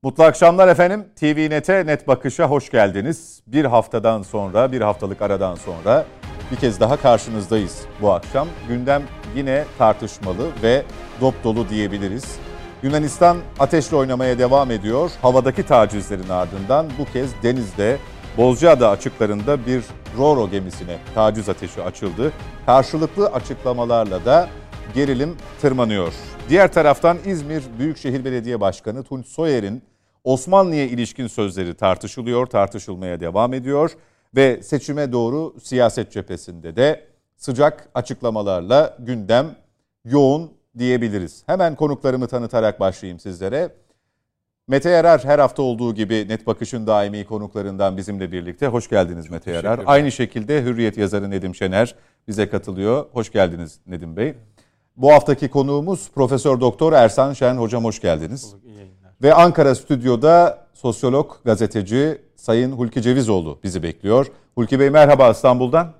Mutlu akşamlar efendim. TVNet'e, Net Bakış'a hoş geldiniz. Bir haftadan sonra, bir haftalık aradan sonra bir kez daha karşınızdayız bu akşam. Gündem yine tartışmalı ve dop dolu diyebiliriz. Yunanistan ateşle oynamaya devam ediyor. Havadaki tacizlerin ardından bu kez denizde Bozcaada açıklarında bir Ro-Ro gemisine taciz ateşi açıldı. Karşılıklı açıklamalarla da gerilim tırmanıyor. Diğer taraftan İzmir Büyükşehir Belediye Başkanı Tunç Soyer'in Osmanlı'ya ilişkin sözleri tartışılıyor, tartışılmaya devam ediyor ve seçime doğru siyaset cephesinde de sıcak açıklamalarla gündem yoğun diyebiliriz. Hemen konuklarımı tanıtarak başlayayım sizlere. Mete Yarar her hafta olduğu gibi Net Bakış'ın daimi konuklarından bizimle birlikte. Hoş geldiniz Mete Yarar. Aynı şekilde Hürriyet yazarı Nedim Şener bize katılıyor. Hoş geldiniz Nedim Bey. Bu haftaki konuğumuz Profesör Doktor Ersan Şen. Hocam hoş geldiniz. Ve Ankara stüdyoda sosyolog, gazeteci Sayın Hulki Cevizoğlu bizi bekliyor. Hulki Bey merhaba İstanbul'dan.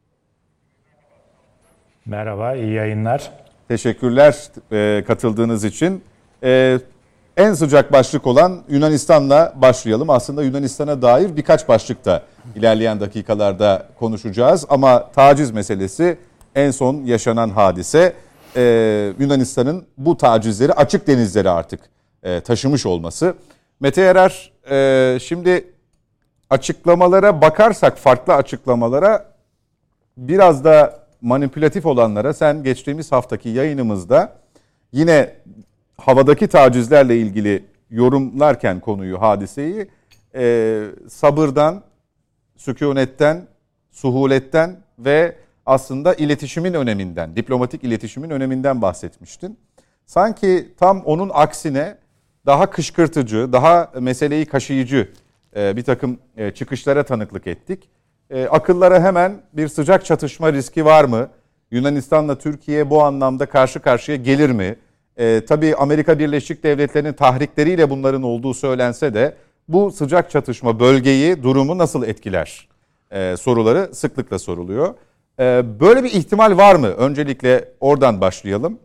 Merhaba, iyi yayınlar. Teşekkürler katıldığınız için. En sıcak başlık olan Yunanistan'la başlayalım. Aslında Yunanistan'a dair birkaç başlık da ilerleyen dakikalarda konuşacağız. Ama taciz meselesi en son yaşanan hadise. Yunanistan'ın bu tacizleri açık denizlere artık taşımış olması. Mete Yarar, şimdi açıklamalara bakarsak, farklı açıklamalara, biraz da manipülatif olanlara, sen geçtiğimiz haftaki yayınımızda yine havadaki tacizlerle ilgili yorumlarken konuyu, hadiseyi sabırdan, sükunetten, suhuletten ve aslında iletişimin öneminden, diplomatik iletişimin öneminden bahsetmiştin. Sanki tam onun aksine daha kışkırtıcı, daha meseleyi kaşıyıcı bir takım çıkışlara tanıklık ettik. Akıllara hemen bir sıcak çatışma riski var mı? Yunanistan'la Türkiye bu anlamda karşı karşıya gelir mi? Tabii Amerika Birleşik Devletleri'nin tahrikleriyle bunların olduğu söylense de bu sıcak çatışma bölgeyi, durumu nasıl etkiler? Soruları sıklıkla soruluyor. Böyle bir ihtimal var mı? Öncelikle oradan başlayalım.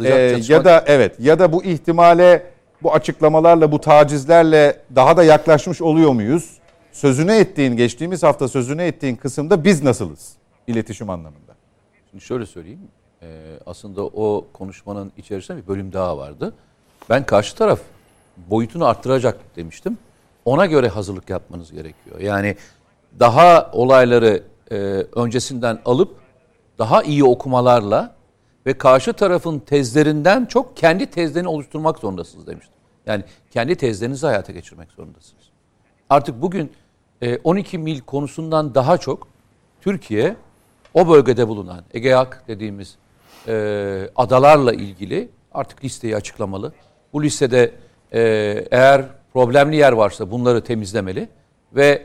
Ya da bu ihtimale, bu açıklamalarla, bu tacizlerle daha da yaklaşmış oluyor muyuz? Geçtiğimiz hafta sözünü ettiğin kısımda biz nasılız iletişim anlamında? Şimdi şöyle söyleyeyim. Aslında o konuşmanın içerisinde bir bölüm daha vardı. Ben karşı taraf boyutunu arttıracak demiştim. Ona göre hazırlık yapmanız gerekiyor. Yani daha olayları öncesinden alıp daha iyi okumalarla ve karşı tarafın tezlerinden çok kendi tezlerini oluşturmak zorundasınız demiştim. Yani kendi tezlerinizi hayata geçirmek zorundasınız. Artık bugün 12 mil konusundan daha çok Türkiye o bölgede bulunan Egeak dediğimiz adalarla ilgili artık listeyi açıklamalı. Bu listede eğer problemli yer varsa bunları temizlemeli ve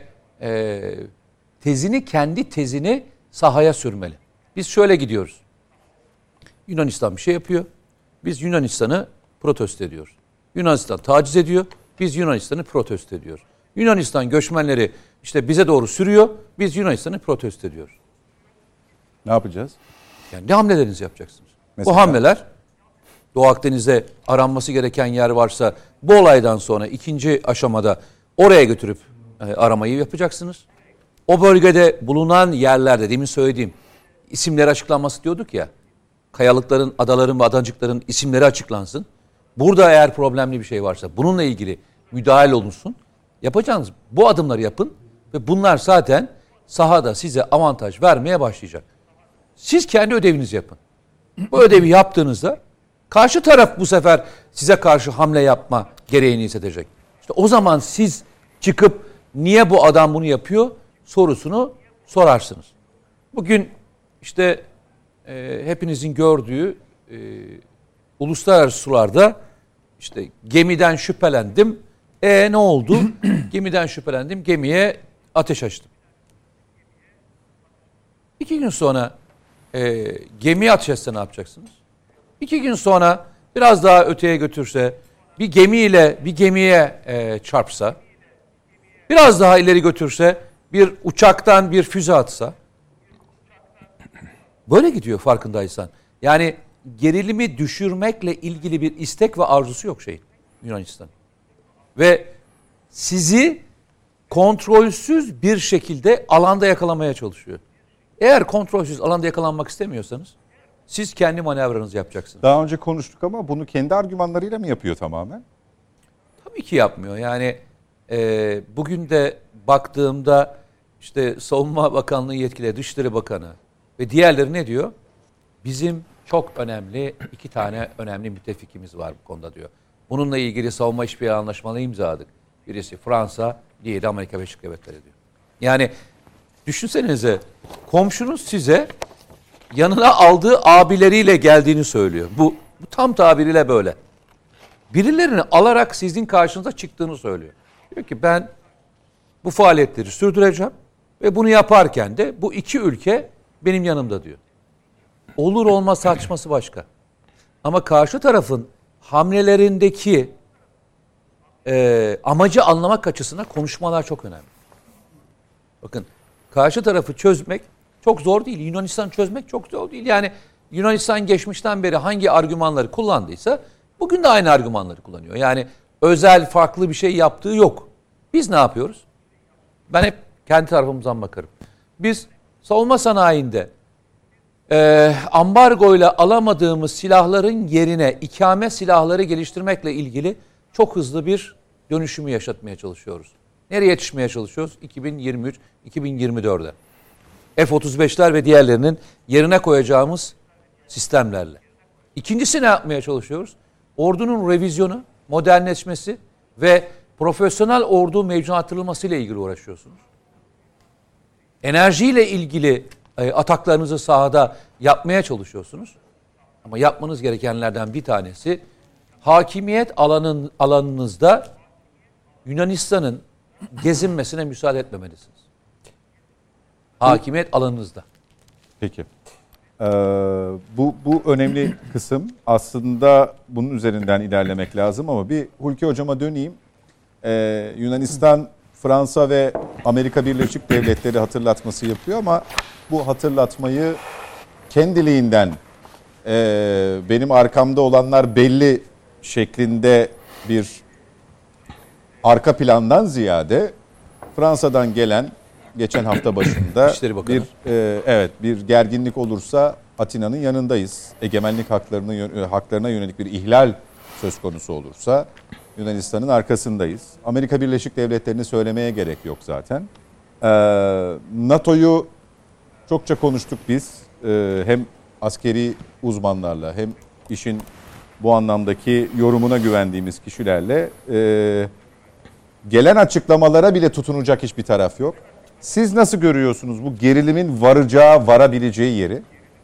kendi tezini sahaya sürmeli. Biz şöyle gidiyoruz. Yunanistan bir şey yapıyor. Biz Yunanistan'ı protesto ediyoruz. Yunanistan taciz ediyor. Biz Yunanistan'ı protesto ediyoruz. Yunanistan göçmenleri işte bize doğru sürüyor. Biz Yunanistan'ı protesto ediyoruz. Ne yapacağız? Yani ne hamlelerinizi yapacaksınız? Mesela? Bu hamleler Doğu Akdeniz'de aranması gereken yer varsa bu olaydan sonra ikinci aşamada oraya götürüp aramayı yapacaksınız. O bölgede bulunan yerlerde demin söylediğim isimleri açıklanması diyorduk ya. Kayalıkların, adaların ve adacıkların isimleri açıklansın. Burada eğer problemli bir şey varsa bununla ilgili müdahale olunsun. Yapacağınız bu adımları yapın ve bunlar zaten sahada size avantaj vermeye başlayacak. Siz kendi ödevinizi yapın. Bu ödevi yaptığınızda karşı taraf bu sefer size karşı hamle yapma gereğini hissedecek. İşte o zaman siz çıkıp niye bu adam bunu yapıyor sorusunu sorarsınız. Bugün işte hepinizin gördüğü uluslararası sularda işte gemiden şüphelendim. Ne oldu? Gemiden şüphelendim. Gemiye ateş açtım. 2 gün sonra gemiye ateş etse ne yapacaksınız? 2 gün sonra biraz daha öteye götürse, bir gemiye çarpsa, biraz daha ileri götürse, bir uçaktan bir füze atsa, böyle gidiyor farkındaysan. Yani gerilimi düşürmekle ilgili bir istek ve arzusu yok Yunanistan. Ve sizi kontrolsüz bir şekilde alanda yakalamaya çalışıyor. Eğer kontrolsüz alanda yakalanmak istemiyorsanız siz kendi manevranızı yapacaksınız. Daha önce konuştuk ama bunu kendi argümanlarıyla mı yapıyor tamamen? Tabii ki yapmıyor. Yani bugün de baktığımda işte Savunma Bakanlığı yetkili, Dışişleri Bakanı ve diğerleri ne diyor? Bizim çok önemli 2 tane önemli müttefikimiz var bu konuda diyor. Bununla ilgili savunma işbirliği anlaşmaları imzaladık. Birisi Fransa, diğeri de Amerika Birleşik Devletleri diyor. Yani düşünsenize, komşunuz size yanına aldığı abileriyle geldiğini söylüyor. Bu tam tabiriyle böyle. Birilerini alarak sizin karşınıza çıktığını söylüyor. Diyor ki ben bu faaliyetleri sürdüreceğim ve bunu yaparken de bu 2 ülke benim yanımda diyor. Olur olmaz tartışması başka. Ama karşı tarafın hamlelerindeki amacı anlamak açısından konuşmalar çok önemli. Bakın, karşı tarafı çözmek çok zor değil. Yunanistan'ı çözmek çok zor değil. Yani Yunanistan geçmişten beri hangi argümanları kullandıysa bugün de aynı argümanları kullanıyor. Yani özel farklı bir şey yaptığı yok. Biz ne yapıyoruz? Ben hep kendi tarafımızdan bakarım. Biz savunma sanayinde ambargoyla alamadığımız silahların yerine ikame silahları geliştirmekle ilgili çok hızlı bir dönüşümü yaşatmaya çalışıyoruz. Nereye yetişmeye çalışıyoruz? 2023-2024'de. F-35'ler ve diğerlerinin yerine koyacağımız sistemlerle. İkincisi ne yapmaya çalışıyoruz? Ordunun revizyonu, modernleşmesi ve profesyonel ordu mevcuduna artırılması ile ilgili uğraşıyorsunuz. Enerjiyle ilgili ataklarınızı sahada yapmaya çalışıyorsunuz. Ama yapmanız gerekenlerden bir tanesi hakimiyet alanınızda Yunanistan'ın gezinmesine müsaade etmemelisiniz. Hakimiyet alanınızda. Peki. Bu önemli kısım. Aslında bunun üzerinden ilerlemek lazım ama bir Hulki Hocama döneyim. Yunanistan, Fransa ve Amerika Birleşik Devletleri hatırlatması yapıyor ama bu hatırlatmayı kendiliğinden benim arkamda olanlar belli şeklinde bir arka plandan ziyade Fransa'dan gelen geçen hafta başında bir gerginlik olursa Atina'nın yanındayız. Egemenlik haklarına yönelik bir ihlal söz konusu olursa Yunanistan'ın arkasındayız. Amerika Birleşik Devletleri'ni söylemeye gerek yok zaten. NATO'yu çokça konuştuk biz. Hem askeri uzmanlarla hem işin bu anlamdaki yorumuna güvendiğimiz kişilerle gelen açıklamalara bile tutunacak hiçbir taraf yok. Siz nasıl görüyorsunuz bu gerilimin varabileceği yeri?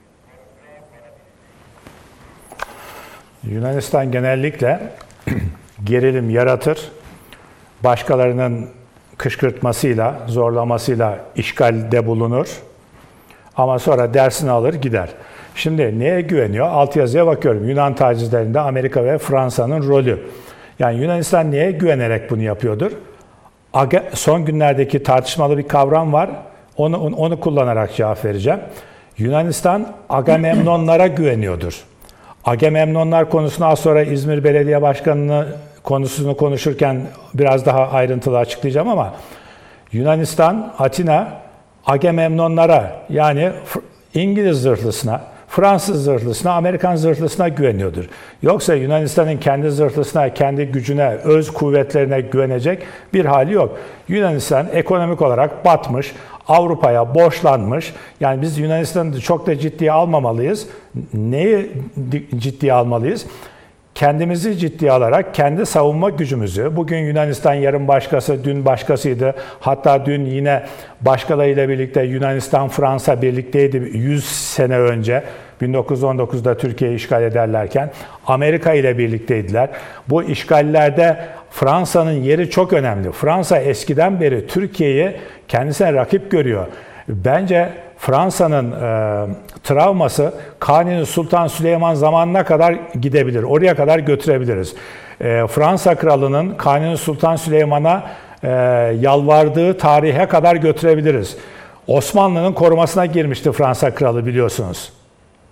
Yunanistan genellikle gerilim yaratır. Başkalarının kışkırtmasıyla, zorlamasıyla işgalde bulunur. Ama sonra dersini alır gider. Şimdi neye güveniyor? Altyazıya bakıyorum. Yunan tacizlerinde Amerika ve Fransa'nın rolü. Yani Yunanistan neye güvenerek bunu yapıyordur? Son günlerdeki tartışmalı bir kavram var. Onu kullanarak cevap vereceğim. Yunanistan Agamemnonlara güveniyordur. Agamemnonlar konusunu az sonra İzmir Belediye Başkanı'nın konusunu konuşurken biraz daha ayrıntılı açıklayacağım ama Yunanistan, Atina Agamemnonlara yani İngiliz zırhlısına, Fransız zırhlısına, Amerikan zırhlısına güveniyordur. Yoksa Yunanistan'ın kendi zırhlısına, kendi gücüne, öz kuvvetlerine güvenecek bir hali yok. Yunanistan ekonomik olarak batmış, Avrupa'ya borçlanmış. Yani biz Yunanistan'ı çok da ciddiye almamalıyız. Neyi ciddiye almalıyız? Kendimizi ciddiye alarak kendi savunma gücümüzü, bugün Yunanistan yarın başkası, dün başkasıydı. Hatta dün yine başkalarıyla birlikte Yunanistan, Fransa birlikteydi 100 sene önce. 1919'da Türkiye'yi işgal ederlerken Amerika ile birlikteydiler. Bu işgallerde Fransa'nın yeri çok önemli. Fransa eskiden beri Türkiye'yi kendisine rakip görüyor. Bence Fransa'nın travması Kanuni Sultan Süleyman zamanına kadar gidebilir. Oraya kadar götürebiliriz. Fransa Kralı'nın Kanuni Sultan Süleyman'a yalvardığı tarihe kadar götürebiliriz. Osmanlı'nın korumasına girmişti Fransa Kralı biliyorsunuz.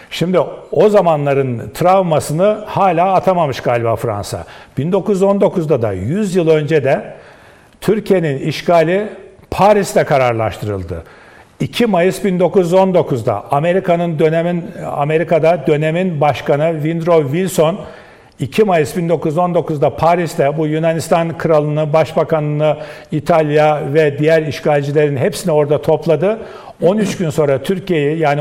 Şimdi o zamanların travmasını hala atamamış galiba Fransa. 1919'da da 100 yıl önce de Türkiye'nin işgali Paris'te kararlaştırıldı. 2 Mayıs 1919'da Amerika'da dönemin başkanı Woodrow Wilson 2 Mayıs 1919'da Paris'te bu Yunanistan kralını, başbakanını, İtalya ve diğer işgalcilerin hepsini orada topladı. 13 gün sonra Türkiye'yi yani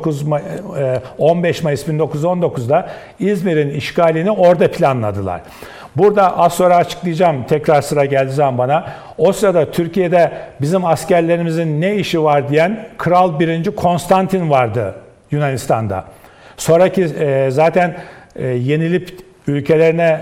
15 Mayıs 1919'da İzmir'in işgalini orada planladılar. Burada az sonra açıklayacağım, tekrar sıra geldiği zaman bana. O sırada Türkiye'de bizim askerlerimizin ne işi var diyen Kral 1. Konstantin vardı Yunanistan'da. Sonraki zaten yenilip ülkelerine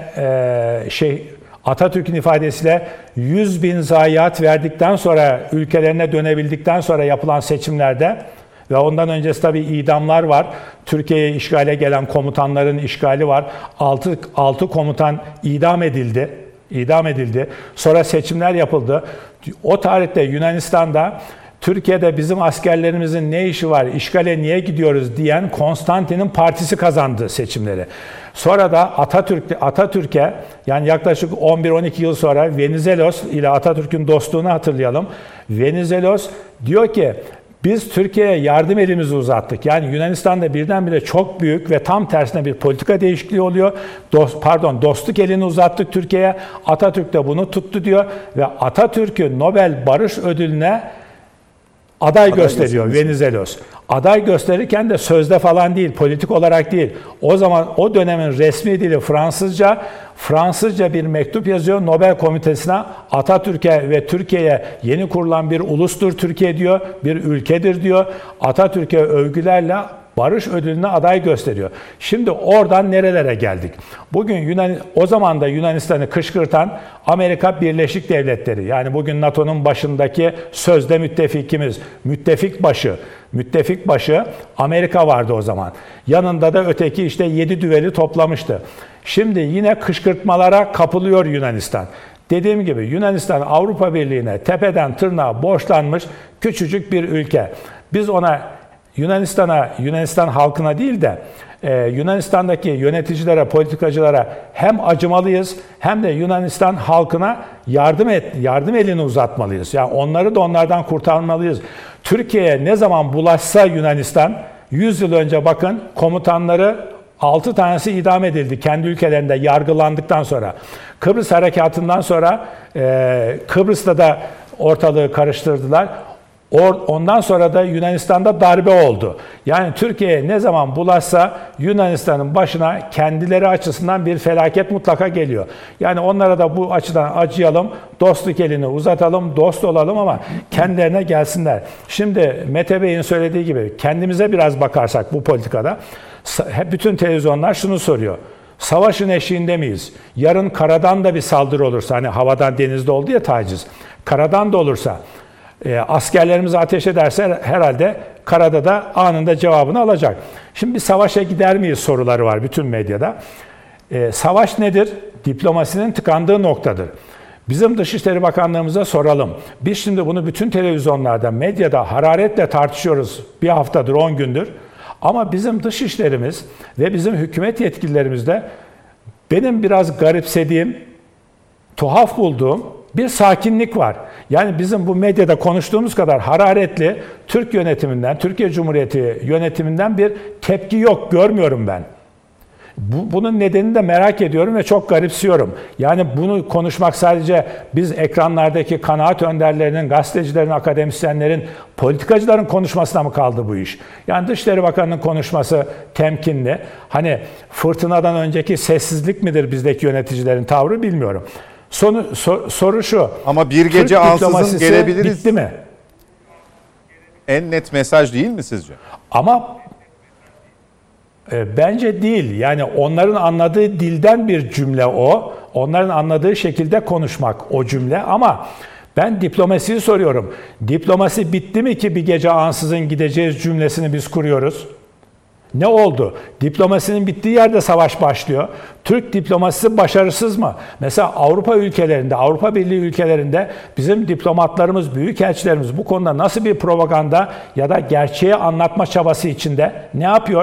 Atatürk'ün ifadesiyle 100.000 zayiat verdikten sonra ülkelerine dönebildikten sonra yapılan seçimlerde ve ondan öncesi tabii idamlar var. Türkiye'ye işgale gelen komutanların işgali var. 6 komutan idam edildi. Sonra seçimler yapıldı. O tarihte Yunanistan'da Türkiye'de bizim askerlerimizin ne işi var, işgale niye gidiyoruz diyen Konstantin'in partisi kazandı seçimleri. Sonra da Atatürk'e yani yaklaşık 11-12 yıl sonra Venizelos ile Atatürk'ün dostluğunu hatırlayalım. Venizelos diyor ki biz Türkiye'ye yardım elimizi uzattık. Yani Yunanistan'da birdenbire çok büyük ve tam tersine bir politika değişikliği oluyor. Dostluk elini uzattık Türkiye'ye. Atatürk de bunu tuttu diyor ve Atatürk'ü Nobel Barış Ödülü'ne aday gösteriyor Venizelos. Aday gösterirken de sözde falan değil, politik olarak değil. O zaman o dönemin resmi dili Fransızca bir mektup yazıyor Nobel Komitesi'ne. Atatürk'e ve Türkiye'ye yeni kurulan bir ulustur Türkiye diyor, bir ülkedir diyor. Atatürk'e övgülerle Barış Ödülü'ne aday gösteriyor. Şimdi oradan nerelere geldik? Bugün o zaman da Yunanistan'ı kışkırtan Amerika Birleşik Devletleri. Yani bugün NATO'nun başındaki sözde müttefikimiz, müttefik başı Amerika vardı o zaman. Yanında da öteki işte 7 düveli toplamıştı. Şimdi yine kışkırtmalara kapılıyor Yunanistan. Dediğim gibi Yunanistan Avrupa Birliği'ne tepeden tırnağa borçlanmış küçücük bir ülke. Biz ona Yunanistan halkına değil de Yunanistan'daki yöneticilere, politikacılara hem acımalıyız hem de Yunanistan halkına yardım elini uzatmalıyız. Yani onları da onlardan kurtarmalıyız. Türkiye'ye ne zaman bulaşsa Yunanistan, 100 yıl önce bakın komutanları 6 tanesi idam edildi kendi ülkelerinde yargılandıktan sonra. Kıbrıs Harekatı'ndan sonra Kıbrıs'ta da ortalığı karıştırdılar. Ondan sonra da Yunanistan'da darbe oldu. Yani Türkiye'ye ne zaman bulaşsa Yunanistan'ın başına kendileri açısından bir felaket mutlaka geliyor. Yani onlara da bu açıdan acıyalım, dostluk elini uzatalım, dost olalım ama kendilerine gelsinler. Şimdi Mete Bey'in söylediği gibi kendimize biraz bakarsak bu politikada bütün televizyonlar şunu soruyor. Savaşın eşiğinde miyiz? Yarın karadan da bir saldırı olursa, hani havadan denizde oldu ya taciz, karadan da olursa askerlerimiz ateş ederse herhalde karada da anında cevabını alacak. Şimdi bir savaşa gider miyiz soruları var bütün medyada. Savaş nedir? Diplomasinin tıkandığı noktadır. Bizim Dışişleri Bakanlığımıza soralım. Biz şimdi bunu bütün televizyonlarda, medyada hararetle tartışıyoruz. Bir haftadır, 10 gündür. Ama bizim dışişlerimiz ve bizim hükümet yetkililerimizde benim biraz garipsediğim, tuhaf bulduğum bir sakinlik var. Yani bizim bu medyada konuştuğumuz kadar hararetli Türk yönetiminden, Türkiye Cumhuriyeti yönetiminden bir tepki yok, görmüyorum ben. Bunun nedenini de merak ediyorum ve çok garipsiyorum. Yani bunu konuşmak sadece biz ekranlardaki kanaat önderlerinin, gazetecilerin, akademisyenlerin, politikacıların konuşmasına mı kaldı bu iş? Yani Dışişleri Bakanı'nın konuşması temkinli. Hani fırtınadan önceki sessizlik midir bizdeki yöneticilerin tavrı bilmiyorum. Soru şu. Ama bir gece ansızın gelebiliriz. Bitti mi? En net mesaj değil mi sizce? Ama bence değil. Yani onların anladığı dilden bir cümle o. Onların anladığı şekilde konuşmak o cümle. Ama ben diplomasiyi soruyorum. Diplomasi bitti mi ki bir gece ansızın gideceğiz cümlesini biz kuruyoruz? Ne oldu? Diplomasinin bittiği yerde savaş başlıyor. Türk diplomasisi başarısız mı? Mesela Avrupa ülkelerinde, Avrupa Birliği ülkelerinde bizim diplomatlarımız, büyükelçilerimiz bu konuda nasıl bir propaganda ya da gerçeği anlatma çabası içinde ne yapıyor?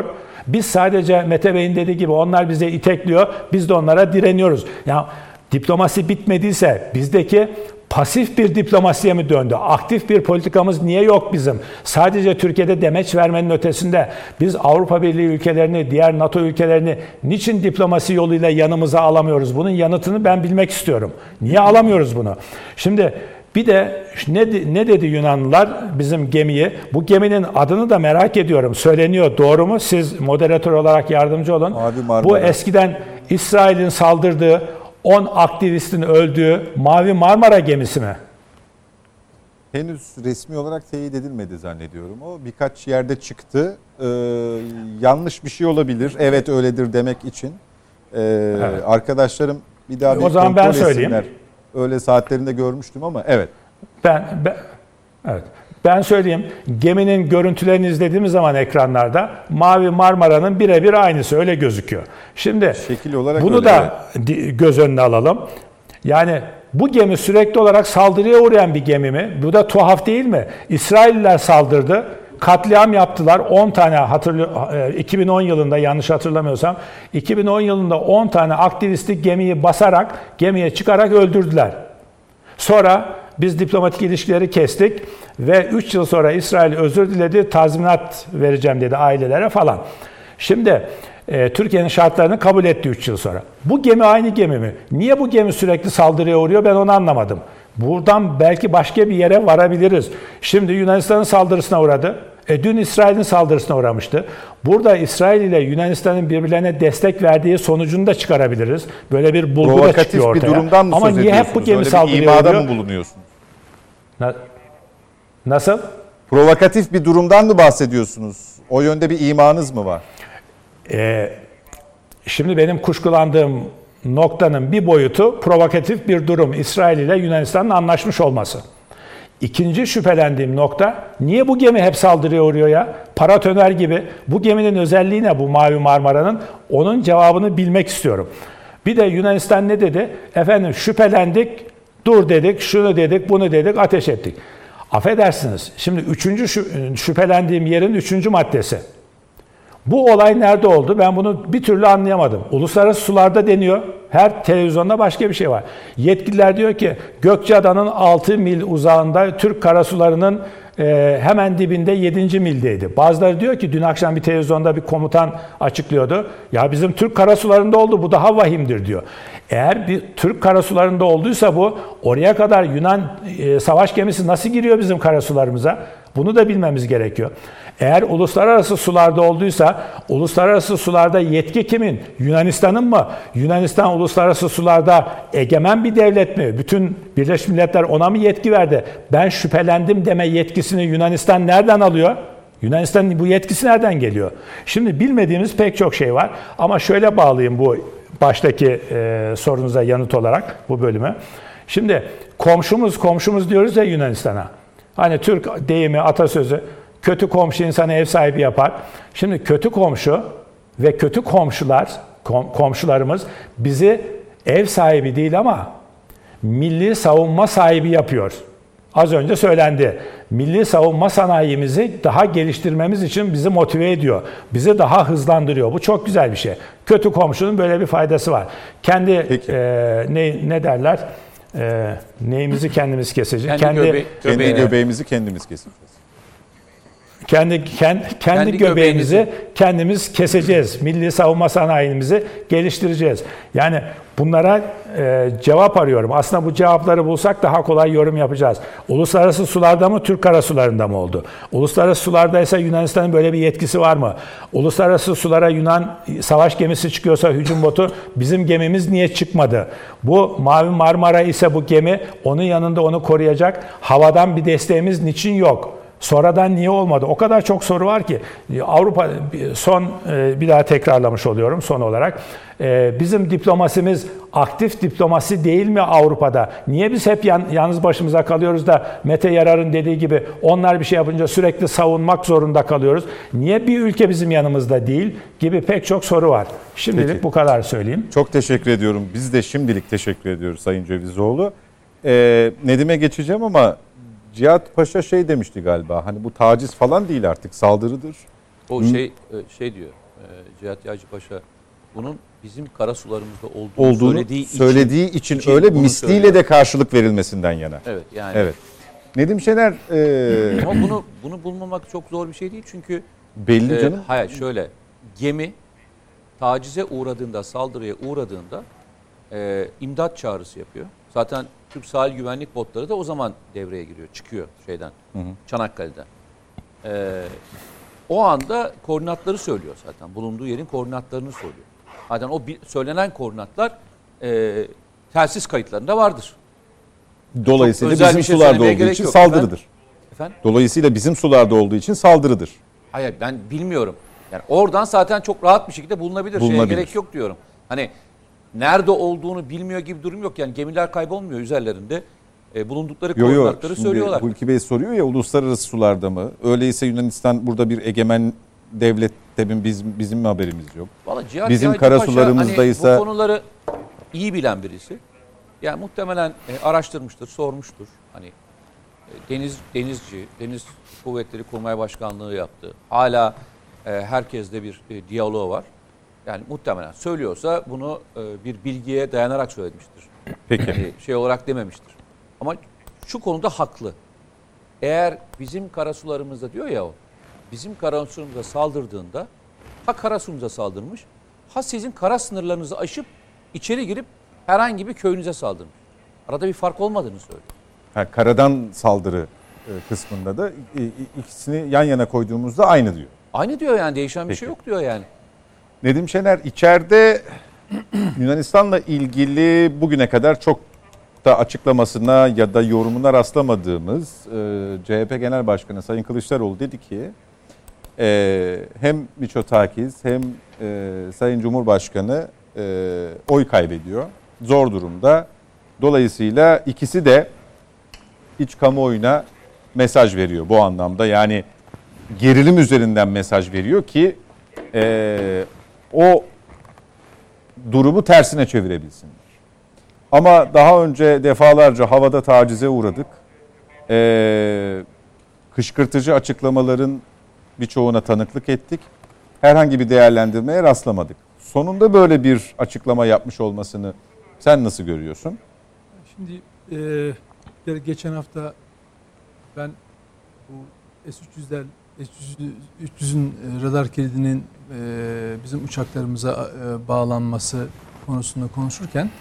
Biz sadece Mete Bey'in dediği gibi onlar bize itekliyor, biz de onlara direniyoruz. Ya diplomasi bitmediyse bizdeki pasif bir diplomasiye mi döndü? Aktif bir politikamız niye yok bizim? Sadece Türkiye'de demeç vermenin ötesinde biz Avrupa Birliği ülkelerini, diğer NATO ülkelerini niçin diplomasi yoluyla yanımıza alamıyoruz? Bunun yanıtını ben bilmek istiyorum. Niye alamıyoruz bunu? Şimdi bir de ne dedi Yunanlılar bizim gemiyi? Bu geminin adını da merak ediyorum. Söyleniyor. Doğru mu? Siz moderatör olarak yardımcı olun. Bu eskiden İsrail'in saldırdığı 10 aktivistin öldüğü Mavi Marmara gemisi mi? Henüz resmi olarak teyit edilmedi zannediyorum. O birkaç yerde çıktı. Yanlış bir şey olabilir. Evet öyledir demek için. Evet. Arkadaşlarım bir daha bir o zaman ben söyleyeyim. Öyle saatlerinde görmüştüm ama evet. Evet. Ben söyleyeyim. Geminin görüntülerini izlediğimiz zaman ekranlarda Mavi Marmara'nın birebir aynısı öyle gözüküyor. Şimdi şekil olarak bunu da göz önüne alalım. Yani bu gemi sürekli olarak saldırıya uğrayan bir gemi mi? Bu da tuhaf değil mi? İsrailliler saldırdı. Katliam yaptılar. 10 tane 2010 yılında yanlış hatırlamıyorsam 2010 yılında 10 tane aktivisti gemiyi basarak, gemiye çıkarak öldürdüler. Sonra biz diplomatik ilişkileri kestik ve 3 yıl sonra İsrail özür diledi, tazminat vereceğim dedi ailelere falan. Şimdi Türkiye'nin şartlarını kabul etti 3 yıl sonra. Bu gemi aynı gemi mi? Niye bu gemi sürekli saldırıya uğruyor ben onu anlamadım. Buradan belki başka bir yere varabiliriz. Şimdi Yunanistan'ın saldırısına uğradı. Dün İsrail'in saldırısına uğramıştı. Burada İsrail ile Yunanistan'ın birbirlerine destek verdiği sonucunu da çıkarabiliriz. Böyle bir bulgu da çıkıyor ortaya. Bir durumdan mı ama niye hep bu gemi saldırıya uğruyor? İmada mı bulunuyorsunuz? Nasıl? Provokatif bir durumdan mı bahsediyorsunuz? O yönde bir imanınız mı var? Şimdi benim kuşkulandığım noktanın bir boyutu provokatif bir durum. İsrail ile Yunanistan'ın anlaşmış olması. İkinci şüphelendiğim nokta, niye bu gemi hep saldırıya uğruyor ya? Paratoner gibi. Bu geminin özelliği ne bu Mavi Marmara'nın? Onun cevabını bilmek istiyorum. Bir de Yunanistan ne dedi? Efendim şüphelendik, dur dedik, şunu dedik, bunu dedik, ateş ettik. Affedersiniz. Şimdi üçüncü şüphelendiğim yerin 3. maddesi. Bu olay nerede oldu? Ben bunu bir türlü anlayamadım. Uluslararası sularda deniyor. Her televizyonda başka bir şey var. Yetkililer diyor ki Gökçeada'nın 6 mil uzağında Türk karasularının hemen dibinde 7. mildeydi. Bazıları diyor ki dün akşam bir televizyonda bir komutan açıklıyordu. Ya bizim Türk karasularında oldu bu daha vahimdir diyor. Eğer bir Türk karasularında olduysa bu oraya kadar Yunan savaş gemisi nasıl giriyor bizim karasularımıza? Bunu da bilmemiz gerekiyor. Eğer uluslararası sularda olduysa, uluslararası sularda yetki kimin? Yunanistan'ın mı? Yunanistan uluslararası sularda egemen bir devlet mi? Bütün Birleşmiş Milletler ona mı yetki verdi? Ben şüphelendim deme yetkisini Yunanistan nereden alıyor? Yunanistan'ın bu yetkisi nereden geliyor? Şimdi bilmediğimiz pek çok şey var. Ama şöyle bağlayayım bu baştaki sorunuza yanıt olarak bu bölümü. Şimdi komşumuz diyoruz ya Yunanistan'a. Hani Türk deyimi, atasözü, kötü komşu insanı ev sahibi yapar. Şimdi kötü komşu ve kötü komşularımız bizi ev sahibi değil ama milli savunma sahibi yapıyor. Az önce söylendi. Milli savunma sanayimizi daha geliştirmemiz için bizi motive ediyor. Bizi daha hızlandırıyor. Bu çok güzel bir şey. Kötü komşunun böyle bir faydası var. Kendi ne derler? Neyimizi kendimiz keseceğiz. Kendi göbeğimizi kendimiz keseceğiz. Kendi göbeğimizi kendimiz keseceğiz. Milli savunma sanayimizi geliştireceğiz. Yani bunlara cevap arıyorum. Aslında bu cevapları bulsak daha kolay yorum yapacağız. Uluslararası sularda mı, Türk karasularında mı oldu? Uluslararası sularda ise Yunanistan'ın böyle bir yetkisi var mı? Uluslararası sulara Yunan savaş gemisi çıkıyorsa hücum botu bizim gemimiz niye çıkmadı? Bu Mavi Marmara ise bu gemi onun yanında onu koruyacak. Havadan bir desteğimiz niçin yok? Sonradan niye olmadı? O kadar çok soru var ki Avrupa bir daha tekrarlamış oluyorum son olarak. Bizim diplomasimiz aktif diplomasi değil mi Avrupa'da? Niye biz hep yalnız başımıza kalıyoruz da Mete Yarar'ın dediği gibi onlar bir şey yapınca sürekli savunmak zorunda kalıyoruz? Niye bir ülke bizim yanımızda değil gibi pek çok soru var. Şimdilik Peki. Bu kadar söyleyeyim. Çok teşekkür ediyorum. Biz de şimdilik teşekkür ediyoruz Sayın Cevizoğlu. Nedim'e geçeceğim ama Cihat Paşa demişti galiba. Hani bu taciz falan değil artık saldırıdır. O şey diyor. Cihat Yağcı Paşa bunun bizim karasularımızda olduğunu söylediği için öyle misliyle söylüyor. de karşılık verilmesinden yana. Evet yani. Evet. Nedim Şener Ama bunu bulmamak çok zor bir şey değil çünkü belli canım. Hayır şöyle, gemi tacize uğradığında, saldırıya uğradığında imdat çağrısı yapıyor. Zaten Türk sahil güvenlik botları da o zaman devreye giriyor, çıkıyor şeyden, Çanakkale'den. O anda koordinatları söylüyor zaten. Bulunduğu yerin koordinatlarını söylüyor. Zaten o söylenen koordinatlar telsiz kayıtlarında vardır. Dolayısıyla özel bizim bir şey sularda söylemeye olduğu gerek için yok. saldırıdır. Efendim? Dolayısıyla bizim sularda olduğu için saldırıdır. Hayır ben bilmiyorum. Yani oradan zaten çok rahat bir şekilde bulunabilir. Şeye gerek yok diyorum. Hani nerede olduğunu bilmiyor gibi durum yok. Yani gemiler kaybolmuyor üzerlerinde. Bulundukları koordinatları söylüyorlar. Hulki Bey soruyor ya uluslararası sularda mı? Öyleyse Yunanistan burada bir egemen devlet de bizim mi haberimiz yok? Vallahi Cihat Bizim Yağcı karasularımızdaysa Paşa, hani bu konuları iyi bilen birisi. Yani muhtemelen araştırmıştır, sormuştur. Hani denizci, Deniz Kuvvetleri Kurmay Başkanlığı yaptı. Hala herkesle bir diyaloğu var. Yani muhtemelen söylüyorsa bunu bir bilgiye dayanarak söylemiştir. peki. Şey olarak dememiştir. Ama şu konuda haklı. Eğer bizim karasularımızda diyor ya o, bizim karasularımıza saldırdığında ha karasularımıza saldırmış, ha sizin kara sınırlarınızı aşıp içeri girip herhangi bir köyünüze saldırmış. Arada bir fark olmadığını söylüyor. Karadan saldırı kısmında da ikisini yan yana koyduğumuzda aynı diyor. Aynı diyor yani değişen bir Peki. şey yok diyor yani. Nedim Şener içeride Yunanistan'la ilgili bugüne kadar çok da açıklamasına ya da yorumuna rastlamadığımız CHP Genel Başkanı Sayın Kılıçdaroğlu dedi ki hem Mitsotakis hem Sayın Cumhurbaşkanı oy kaybediyor. Zor durumda. Dolayısıyla ikisi de iç kamuoyuna mesaj veriyor bu anlamda. Yani gerilim üzerinden mesaj veriyor ki o durumu tersine çevirebilsinler. Ama daha önce defalarca havada tacize uğradık. Kışkırtıcı açıklamaların birçoğuna tanıklık ettik. Herhangi bir değerlendirmeye rastlamadık. Sonunda böyle bir açıklama yapmış olmasını sen nasıl görüyorsun? Şimdi geçen hafta ben bu S-300'ün radar kilidinin bizim uçaklarımıza bağlanması konusunda konuşurken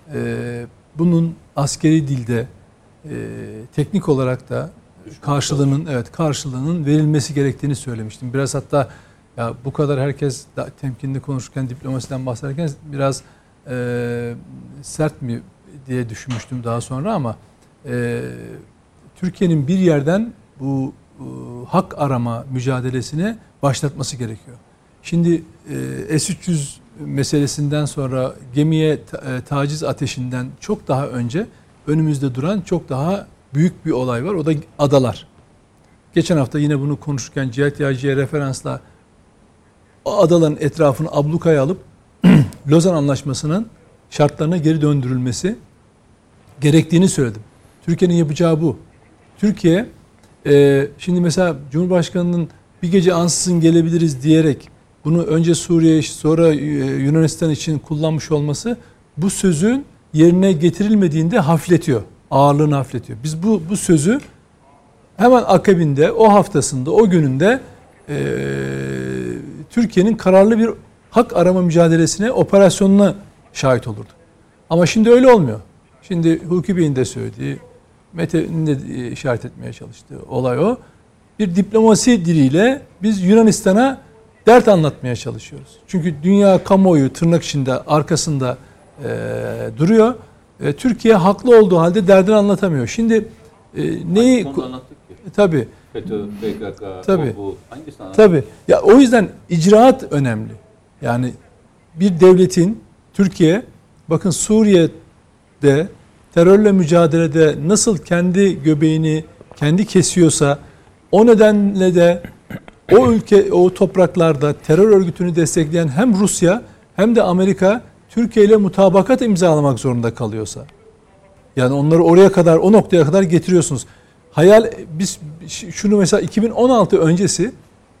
bunun askeri dilde teknik olarak da karşılığının verilmesi gerektiğini söylemiştim. Biraz hatta ya bu kadar herkes temkinli konuşurken diplomasiden bahsederken biraz sert mi diye düşünmüştüm daha sonra ama Türkiye'nin bir yerden bu hak arama mücadelesine başlatması gerekiyor. Şimdi S-300 meselesinden sonra gemiye taciz ateşinden çok daha önce önümüzde duran çok daha büyük bir olay var. O da adalar. Geçen hafta yine bunu konuşurken Cihat Yağcı'ya referansla o adaların etrafını ablukaya alıp Lozan Anlaşması'nın şartlarına geri döndürülmesi gerektiğini söyledim. Türkiye'nin yapacağı bu. Türkiye şimdi mesela Cumhurbaşkanı'nın bir gece ansızın gelebiliriz diyerek bunu önce Suriye sonra Yunanistan için kullanmış olması bu sözün yerine getirilmediğinde hafifletiyor. Ağırlığını hafifletiyor. Biz bu sözü hemen akabinde o haftasında o gününde Türkiye'nin kararlı bir hak arama mücadelesine, operasyonuna şahit olurduk. Ama şimdi öyle olmuyor. Şimdi Hulki Bey'in de söylediği, Mete'nin de işaret etmeye çalıştığı olay o. Bir diplomasi diliyle biz Yunanistan'a dert anlatmaya çalışıyoruz. Çünkü dünya kamuoyu tırnak içinde arkasında duruyor. Türkiye haklı olduğu halde derdini anlatamıyor. Şimdi neyi... anlattık ki. Tabii. FETÖ, PKK, tabii. bu hangisi anlattık? Tabii. Ya o yüzden icraat önemli. Yani bir devletin Türkiye bakın Suriye'de terörle mücadelede nasıl kendi göbeğini kendi kesiyorsa o nedenle de o ülke o topraklarda terör örgütünü destekleyen hem Rusya hem de Amerika Türkiye ile mutabakat imzalamak zorunda kalıyorsa yani onları oraya kadar o noktaya kadar getiriyorsunuz. Biz şunu mesela 2016 öncesi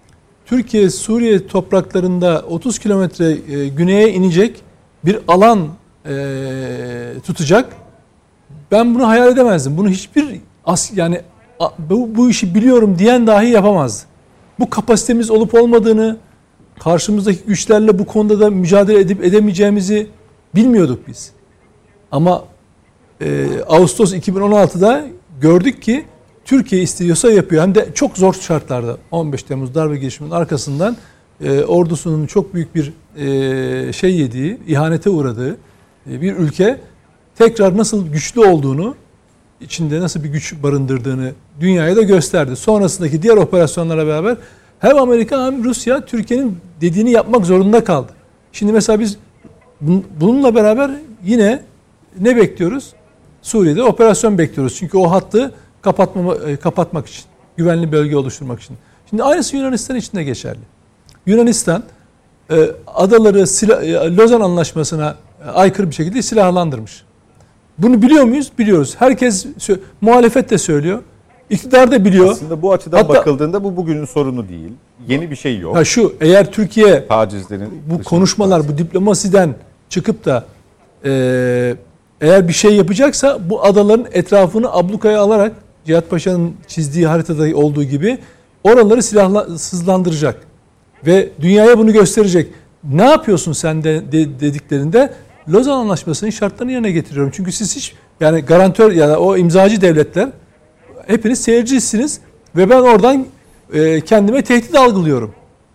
Türkiye Suriye topraklarında 30 kilometre güneye inecek bir alan tutacak. Ben bunu hayal edemezdim. Bunu hiçbir yani bu işi biliyorum diyen dahi yapamazdı. Bu kapasitemiz olup olmadığını, karşımızdaki güçlerle bu konuda da mücadele edip edemeyeceğimizi bilmiyorduk biz. Ama Ağustos 2016'da gördük ki Türkiye istiyorsa yapıyor. Hem de çok zor şartlarda. 15 Temmuz darbe girişiminin arkasından ordusunun çok büyük bir yediği, ihanete uğradığı bir ülke tekrar nasıl güçlü olduğunu, içinde nasıl bir güç barındırdığını dünyaya da gösterdi. Sonrasındaki diğer operasyonlarla beraber hem Amerika hem Rusya Türkiye'nin dediğini yapmak zorunda kaldı. Şimdi mesela biz bununla beraber yine ne bekliyoruz? Suriye'de operasyon bekliyoruz. Çünkü o hattı kapatmak için, güvenli bölge oluşturmak için. Şimdi aynısı Yunanistan için de geçerli. Yunanistan adaları Lozan Anlaşması'na aykırı bir şekilde silahlandırmış. Bunu biliyor muyuz? Biliyoruz. Herkes, muhalefet de söylüyor. İktidar da biliyor. Aslında bu açıdan bakıldığında bu bugünün sorunu değil. Yeni bir şey yok. Eğer Türkiye tacizlerin bu konuşmalar, bu diplomasiden çıkıp da eğer bir şey yapacaksa bu adaların etrafını ablukaya alarak Cihat Paşa'nın çizdiği haritada olduğu gibi oraları silahsızlandıracak ve dünyaya bunu gösterecek. Ne yapıyorsun sen dediklerinde Lozan Anlaşması'nın şartlarını yerine getiriyorum. Çünkü siz hiç yani garantör ya da o imzacı devletler hepiniz seyircisiniz ve ben oradan kendime tehdit algılıyorum.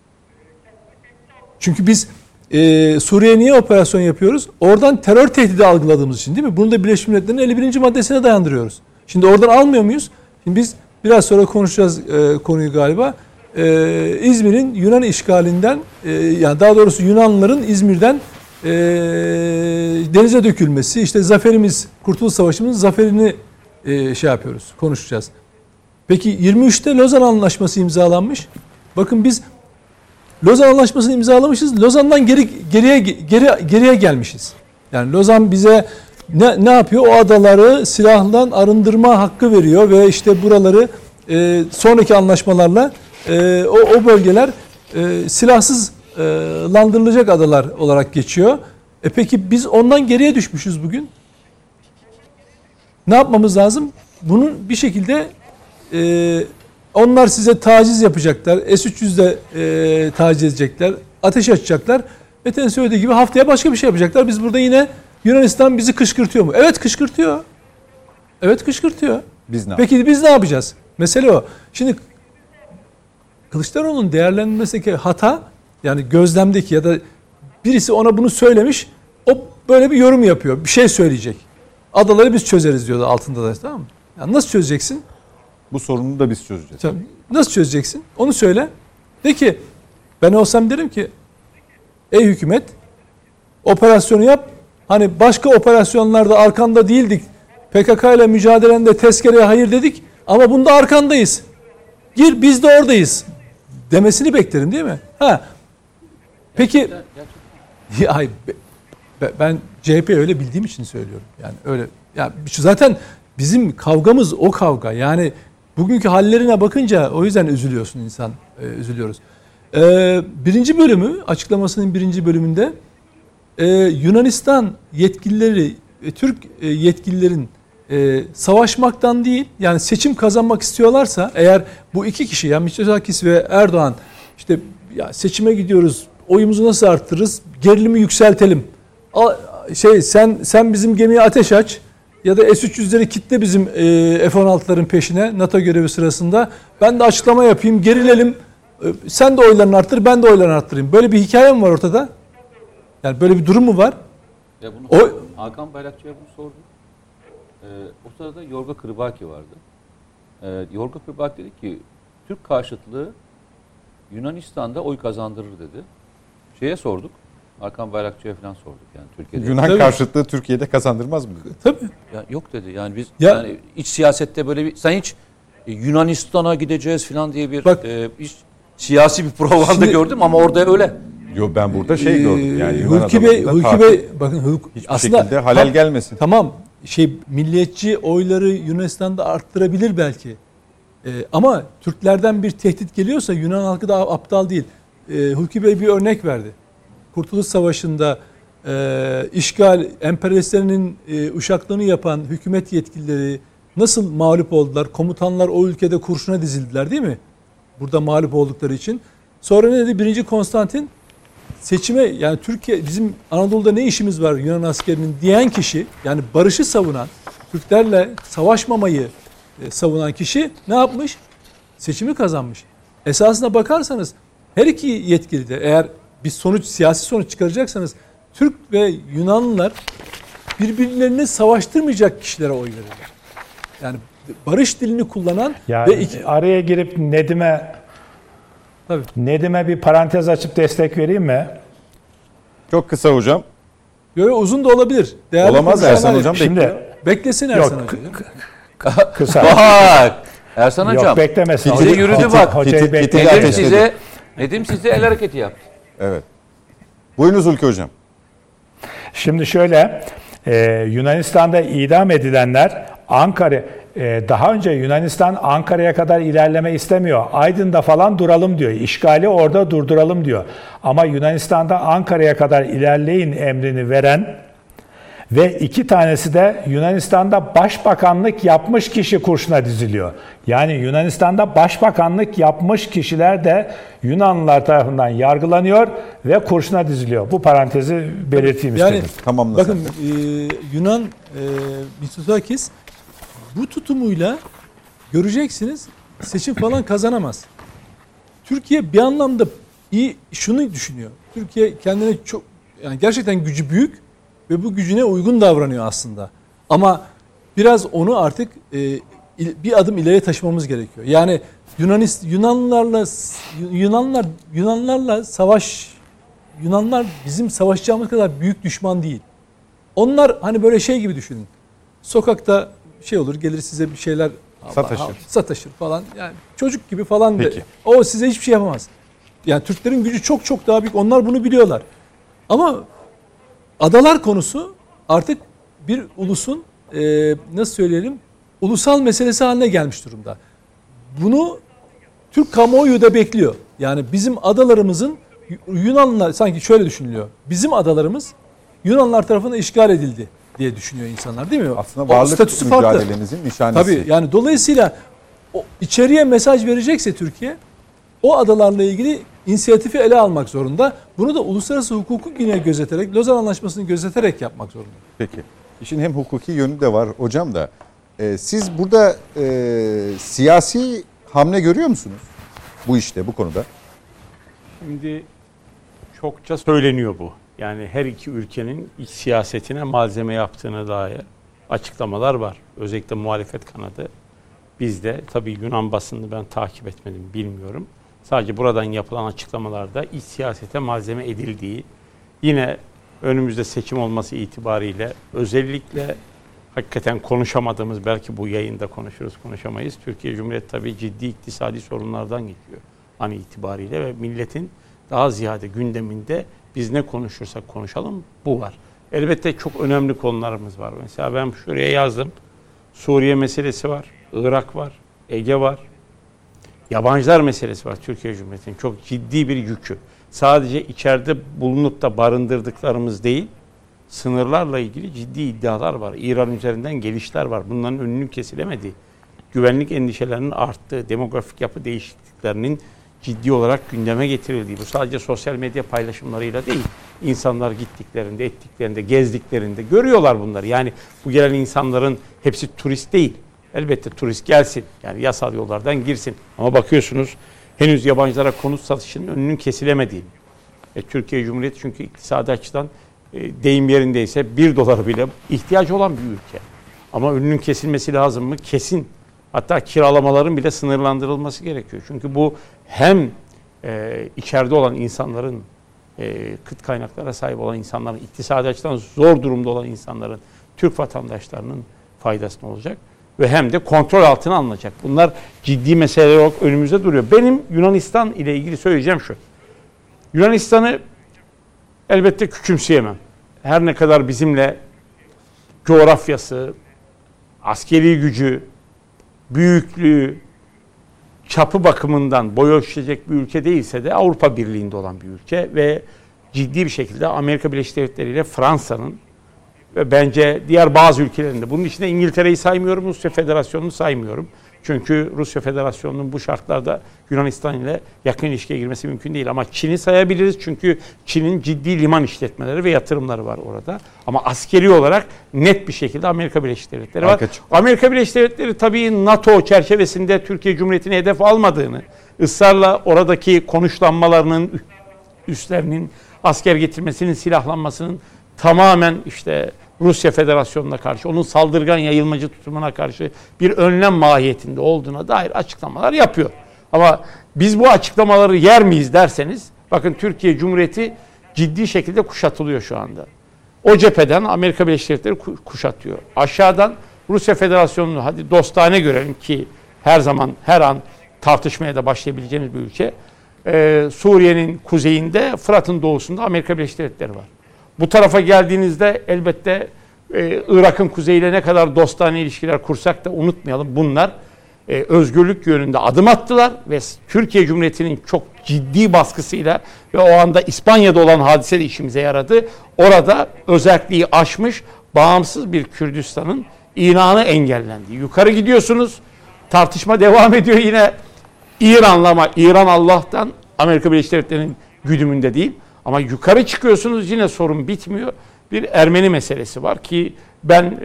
Çünkü biz Suriye'ye niye operasyon yapıyoruz? Oradan terör tehdidi algıladığımız için, değil mi? Bunu da Birleşmiş Milletler'in 51. maddesine dayandırıyoruz. Şimdi oradan almıyor muyuz? Şimdi biz biraz sonra konuşacağız konuyu galiba. İzmir'in Yunan işgalinden, yani daha doğrusu Yunanlıların İzmir'den denize dökülmesi, işte zaferimiz, Kurtuluş Savaşı'mızın zaferini yapıyoruz, konuşacağız. Peki 23'te Lozan Anlaşması imzalanmış. Bakın biz Lozan Anlaşması'nı imzalamışız. Lozan'dan geriye gelmişiz. Yani Lozan bize ne yapıyor? O adaları silahdan arındırma hakkı veriyor ve işte buraları sonraki anlaşmalarla o bölgeler silahsızlandırılacak adalar olarak geçiyor. Peki biz ondan geriye düşmüşüz bugün. Ne yapmamız lazım? Bunun bir şekilde onlar size taciz yapacaklar. S-300'de taciz edecekler. Ateş açacaklar. Mete'nin söylediği gibi haftaya başka bir şey yapacaklar. Biz burada yine Yunanistan bizi kışkırtıyor mu? Evet kışkırtıyor. Evet kışkırtıyor. Peki biz ne yapacağız? Mesele o. Şimdi Kılıçdaroğlu'nun değerlendirmesindeki hata, yani gözlemdeki ya da birisi ona bunu söylemiş, o böyle bir yorum yapıyor. Bir şey söyleyecek. Adaları biz çözeriz diyordu altında da, tamam mı? Yani nasıl çözeceksin? Bu sorunu da biz çözeceğiz. Nasıl çözeceksin? Onu söyle. De ki ben olsam derim ki ey hükümet, operasyonu yap. Hani başka operasyonlarda arkanda değildik. PKK ile mücadelende tezkereye hayır dedik ama bunda arkandayız. Gir, biz de oradayız demesini beklerim, değil mi? Peki ben CHP öyle bildiğim için söylüyorum. Yani öyle. Ya zaten bizim kavgamız o kavga. Yani bugünkü hallerine bakınca o yüzden üzülüyorsun insan. Üzülüyoruz. Birinci bölümü, açıklamasının birinci bölümünde Yunanistan yetkilileri, Türk yetkililerin savaşmaktan değil, yani seçim kazanmak istiyorlarsa, eğer bu iki kişi, yani Mitsotakis ve Erdoğan, işte ya seçime gidiyoruz, oyumuzu nasıl arttırırız, gerilimi yükseltelim, sen bizim gemiye ateş aç ya da S-300'leri kitle bizim F-16'ların peşine NATO görevi sırasında, ben de açıklama yapayım, gerilelim, sen de oylarını arttır, ben de oylarını arttırayım. Böyle bir hikaye mi var ortada? Yani böyle bir durum mu var? Ya bunu Hakan Bayrakçı'ya bunu sordum. O sırada Yorga Kırbaki vardı. Yorga Kırbaki dedi ki Türk karşıtlığı Yunanistan'da oy kazandırır dedi. Şeye sorduk. Hakan Bayrakçı'ya falan sorduk yani Türkiye'de. Yunan karşıtlığı Türkiye'de kazandırmaz mı? Tabii. Ya yok dedi. Yani biz yani iç siyasette böyle bir, sen hiç Yunanistan'a gideceğiz falan diye bir hiç siyasi bir propaganda gördüm ama orada öyle. Yo, ben burada gördüm. Yani Hulki Bey bakın hiçbir aslında şekilde halal gelmesin. Tamam. Milliyetçi oyları Yunanistan'da arttırabilir belki. Ama Türklerden bir tehdit geliyorsa Yunan halkı da aptal değil. Hulki Bey bir örnek verdi. Kurtuluş Savaşı'nda işgal, emperyalistlerinin uşaklığını yapan hükümet yetkilileri nasıl mağlup oldular? Komutanlar o ülkede kurşuna dizildiler değil mi? Burada mağlup oldukları için. Sonra ne dedi? 1. Konstantin seçime, yani Türkiye, bizim Anadolu'da ne işimiz var Yunan askerinin diyen kişi, yani barışı savunan, Türklerle savaşmamayı savunan kişi ne yapmış? Seçimi kazanmış. Esasına bakarsanız her iki yetkili de, eğer bir siyasi sonuç çıkaracaksanız, Türk ve Yunanlılar birbirlerini savaştırmayacak kişilere oy verirler. Yani barış dilini kullanan yani ve araya girip Nedim'e bir parantez açıp destek vereyim mi? Çok kısa hocam. Yo, uzun da olabilir. Değerli olamaz Ersan hocam. Şimdi beklesin Ersan hocam. Kısa. Bak Ersan hocam. Yok, beklemesin. Size yürüdü bak. Hocayı Nedim size el hareketi yaptı. Evet. Buyurunuz Hulki hocam. Şimdi şöyle, Yunanistan'da idam edilenler daha önce Yunanistan Ankara'ya kadar ilerleme istemiyor. Aydın'da falan duralım diyor. İşgali orada durduralım diyor. Ama Yunanistan'da Ankara'ya kadar ilerleyin emrini veren ve 2 tanesi de Yunanistan'da başbakanlık yapmış kişi kurşuna diziliyor. Yani Yunanistan'da başbakanlık yapmış kişiler de Yunanlılar tarafından yargılanıyor ve kurşuna diziliyor. Bu parantezi belirteyim istedim. Tamamla bakın Yunan Mitsotakis bu tutumuyla göreceksiniz seçim falan kazanamaz. Türkiye bir anlamda şunu düşünüyor. Türkiye kendine çok, yani gerçekten gücü büyük ve bu gücüne uygun davranıyor aslında. Ama biraz onu artık bir adım ileriye taşımamız gerekiyor. Yani Yunanlar bizim savaşacağımız kadar büyük düşman değil. Onlar hani böyle şey gibi düşünün. Sokakta olur, gelir size bir şeyler sataşır falan. Yani çocuk gibi falan. O size hiçbir şey yapamaz. Yani Türklerin gücü çok çok daha büyük. Onlar bunu biliyorlar. Ama adalar konusu artık bir ulusun nasıl söyleyelim, ulusal meselesi haline gelmiş durumda. Bunu Türk kamuoyu da bekliyor. Yani bizim adalarımızın Yunanlılar, sanki şöyle düşünülüyor. Bizim adalarımız Yunanlılar tarafından işgal edildi diye düşünüyor insanlar, değil mi? Aslında varlık mücadelemizin nişanesi. Tabii, yani dolayısıyla içeriye mesaj verecekse Türkiye, o adalarla ilgili inisiyatifi ele almak zorunda. Bunu da uluslararası hukuku yine gözeterek, Lozan Anlaşması'nı gözeterek yapmak zorunda. Peki. İşin hem hukuki yönü de var hocam da. Siz burada siyasi hamle görüyor musunuz? Bu işte, bu konuda. Şimdi çokça söyleniyor bu. Yani her iki ülkenin iç siyasetine malzeme yaptığına dair açıklamalar var. Özellikle muhalefet kanadı. Bizde tabii Yunan basını ben takip etmedim, bilmiyorum. Sadece buradan yapılan açıklamalarda iç siyasete malzeme edildiği, yine önümüzde seçim olması itibariyle özellikle hakikaten konuşamadığımız, belki bu yayında konuşuruz konuşamayız. Türkiye Cumhuriyeti tabii ciddi iktisadi sorunlardan geçiyor an itibariyle ve milletin daha ziyade gündeminde biz ne konuşursak konuşalım bu var. Elbette çok önemli konularımız var. Mesela ben şuraya yazdım. Suriye meselesi var, Irak var, Ege var. Yabancılar meselesi var Türkiye Cumhuriyeti'nin. Çok ciddi bir yükü. Sadece içeride bulunup da barındırdıklarımız değil, sınırlarla ilgili ciddi iddialar var. İran üzerinden gelişler var. Bunların önünün kesilemediği, güvenlik endişelerinin arttığı, demografik yapı değişikliklerinin ciddi olarak gündeme getirildiği. Bu sadece sosyal medya paylaşımlarıyla değil. İnsanlar gittiklerinde, ettiklerinde, gezdiklerinde görüyorlar bunları. Yani bu gelen insanların hepsi turist değil. Elbette turist gelsin. Yani yasal yollardan girsin. Ama bakıyorsunuz henüz yabancılara konut satışının önünün kesilemediğini. Türkiye Cumhuriyeti çünkü iktisadi açıdan deyim yerindeyse $1 bile ihtiyacı olan bir ülke. Ama önünün kesilmesi lazım mı? Kesin. Hatta kiralamaların bile sınırlandırılması gerekiyor. Çünkü bu hem içeride olan insanların, kıt kaynaklara sahip olan insanların, iktisadi açıdan zor durumda olan insanların, Türk vatandaşlarının faydasına olacak. Ve hem de kontrol altına alınacak. Bunlar ciddi meseleler olarak önümüzde duruyor. Benim Yunanistan ile ilgili söyleyeceğim şu. Yunanistan'ı elbette küçümseyemem. Her ne kadar bizimle coğrafyası, askeri gücü, büyüklüğü, çapı bakımından boy ölçecek bir ülke değilse de Avrupa Birliği'nde olan bir ülke ve ciddi bir şekilde Amerika Birleşik Devletleri ile Fransa'nın ve bence diğer bazı ülkelerinde, bunun içinde İngiltere'yi saymıyorum, Rusya Federasyonu'nu saymıyorum. Çünkü Rusya Federasyonu'nun bu şartlarda Yunanistan ile yakın ilişkiye girmesi mümkün değil. Ama Çin'i sayabiliriz çünkü Çin'in ciddi liman işletmeleri ve yatırımları var orada. Ama askeri olarak net bir şekilde Amerika Birleşik Devletleri var. Amerika Birleşik Devletleri tabii NATO çerçevesinde Türkiye Cumhuriyeti'ni hedef almadığını, ısrarla oradaki konuşlanmalarının, üslerinin asker getirmesinin, silahlanmasının tamamen işte Rusya Federasyonu'na karşı, onun saldırgan yayılmacı tutumuna karşı bir önlem mahiyetinde olduğuna dair açıklamalar yapıyor. Ama biz bu açıklamaları yer miyiz derseniz, bakın Türkiye Cumhuriyeti ciddi şekilde kuşatılıyor şu anda. O cepheden Amerika Birleşik Devletleri kuşatıyor. Aşağıdan Rusya Federasyonu'nu hadi dostane görelim ki her zaman, her an tartışmaya da başlayabileceğimiz bir ülke. Suriye'nin kuzeyinde, Fırat'ın doğusunda Amerika Birleşik Devletleri var. Bu tarafa geldiğinizde elbette Irak'ın kuzeyiyle ne kadar dostane ilişkiler kursak da unutmayalım, bunlar özgürlük yönünde adım attılar ve Türkiye Cumhuriyeti'nin çok ciddi baskısıyla ve o anda İspanya'da olan hadise de işimize yaradı. Orada özelliği aşmış bağımsız bir Kürdistan'ın ilanı engellendi. Yukarı gidiyorsunuz, tartışma devam ediyor yine İran'la, ama İran Allah'tan Amerika Birleşik Devletleri'nin güdümünde değil. Ama yukarı çıkıyorsunuz yine sorun bitmiyor. Bir Ermeni meselesi var ki ben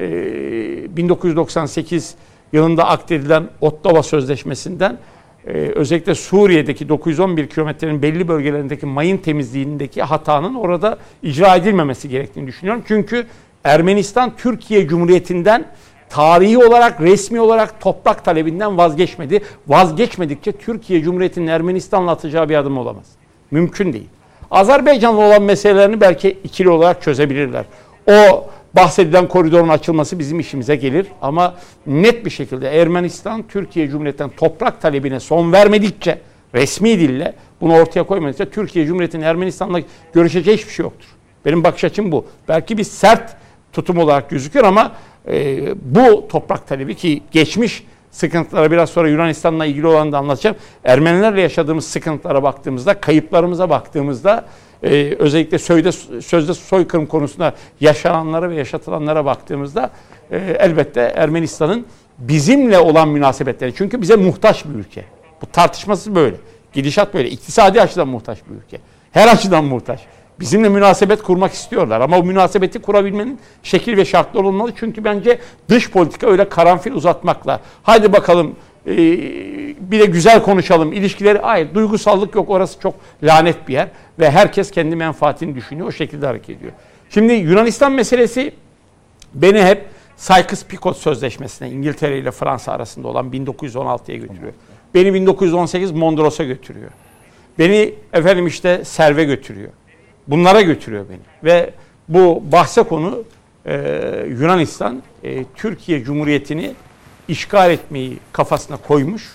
1998 yılında akdedilen Ottawa Sözleşmesi'nden özellikle Suriye'deki 911 kilometrenin belli bölgelerindeki mayın temizliğindeki hatanın orada icra edilmemesi gerektiğini düşünüyorum. Çünkü Ermenistan Türkiye Cumhuriyeti'nden tarihi olarak, resmi olarak toprak talebinden vazgeçmedi. Vazgeçmedikçe Türkiye Cumhuriyeti'nin Ermenistan'la atacağı bir adım olamaz. Mümkün değil. Azerbaycan'la olan meselelerini belki ikili olarak çözebilirler. O bahsedilen koridorun açılması bizim işimize gelir. Ama net bir şekilde Ermenistan, Türkiye Cumhuriyeti'nden toprak talebine son vermedikçe, resmi dille bunu ortaya koymadıkça Türkiye Cumhuriyeti'nin Ermenistan'la görüşeceği hiçbir şey yoktur. Benim bakış açım bu. Belki bir sert tutum olarak gözükür ama bu toprak talebi ki geçmiş sıkıntılara biraz sonra Yunanistan'la ilgili olanı da anlatacağım. Ermenilerle yaşadığımız sıkıntılara baktığımızda, kayıplarımıza baktığımızda, özellikle sözde soykırım konusunda yaşananlara ve yaşatılanlara baktığımızda elbette Ermenistan'ın bizimle olan münasebetleri. Çünkü bize muhtaç bir ülke. Bu tartışması böyle. Gidişat böyle. İktisadi açıdan muhtaç bir ülke. Her açıdan muhtaç. Bizimle münasebet kurmak istiyorlar ama o münasebeti kurabilmenin şekil ve şartları olmalı. Çünkü bence dış politika öyle karanfil uzatmakla, haydi bakalım bir de güzel konuşalım ilişkileri, hayır, duygusallık yok, orası çok lanet bir yer ve herkes kendi menfaatini düşünüyor, o şekilde hareket ediyor. Şimdi Yunanistan meselesi beni hep Sykes-Picot Sözleşmesi'ne, İngiltere ile Fransa arasında olan 1916'ya götürüyor. Beni 1918 Mondros'a götürüyor. Beni efendim işte Serv'e götürüyor. Bunlara götürüyor beni. Ve bu bahse konu Yunanistan Türkiye Cumhuriyeti'ni işgal etmeyi kafasına koymuş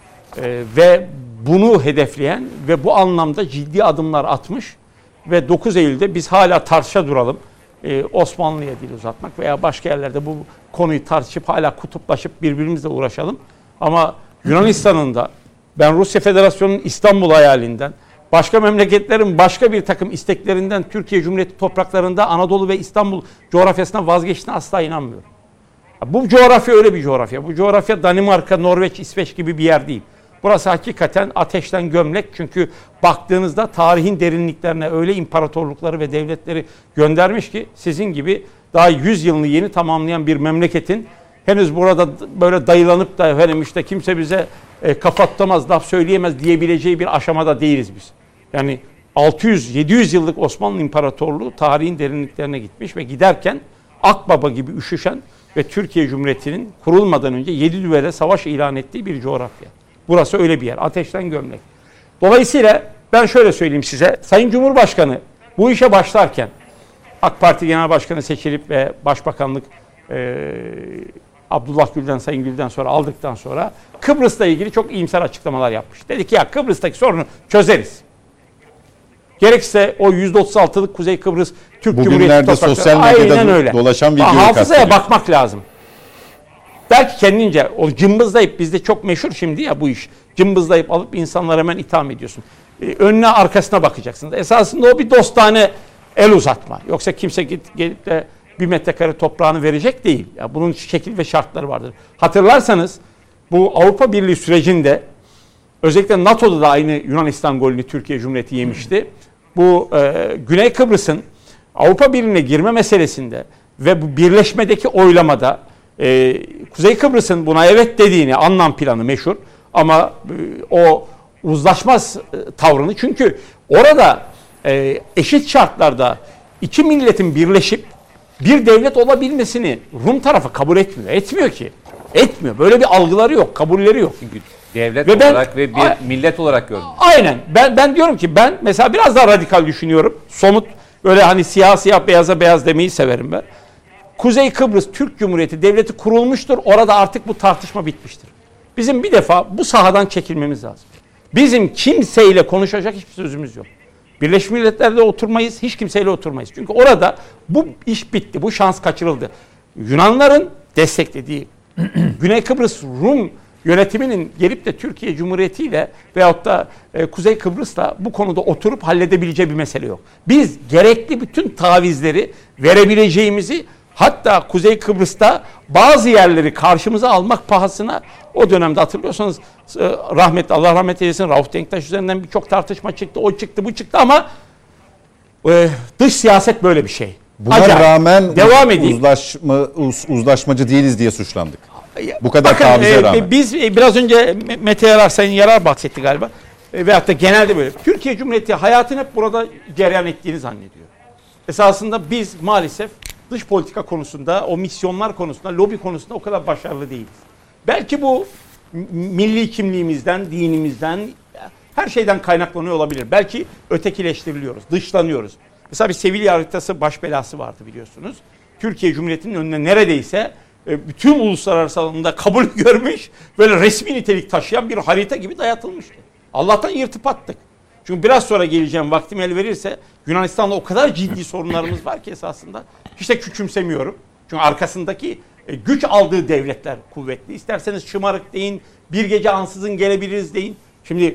ve bunu hedefleyen ve bu anlamda ciddi adımlar atmış ve 9 Eylül'de biz hala tartışa duralım. Osmanlı'ya dil uzatmak veya başka yerlerde bu konuyu tartışıp hala kutuplaşıp birbirimizle uğraşalım. Ama Yunanistan'ın da ben Rusya Federasyonu'nun İstanbul hayalinden, başka memleketlerin başka bir takım isteklerinden Türkiye Cumhuriyeti topraklarında Anadolu ve İstanbul coğrafyasına vazgeçtiğine asla inanmıyorum. Bu coğrafya öyle bir coğrafya. Bu coğrafya Danimarka, Norveç, İsveç gibi bir yer değil. Burası hakikaten ateşten gömlek. Çünkü baktığınızda tarihin derinliklerine öyle imparatorlukları ve devletleri göndermiş ki sizin gibi daha 100 yılını yeni tamamlayan bir memleketin henüz burada böyle dayılanıp da efendim işte kimse bize kafa tutamaz, laf söyleyemez diyebileceği bir aşamada değiliz biz. Yani 600-700 yıllık Osmanlı İmparatorluğu tarihin derinliklerine gitmiş ve giderken Akbaba gibi üşüşen ve Türkiye Cumhuriyeti'nin kurulmadan önce 7 düvele savaş ilan ettiği bir coğrafya. Burası öyle bir yer. Ateşten gömlek. Dolayısıyla ben şöyle söyleyeyim size. Sayın Cumhurbaşkanı bu işe başlarken AK Parti Genel Başkanı seçilip ve Başbakanlık Abdullah Gül'den, Sayın Gül'den sonra aldıktan sonra Kıbrıs'la ilgili çok iyimser açıklamalar yapmış. Dedi ki ya Kıbrıs'taki sorunu çözeriz. Gerekse o %36'lık Kuzey Kıbrıs Türk Cumhuriyeti toprakları. Sosyal medyada dolaşan videoyu hafızaya bakmak lazım. Belki kendince o cımbızlayıp bizde çok meşhur şimdi ya bu iş. cımbızlayıp alıp insanlara hemen itham ediyorsun. Önüne arkasına bakacaksınız. Esasında o bir dostane el uzatma. Yoksa kimse gelip de 1 metrekare toprağını verecek değil. Ya bunun şekil ve şartları vardır. Hatırlarsanız bu Avrupa Birliği sürecinde özellikle NATO'da da aynı Yunanistan golünü Türkiye Cumhuriyeti yemişti. Bu Güney Kıbrıs'ın Avrupa Birliği'ne girme meselesinde ve bu birleşmedeki oylamada Kuzey Kıbrıs'ın buna evet dediğini, anlam planı meşhur ama o uzlaşmaz tavrını, çünkü orada eşit şartlarda iki milletin birleşip bir devlet olabilmesini Rum tarafı kabul etmiyor. Etmiyor ki. Etmiyor. Böyle bir algıları yok, kabulleri yok. Çünkü devlet Ve ben- olarak ve bir millet olarak görünüyor. Aynen. Ben diyorum ki ben mesela biraz daha radikal düşünüyorum. Somut, böyle hani siyah siyah beyaza beyaz demeyi severim ben. Kuzey Kıbrıs Türk Cumhuriyeti devleti kurulmuştur. Orada artık bu tartışma bitmiştir. Bizim bir defa bu sahadan çekilmemiz lazım. Bizim kimseyle konuşacak hiçbir sözümüz yok. Birleşmiş Milletler'de oturmayız, hiç kimseyle oturmayız. Çünkü orada bu iş bitti, bu şans kaçırıldı. Yunanların desteklediği Güney Kıbrıs Rum yönetiminin gelip de Türkiye Cumhuriyeti ile veyahut da Kuzey Kıbrıs'la bu konuda oturup halledebileceği bir mesele yok. Biz gerekli bütün tavizleri verebileceğimizi, hatta Kuzey Kıbrıs'ta bazı yerleri karşımıza almak pahasına, o dönemde hatırlıyorsanız rahmetli, Allah rahmet eylesin, Rauf Denktaş üzerinden birçok tartışma çıktı, o çıktı, bu çıktı ama dış siyaset böyle bir şey. Buna Acayip. rağmen Devam edeyim. uzlaşmacı değiliz diye suçlandık. Bu kadar tavize rağmen. Biz biraz önce Mete Yarar, Sayın Yarar bahsetti galiba. Veyahut da genelde böyle. Türkiye Cumhuriyeti hayatını hep burada cereyan ettiğini zannediyor. Esasında biz maalesef dış politika konusunda, o misyonlar konusunda, lobi konusunda o kadar başarılı değiliz. Belki bu milli kimliğimizden, dinimizden, her şeyden kaynaklanıyor olabilir. Belki ötekileştiriliyoruz, dışlanıyoruz. Mesela bir Sevilla haritası baş belası vardı biliyorsunuz. Türkiye Cumhuriyeti'nin önüne neredeyse bütün uluslararası alanında kabul görmüş, böyle resmi nitelik taşıyan bir harita gibi dayatılmıştı. Allah'tan yırtıp attık. Çünkü biraz sonra geleceğim, vaktim el verirse, Yunanistan'da o kadar ciddi sorunlarımız var ki esasında hiç de küçümsemiyorum. Çünkü arkasındaki güç aldığı devletler kuvvetli. İsterseniz şımarık deyin, bir gece ansızın gelebiliriz deyin. Şimdi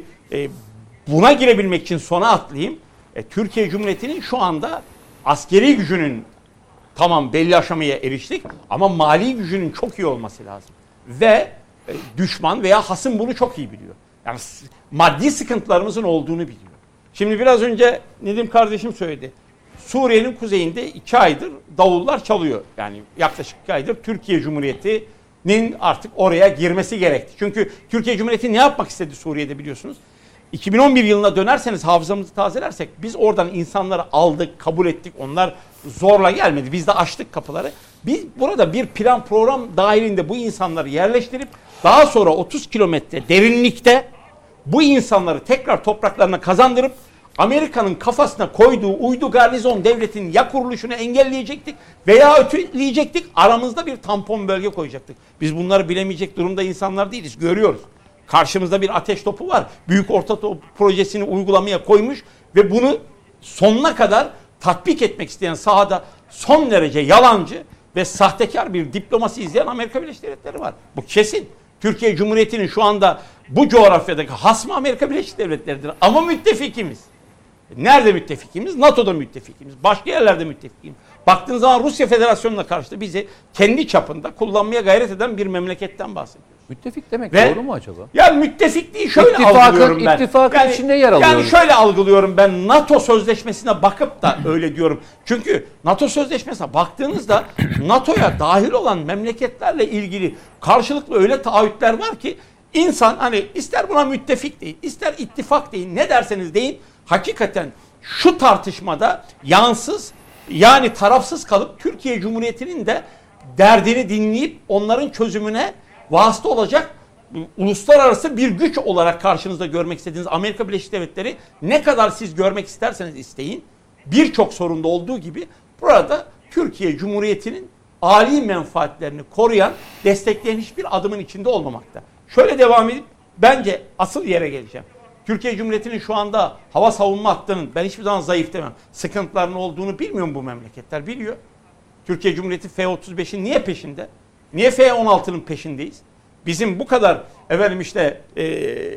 buna girebilmek için sona atlayayım. Türkiye Cumhuriyeti'nin şu anda askeri gücünün tamam belli aşamaya eriştik ama mali gücünün çok iyi olması lazım. Ve düşman veya hasım bunu çok iyi biliyor. Yani maddi sıkıntılarımızın olduğunu biliyor. Şimdi biraz önce Nedim kardeşim söyledi. Suriye'nin kuzeyinde 2 aydır davullar çalıyor. Yani yaklaşık 2 aydır Türkiye Cumhuriyeti'nin artık oraya girmesi gerekti. Çünkü Türkiye Cumhuriyeti ne yapmak istedi Suriye'de biliyorsunuz? 2011 yılına dönerseniz, hafızamızı tazelersek, biz oradan insanları aldık, kabul ettik. Onlar zorla gelmedi. Biz de açtık kapıları. Biz burada bir plan program dahilinde bu insanları yerleştirip daha sonra 30 kilometre derinlikte bu insanları tekrar topraklarına kazandırıp Amerika'nın kafasına koyduğu uydu garnizon devletinin ya kuruluşunu engelleyecektik veya öteleyecektik. Aramızda bir tampon bölge koyacaktık. Biz bunları bilemeyecek durumda insanlar değiliz. Görüyoruz. Karşımızda bir ateş topu var. Büyük Orta Doğu projesini uygulamaya koymuş ve bunu sonuna kadar tatbik etmek isteyen, sahada son derece yalancı ve sahtekar bir diplomasi izleyen Amerika Birleşik Devletleri var. Bu kesin. Türkiye Cumhuriyeti'nin şu anda bu coğrafyadaki hasmı Amerika Birleşik Devletleri'dir. Ama müttefikimiz. Nerede müttefikimiz? NATO'da müttefikimiz. Başka yerlerde müttefikimiz. Baktığınız zaman Rusya Federasyonu'na karşı da bizi kendi çapında kullanmaya gayret eden bir memleketten bahsediyoruz. Müttefik demek Ve- doğru mu acaba? Yani müttefikliği şöyle algılıyorum ben. İttifakın içinde yer alıyor. Yani şöyle algılıyorum ben, NATO sözleşmesine bakıp da öyle diyorum. Çünkü NATO sözleşmesine baktığınızda NATO'ya dahil olan memleketlerle ilgili karşılıklı öyle taahhütler var ki insan hani ister buna müttefik deyin, ister ittifak deyin, ne derseniz deyin, hakikaten şu tartışmada yansız, yani tarafsız kalıp Türkiye Cumhuriyeti'nin de derdini dinleyip onların çözümüne vasıta olacak uluslararası bir güç olarak karşınızda görmek istediğiniz Amerika Birleşik Devletleri, ne kadar siz görmek isterseniz isteyin, birçok sorunda olduğu gibi burada Türkiye Cumhuriyeti'nin âli menfaatlerini koruyan, destekleyen hiçbir adımın içinde olmamakta. Şöyle devam edip bence asıl yere geleceğim. Türkiye Cumhuriyeti'nin şu anda hava savunma hattının, ben hiçbir zaman zayıf demem, sıkıntılarının olduğunu bilmiyor mu bu memleketler? Biliyor. Türkiye Cumhuriyeti F-35'in niye peşinde? Niye F-16'nın peşindeyiz? Bizim bu kadar efendim işte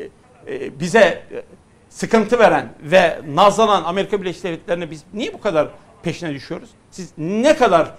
bize sıkıntı veren ve nazlanan Amerika Birleşik Devletleri'ne biz niye bu kadar peşine düşüyoruz? Siz ne kadar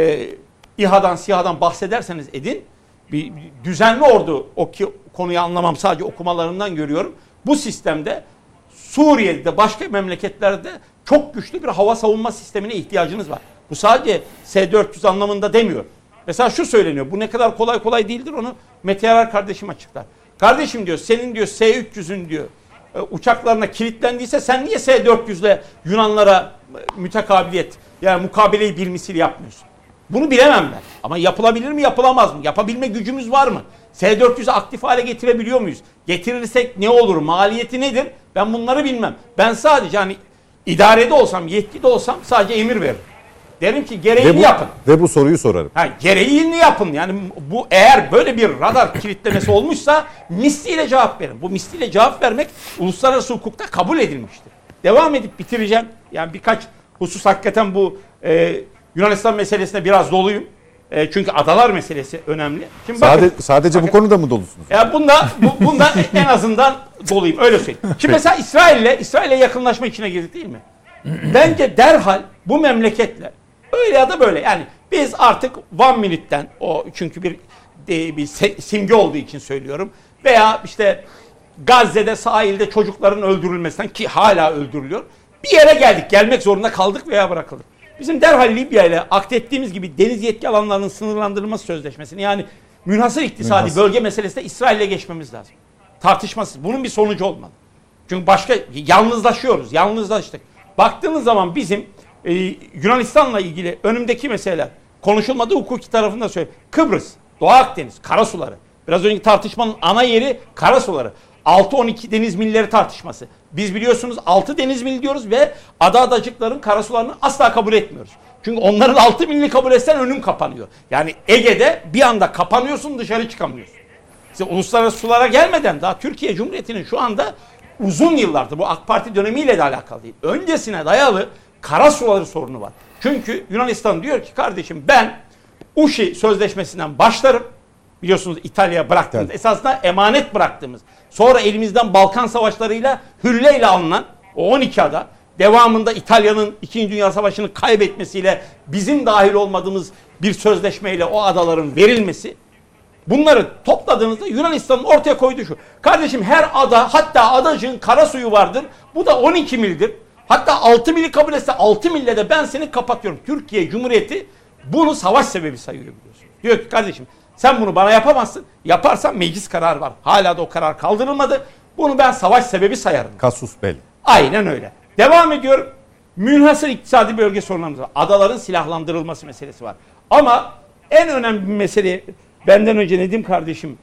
İHA'dan, SİHA'dan bahsederseniz edin, bir düzenli ordu, o ki konuyu anlamam, sadece okumalarından görüyorum. Bu sistemde Suriye'de, başka memleketlerde çok güçlü bir hava savunma sistemine ihtiyacınız var. Bu sadece S-400 anlamında demiyor. Mesela şu söyleniyor, bu ne kadar kolay değildir, onu Mete Yarar kardeşim açıklar. Kardeşim diyor, senin diyor S-300'ün diyor uçaklarına kilitlendiyse sen niye S-400'le Yunanlara mütekabiliyet, yani mukabeleyi bir misil yapmıyorsun? Bunu bilemem ben. Ama yapılabilir mi, yapılamaz mı? Yapabilme gücümüz var mı? S-400'ü aktif hale getirebiliyor muyuz? Getirirsek ne olur? Maliyeti nedir? Ben bunları bilmem. Ben sadece hani idarede olsam, yetkide olsam sadece emir veririm. Derim ki gereğini yapın. Ve bu soruyu sorarım. Gereğini yapın. Yani bu eğer böyle bir radar kilitlemesi olmuşsa misliyle cevap verin. Bu misliyle cevap vermek uluslararası hukukta kabul edilmiştir. Devam edip bitireceğim. Yani birkaç husus hakikaten bu Yunanistan meselesine biraz doluyum. Çünkü adalar meselesi önemli. Şimdi sadece bu konuda mı dolusunuz? Ya bunda en azından doluyum, öyle söyleyeyim. Şimdi mesela İsrail'le yakınlaşma içine girdik değil mi? Bence derhal bu memleketle öyle ya da böyle, yani biz artık One Minute'ten, o çünkü bir simge olduğu için söylüyorum, veya işte Gazze'de sahilde çocukların öldürülmesinden, ki hala öldürülüyor, bir yere gelmek zorunda kaldık veya bırakıldık. Bizim derhal Libya ile akdettiğimiz gibi deniz yetki alanlarının sınırlandırılması sözleşmesini, yani münhasır iktisadi bölge meselesinde İsrail'le geçmemiz lazım. Tartışmasız. Bunun bir sonucu olmalı. Çünkü başka yalnızlaştık. Baktığınız zaman bizim Yunanistan'la ilgili önümdeki meseleler konuşulmadığı hukuki tarafında söyleyeyim. Kıbrıs, Doğu Akdeniz, karasuları. Biraz önceki tartışmanın ana yeri karasuları. 6-12 deniz milleri tartışması. Biz biliyorsunuz 6 deniz mil diyoruz ve adacıkların karasularını asla kabul etmiyoruz. Çünkü onların 6 milini kabul etsen önün kapanıyor. Yani Ege'de bir anda kapanıyorsun, dışarı çıkamıyorsun. İşte uluslararası sulara gelmeden daha Türkiye Cumhuriyeti'nin şu anda uzun yıllardır, bu AK Parti dönemiyle de alakalı değil, öncesine dayalı karasuları sorunu var. Çünkü Yunanistan diyor ki kardeşim ben Uşi Sözleşmesi'nden başlarım. Biliyorsunuz İtalya'ya bıraktığımız, esasında emanet bıraktığımız, sonra elimizden Balkan Savaşları'yla hülleyle alınan o 12 ada, devamında İtalya'nın 2. Dünya Savaşı'nı kaybetmesiyle bizim dahil olmadığımız bir sözleşmeyle o adaların verilmesi, bunları topladığınızda Yunanistan'ın ortaya koyduğu şu. Kardeşim her ada, hatta adacığın kara suyu vardır. Bu da 12 mildir. Hatta 6 mili kabul etse 6 mille de ben seni kapatıyorum. Türkiye Cumhuriyeti bunu savaş sebebi sayıyor biliyorsun. Diyor ki kardeşim sen bunu bana yapamazsın. Yaparsan meclis kararı var. Hala da o karar kaldırılmadı. Bunu ben savaş sebebi sayarım. Kasus belli. Aynen öyle. Devam ediyorum. Münhasır iktisadi bölge sorunlarımız var. Adaların silahlandırılması meselesi var. Ama en önemli bir mesele, benden önce Nedim kardeşim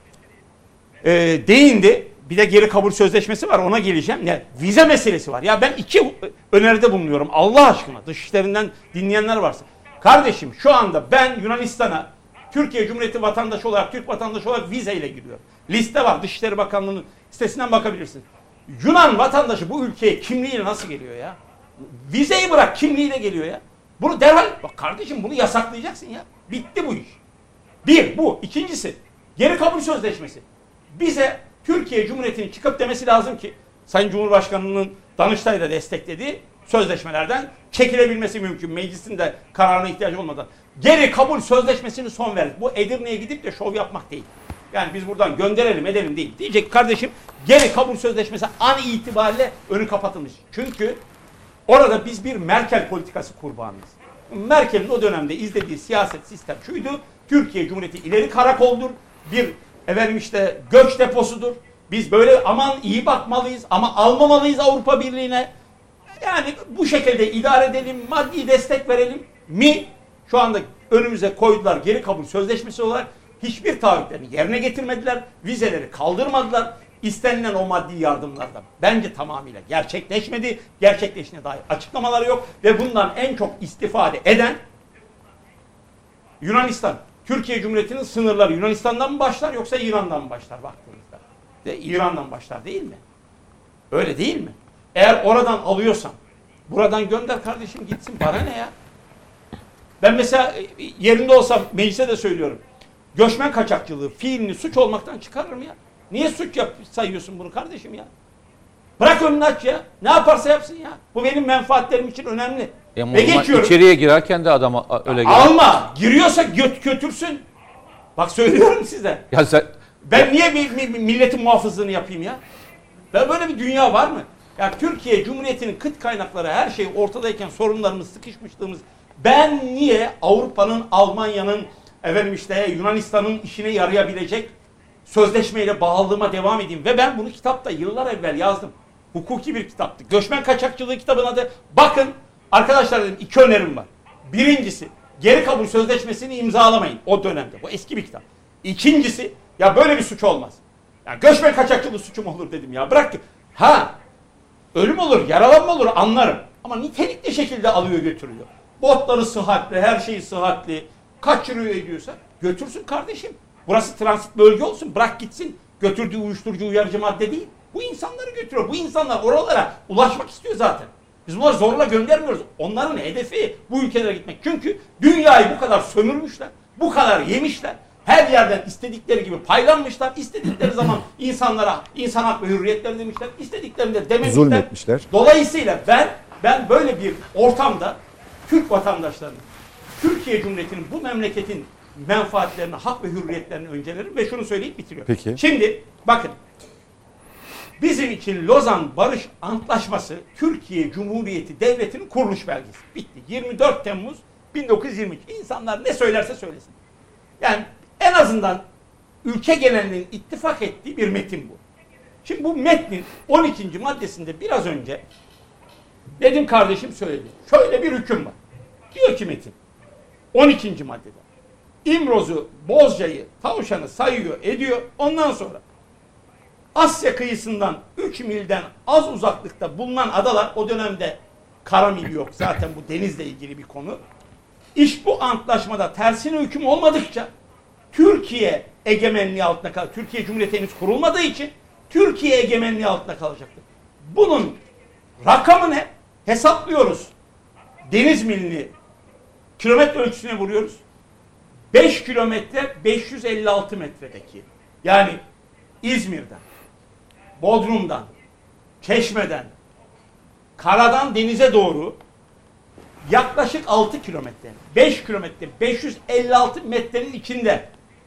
değindi. Bir de geri kabul sözleşmesi var, ona geleceğim. Ne? Vize meselesi var. Ya ben 2 öneride bulunuyorum Allah aşkına. Dışişlerinden dinleyenler varsa. Kardeşim şu anda ben Yunanistan'a Türkiye Cumhuriyeti vatandaşı olarak, Türk vatandaşı olarak vizeyle giriyorum. Liste var. Dışişleri Bakanlığı'nın sitesinden bakabilirsiniz. Yunan vatandaşı bu ülkeye kimliğiyle nasıl geliyor ya? Vizeyi bırak, kimliğiyle geliyor ya. Bunu derhal, bak kardeşim bunu yasaklayacaksın ya. Bitti bu iş. Bir, bu. İkincisi, geri kabul sözleşmesi. Bize Türkiye Cumhuriyeti'nin çıkıp demesi lazım ki Sayın Cumhurbaşkanı'nın Danıştay'da desteklediği sözleşmelerden çekilebilmesi mümkün. Meclisin de kararına ihtiyacı olmadan. Geri kabul sözleşmesini son verin. Bu Edirne'ye gidip de şov yapmak değil. Yani biz buradan gönderelim edelim değil. Diyecek kardeşim geri kabul sözleşmesi an itibariyle önü kapatılmış. Çünkü orada biz bir Merkel politikası kurbanıyız. Merkel'in o dönemde izlediği siyaset sistem şuydu. Türkiye Cumhuriyeti ileri karakoldur. Bir işte göç deposudur. Biz böyle aman iyi bakmalıyız ama almamalıyız Avrupa Birliği'ne. Yani bu şekilde idare edelim, maddi destek verelim mi? Şu anda önümüze koydular geri kabul sözleşmesi olarak, hiçbir taahhütlerini yerine getirmediler. Vizeleri kaldırmadılar. İstenilen o maddi yardımlardan bence tamamıyla gerçekleşmedi. Gerçekleştiğine dair açıklamaları yok. Ve bundan en çok istifade eden Yunanistan. Türkiye Cumhuriyeti'nin sınırları Yunanistan'dan mı başlar yoksa İran'dan mı başlar baktığınızda? İran'dan başlar değil mi? Öyle değil mi? Eğer oradan alıyorsan buradan gönder kardeşim gitsin, bana ne ya? Ben mesela yerinde olsam meclise de söylüyorum. Göçmen kaçakçılığı fiilini suç olmaktan çıkarırım ya. Niye suç sayıyorsun bunu kardeşim ya? Bırak önünü aç ya. Ne yaparsa yapsın ya. Bu benim menfaatlerim için önemli. Ve geçiyorum. İçeriye girerken de adama öyle geliyor. Alma. Giriyorsa götürsün. Bak söylüyorum size. Ya sen, Ben niye milletin muhafızlığını yapayım ya? Ben böyle bir dünya var mı? Ya Türkiye Cumhuriyeti'nin kıt kaynakları her şey ortadayken sorunlarımız, sıkışmışlığımız, ben niye Avrupa'nın, Almanya'nın, Yunanistan'ın işine yarayabilecek sözleşmeyle bağlılığıma devam edeyim? Ve ben bunu kitapta yıllar evvel yazdım. Hukuki bir kitaptı. Göçmen kaçakçılığı kitabın adı. Bakın arkadaşlar dedim, 2 önerim var. Birincisi, geri kabul sözleşmesini imzalamayın o dönemde. Bu eski bir kitap. İkincisi, ya böyle bir suç olmaz. Ya göçmen kaçakçılığı suçum olur dedim ya. Bırak ki. Ölüm olur, yaralanma olur anlarım. Ama nitelikli şekilde alıyor götürüyor. Botları sıhhatli, her şeyi sıhhatli. Kaçırıyor ediyorsa götürsün kardeşim. Burası transit bölge olsun. Bırak gitsin. Götürdüğü uyuşturucu uyarıcı madde değil. Bu insanları götürüyor. Bu insanlar oralara ulaşmak istiyor zaten. Biz bunları zorla göndermiyoruz. Onların hedefi bu ülkelere gitmek. Çünkü dünyayı bu kadar sömürmüşler. Bu kadar yemişler. Her yerden istedikleri gibi paylanmışlar. İstedikleri zaman insanlara insan hak ve hürriyetleri demişler. İstediklerinde dememişler. Zulmetmişler. Dolayısıyla ben böyle bir ortamda Türk vatandaşlarının, Türkiye Cumhuriyeti'nin, bu memleketin menfaatlerini, hak ve hürriyetlerini öncelerim ve şunu söyleyip bitiriyorum. Peki. Şimdi bakın, bizim için Lozan Barış Antlaşması Türkiye Cumhuriyeti Devleti'nin kuruluş belgesi. Bitti. 24 Temmuz 1923. İnsanlar ne söylerse söylesin. Yani en azından ülke genelinin ittifak ettiği bir metin bu. Şimdi bu metnin 12. maddesinde biraz önce Nedim kardeşim söyledi. Şöyle bir hüküm var. Diyor ki metin 12. maddede İmroz'u, Bozca'yı, Tavşan'ı sayıyor, ediyor. Ondan sonra Asya kıyısından 3 milden az uzaklıkta bulunan adalar, o dönemde kara mil yok. Zaten bu denizle ilgili bir konu. İş bu antlaşmada tersine hüküm olmadıkça Türkiye egemenliği altında kalacak. Türkiye Cumhuriyeti henüz kurulmadığı için Türkiye egemenliği altında kalacaktır. Bunun rakamı ne? Hesaplıyoruz. Deniz milini kilometre ölçüsüne vuruyoruz. 5 kilometre 556 metredeki. Yani İzmir'den, Bodrum'dan, Çeşme'den, karadan denize doğru yaklaşık 6 kilometre, 5 kilometre, 556 metrenin içinde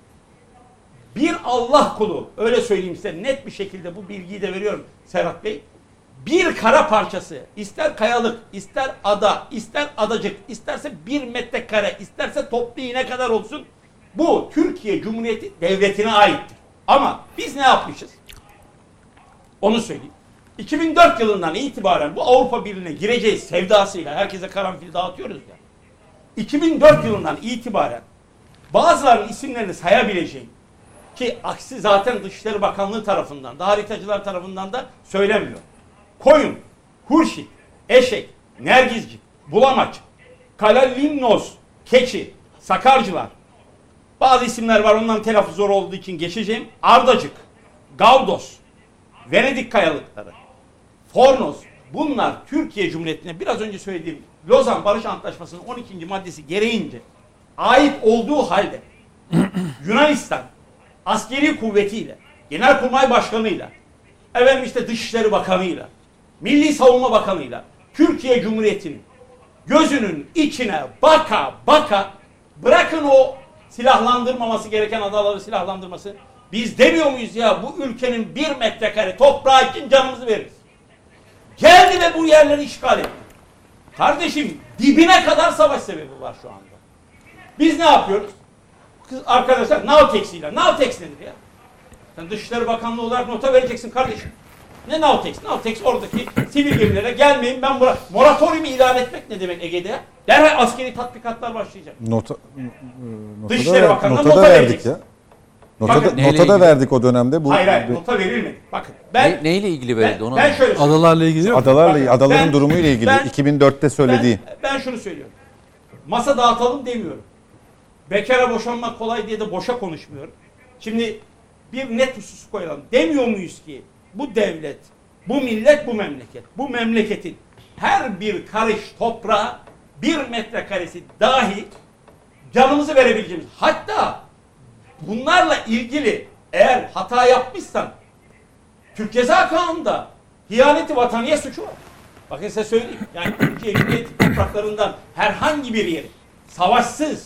bir Allah kulu, öyle söyleyeyim size, net bir şekilde bu bilgiyi de veriyorum Serhat Bey, bir kara parçası, ister kayalık, ister ada, ister adacık, isterse 1 metrekare, isterse toplu iğne kadar olsun, bu Türkiye Cumhuriyeti Devleti'ne aittir. Ama biz ne yapmışız? Onu söyleyeyim. 2004 yılından itibaren bu Avrupa Birliği'ne gireceğiz sevdasıyla herkese karanfil dağıtıyoruz ya. 2004 yılından itibaren bazılarının isimlerini sayabileceğim ki aksi zaten Dışişleri Bakanlığı tarafından da haritacılar tarafından da söylenmiyor. Koyun, Hurşit, Eşek, Nergizcik, Bulamaç, Kalalimnos, Keçi, Sakarcılar. Bazı isimler var, onların telaffuz zor olduğu için geçeceğim. Ardacık, Gavdos, Venedik kayalıkları, Fornos, bunlar Türkiye Cumhuriyeti'ne biraz önce söylediğim Lozan Barış Antlaşması'nın 12. maddesi gereğince ait olduğu halde Yunanistan askeri kuvvetiyle, Genelkurmay Başkanı'yla, Dışişleri Bakanı'yla, Milli Savunma Bakanı'yla Türkiye Cumhuriyeti'nin gözünün içine baka baka, bırakın o silahlandırmaması gereken adaları silahlandırması, biz demiyor muyuz ya bu ülkenin 1 metrekare toprağı için canımızı veririz. Geldi ve bu yerleri işgal etti. Kardeşim dibine kadar savaş sebebi var şu anda. Biz ne yapıyoruz? Arkadaşlar Navtex ile. Navtex nedir ya? Sen Dışişleri Bakanlığı olarak nota vereceksin kardeşim. Ne Navtex? Navtex oradaki sivil gemilere gelmeyin, ben moratorium ilan etmek ne demek Ege'de? Derhal askeri tatbikatlar başlayacak. Dışişleri Bakanlığı'na nota verdik ya. Notada verdik o dönemde. Hayır, nota verilmedi. Bakın neyle ilgili verildi onu? Ben şöyle Adalarla ilgili yok. Adaların durumuyla ilgili 2004'te söylediği. Ben şunu söylüyorum. Masa dağıtalım demiyorum. Bekara boşanmak kolay diye de boşa konuşmuyorum. Şimdi bir net husus koyalım. Demiyor muyuz ki bu devlet, bu millet, bu memleket, bu memleketin her bir karış toprağa 1 metrekaresi dahi canımızı verebileceğimiz, hatta bunlarla ilgili eğer hata yapmışsan Türk Ceza Kanunu'nda hiyaneti vataniye suçu var. Bakın size söyleyeyim. Yani Türkiye Cumhuriyeti topraklarından herhangi bir yeri savaşsız,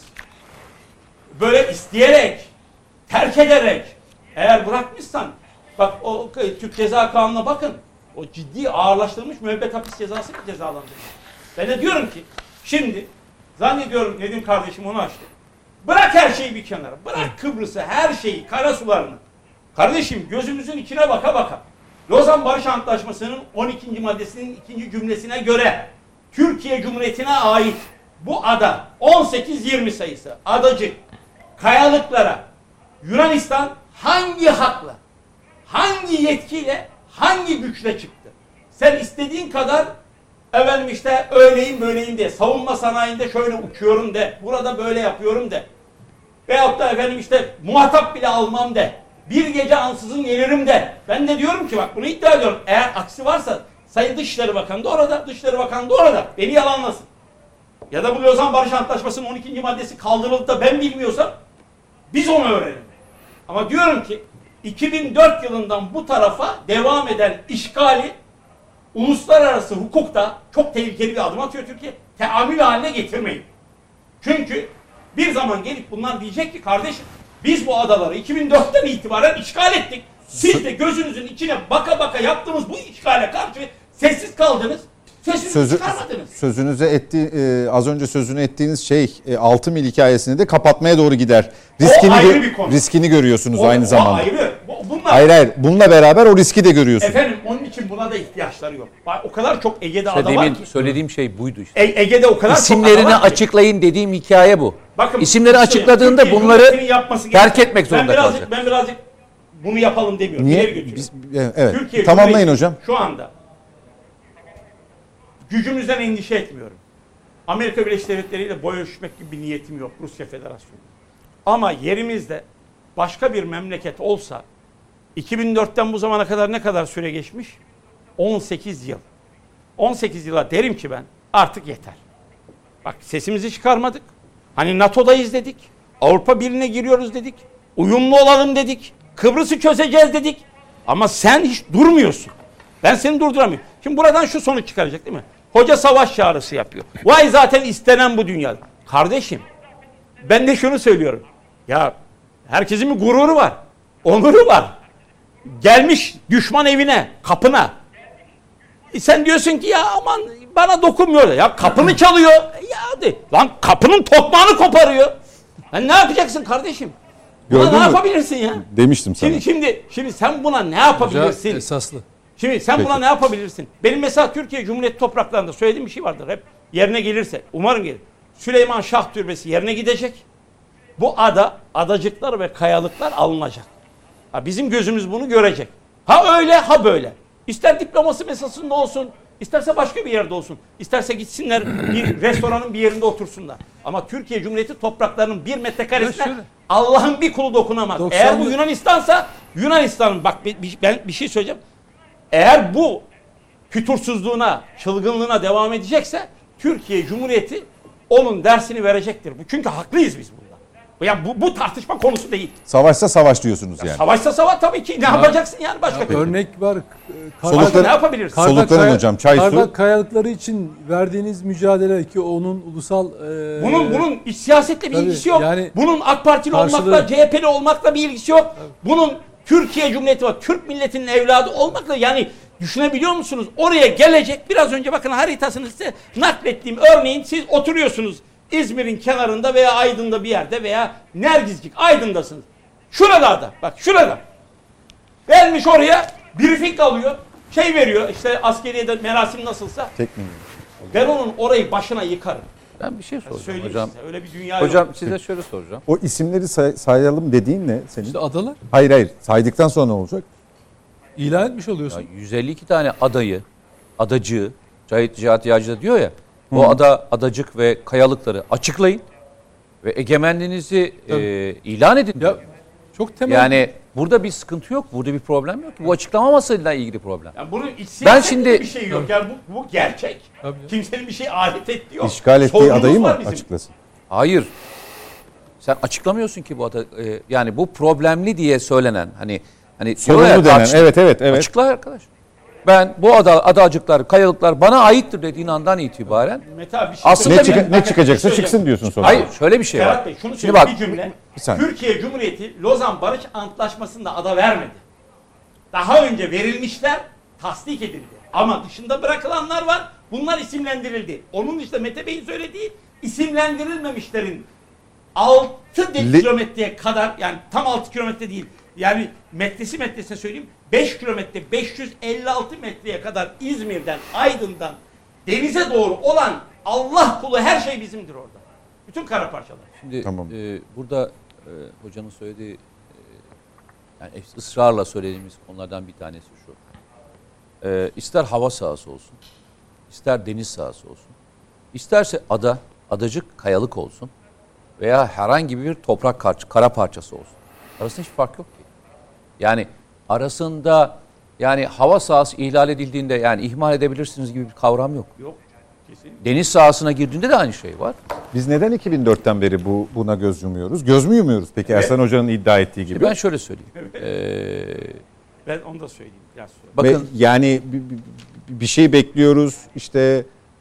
böyle isteyerek, terk ederek eğer bırakmışsan, bak o Türk Ceza Kanunu'na bakın. O ciddi ağırlaştırılmış müebbet hapis cezası bir cezalandırıyor. Ben de diyorum ki şimdi zannediyorum Nedim kardeşim onu açtı. Bırak her şeyi bir kenara. Bırak Kıbrıs'ı, her şeyi, karasularını. Kardeşim gözümüzün içine baka baka. Lozan Barış Antlaşması'nın 12. maddesinin 2. cümlesine göre Türkiye Cumhuriyeti'ne ait bu ada 18-20 sayısı adacık kayalıklara Yunanistan hangi hakla, hangi yetkiyle, hangi güçle çıktı? Sen istediğin kadar efendim işte öyleyim böyleyim de, savunma sanayinde şöyle uçuyorum de, burada böyle yapıyorum de. Veyahut da efendim işte muhatap bile almam de. Bir gece ansızın gelirim de. Ben de diyorum ki bak bunu iddia ediyorum. Eğer aksi varsa Sayın Dışişleri Bakanı da orada, Dışişleri Bakanı da orada. Beni yalanlasın. Ya da bu Lozan Barış Antlaşması'nın 12. maddesi kaldırılıp da ben bilmiyorsam biz onu öğrenelim. Ama diyorum ki 2004 yılından bu tarafa devam eden işgali uluslararası hukukta çok tehlikeli bir adım atıyor Türkiye. Teamül haline getirmeyin. Çünkü bir zaman gelip bunlar diyecek ki kardeşim biz bu adaları 2004'ten itibaren işgal ettik. Siz de gözünüzün içine baka baka yaptığımız bu işgale karşı sessiz kaldınız. Sesinizi çıkarmadınız. Sözünüze az önce sözünü ettiğiniz şey 6 mil hikayesini de kapatmaya doğru gider. Riskini görüyorsunuz aynı zamanda. O ayrı. Bunlar, hayır. Bununla beraber o riski de görüyorsunuz. Efendim onun için buna da ihtiyaçları yok. O kadar çok Ege'de ada var ki. Söylediğim şey buydu işte. Ege'de o kadar İsimlerini çok ada var ki. açıklayın dediğim hikaye bu. Bakın, İsimleri açıkladığında Türkiye bunları terk gereken. etmek zorunda kalacak. Ben birazcık bunu yapalım demiyorum. Niye? Evet. Türkiye Tamamlayın hocam. Şu anda gücümüzden endişe etmiyorum. Amerika Birleşik Devletleri ile boy ölçmek gibi bir niyetim yok. Rusya Federasyonu. Ama yerimizde başka bir memleket olsa 2004'ten bu zamana kadar ne kadar süre geçmiş? 18 yıl. 18 yıla derim ki ben artık yeter. Bak sesimizi çıkarmadık. Hani NATO'dayız dedik. Avrupa Birliği'ne giriyoruz dedik. Uyumlu olalım dedik. Kıbrıs'ı çözeceğiz dedik. Ama sen hiç durmuyorsun. Ben seni durduramıyorum. Şimdi buradan şu sonuç çıkaracak değil mi? Hoca savaş çağrısı yapıyor. Vay zaten istenen bu dünyada. Kardeşim ben de şunu söylüyorum. Ya herkesin bir gururu var. Onuru var. Gelmiş düşman evine, kapına. Sen diyorsun ki ya aman bana dokunmuyor. Ya kapını çalıyor. Ya hadi. Lan kapının tokmağını koparıyor. Lan ne yapacaksın kardeşim? Buna ne yapabilirsin ya? Demiştim sana. Şimdi sen buna ne yapabilirsin? Esaslı. Şimdi sen buna ne yapabilirsin? Benim mesela Türkiye Cumhuriyeti topraklarında söylediğim bir şey vardır. Hep yerine gelirse. Umarım gelir. Süleyman Şah Türbesi yerine gidecek. Bu adacıklar ve kayalıklar alınacak. Ha, bizim gözümüz bunu görecek. Ha öyle ha böyle. İster diplomasi mesasında olsun, isterse başka bir yerde olsun. İsterse gitsinler bir restoranın bir yerinde otursunlar. Ama Türkiye Cumhuriyeti topraklarının 1 metrekaresine Allah'ın bir kulu dokunamaz. Eğer bu Yunanistan'sa Yunanistan'ın bak ben bir şey söyleyeceğim. Eğer bu fütursuzluğuna, çılgınlığına devam edecekse Türkiye Cumhuriyeti onun dersini verecektir. Çünkü haklıyız biz bunda. Ya bu tartışma konusu değil. Savaşsa savaş diyorsunuz yani. Savaşsa savaş tabii ki. Ne yapacaksın yani başka? Örnek var. Ne yapabilirsin? Soluklanın hocam. Çay su. Kardak kayalıkları için verdiğiniz mücadele ki onun ulusal... Bunun iç siyasetle bir ilgisi yok. Yani bunun AK Partili olmakla, CHP'li olmakla bir ilgisi yok. Bunun Türkiye Cumhuriyeti var. Türk milletinin evladı olmakla yani düşünebiliyor musunuz? Oraya gelecek biraz önce bakın haritasını size naklettiğim örneğin siz oturuyorsunuz İzmir'in kenarında veya Aydın'da bir yerde veya Nergizcik Aydın'dasınız. Şurada bak şurada. Gelmiş oraya briefing alıyor. Şey veriyor işte askeriyede merasim nasılsa. Teknik. Ben onun orayı başına yıkarım. Ben bir şey soracağım Söyleyeyim hocam. size, öyle bir dünya Hocam yok. size şöyle soracağım. O isimleri sayalım dediğin ne senin? işte adalar Hayır. Saydıktan sonra ne olacak? ilan etmiş Ya oluyorsun. 152 tane adacığı, Cihat Yağcı da diyor ya, o adacık ve kayalıkları açıklayın ve egemenliğinizi ilan edin. Ya çok temel. Yani burada bir sıkıntı yok, burada bir problem yok. Bu açıklamamasıyla ilgili problem. Yani bunun iç siyasetle şimdi- bir şey yok. Yani bu gerçek. Tabii. Kimsenin bir şey alet ettiği yok. İşgal ettiği Sorunumuz adayı mı var bizim. açıklasın? Hayır. Sen açıklamıyorsun ki bu yani bu problemli diye söylenen hani Sorunlu denen. tartışma. Evet. Açıkla arkadaş. Ben bu adacıklar, kayalıklar bana aittir dediğin andan itibaren Mete abi bir şey aslında söyleyeyim. Ne çıkacaksa çıksın diyorsun sonra. hayır şöyle bir şey Ferhat var. Bey şunu Şimdi söyleyeyim bak bir cümle. bir saniye. Türkiye Cumhuriyeti Lozan Barış Antlaşması'nda ada vermedi. Daha önce verilmişler, tasdik edildi. Ama dışında bırakılanlar var. Bunlar isimlendirildi. Onun işte Mete Bey'in söylediği isimlendirilmemişlerin 6 kilometreye kadar, yani tam 6 kilometre değil. Yani metresine söyleyeyim. 5 kilometre 556 metreye kadar İzmir'den, Aydın'dan denize doğru olan Allah kulu her şey bizimdir orada. Bütün kara parçalar. Şimdi Tamam. burada hocanın söylediği yani ısrarla söylediğimiz konulardan bir tanesi şu. İster hava sahası olsun, ister deniz sahası olsun, isterse adacık kayalık olsun veya herhangi bir toprak kara parçası olsun. Arasında hiç fark yok ki. Yani arasında yani hava sahası ihlal edildiğinde yani ihmal edebilirsiniz gibi bir kavram yok. Yok. Kesinlikle. Deniz sahasına girdiğinde de aynı şey var. Biz neden 2004'ten beri buna göz yumuyoruz? Göz mü yumuyoruz peki Ersan Hoca'nın iddia ettiği gibi? Ben şöyle söyleyeyim. Ben onu da söyleyeyim. Biraz sonra. Bakın Yani bir şey bekliyoruz. İşte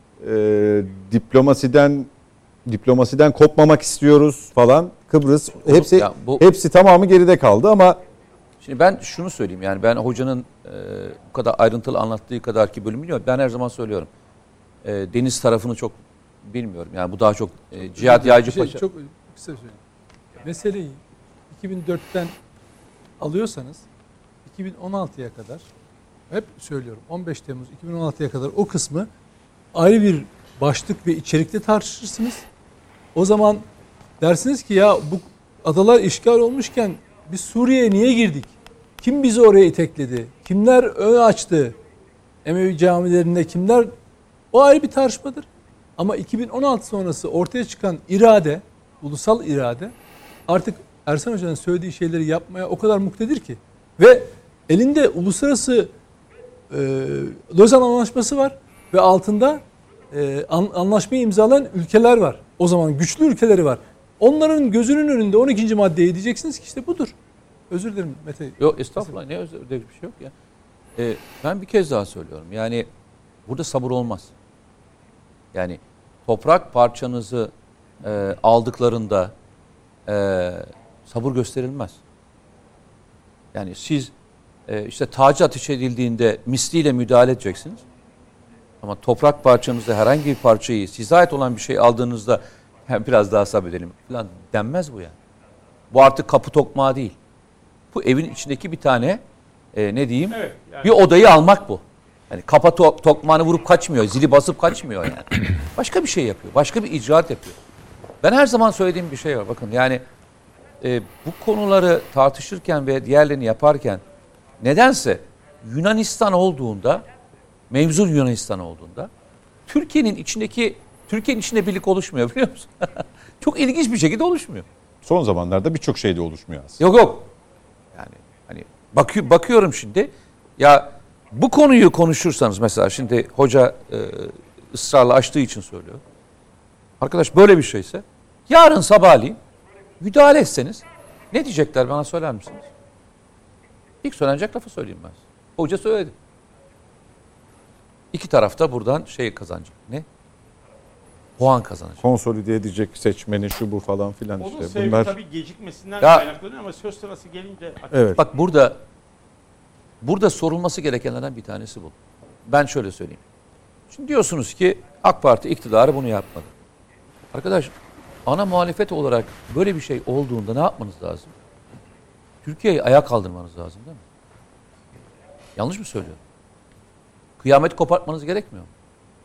diplomasiden kopmamak istiyoruz falan. Kıbrıs hepsi ya hepsi tamamı geride kaldı ama şimdi ben şunu söyleyeyim yani ben hocanın bu kadar ayrıntılı anlattığı kadar ki bölümü biliyorum. Ben her zaman söylüyorum. Deniz tarafını çok bilmiyorum. Yani bu daha çok Cihat Yaycıpaşa. Çok kısa söyleyeyim. Meseleyi 2004'ten alıyorsanız 2016'ya kadar hep söylüyorum 15 Temmuz 2016'ya kadar o kısmı ayrı bir başlık ve içerikte tartışırsınız. O zaman dersiniz ki ya bu adalar işgal olmuşken biz Suriye'ye niye girdik? Kim bizi oraya itekledi? Kimler ön açtı? Emevi camilerinde kimler? O ayrı bir tartışmadır. Ama 2016 sonrası ortaya çıkan irade, ulusal irade artık Ersan Hoca'nın söylediği şeyleri yapmaya o kadar muktedir ki. Ve elinde uluslararası Lozan Anlaşması var ve altında anlaşmayı imzalayan ülkeler var. O zaman güçlü ülkeleri var. Onların gözünün önünde 12. maddeye diyeceksiniz ki işte budur. Özür dilerim Mete. Yok estağfurullah ne özür dilerim bir şey yok ya. Ben bir kez daha söylüyorum. Yani burada sabır olmaz. Yani toprak parçanızı aldıklarında sabır gösterilmez. Yani siz işte tacı ateş edildiğinde misliyle müdahale edeceksiniz. Ama toprak parçanızda herhangi bir parçayı size ait olan bir şey aldığınızda biraz daha sabredelim falan denmez bu yani. Bu artık kapı tokmağı değil. Bu evin içindeki bir tane ne diyeyim Evet, yani. bir odayı almak bu. Yani kapa tokmağını vurup kaçmıyor, zili basıp kaçmıyor yani. Başka bir şey yapıyor, başka bir icraat yapıyor. Ben her zaman söylediğim bir şey var. Bakın yani bu konuları tartışırken ve diğerlerini yaparken nedense Yunanistan olduğunda, mevzu Yunanistan olduğunda Türkiye'nin içinde birlik oluşmuyor biliyor musun? Çok ilginç bir şekilde oluşmuyor. son zamanlarda birçok şeyde oluşmuyor aslında. Yok. Yani hani bakıyorum şimdi ya bu konuyu konuşursanız mesela şimdi hoca ısrarla açtığı için söylüyor. Arkadaş böyle bir şeyse yarın sabahleyin müdahale etseniz ne diyecekler bana söyler misiniz? İlk söylenecek lafı söyleyeyim ben. Hoca söyledi. İki tarafta buradan şey kazanacak. Ne? Puan kazanacak. Konsolide edecek seçmeni şu bu falan filan Onun işte. sebebi Bunlar tabii gecikmesinden Ya- kaynaklanıyor ama söz sırası gelince evet. Bak burada sorulması gerekenlerden bir tanesi bu. Ben şöyle söyleyeyim. Şimdi diyorsunuz ki AK Parti iktidarı bunu yapmadı. Arkadaş ana muhalefet olarak böyle bir şey olduğunda ne yapmanız lazım? Türkiye'yi ayağa kaldırmanız lazım değil mi? Yanlış mı söylüyorum? Kıyamet kopartmanız gerekmiyor mu?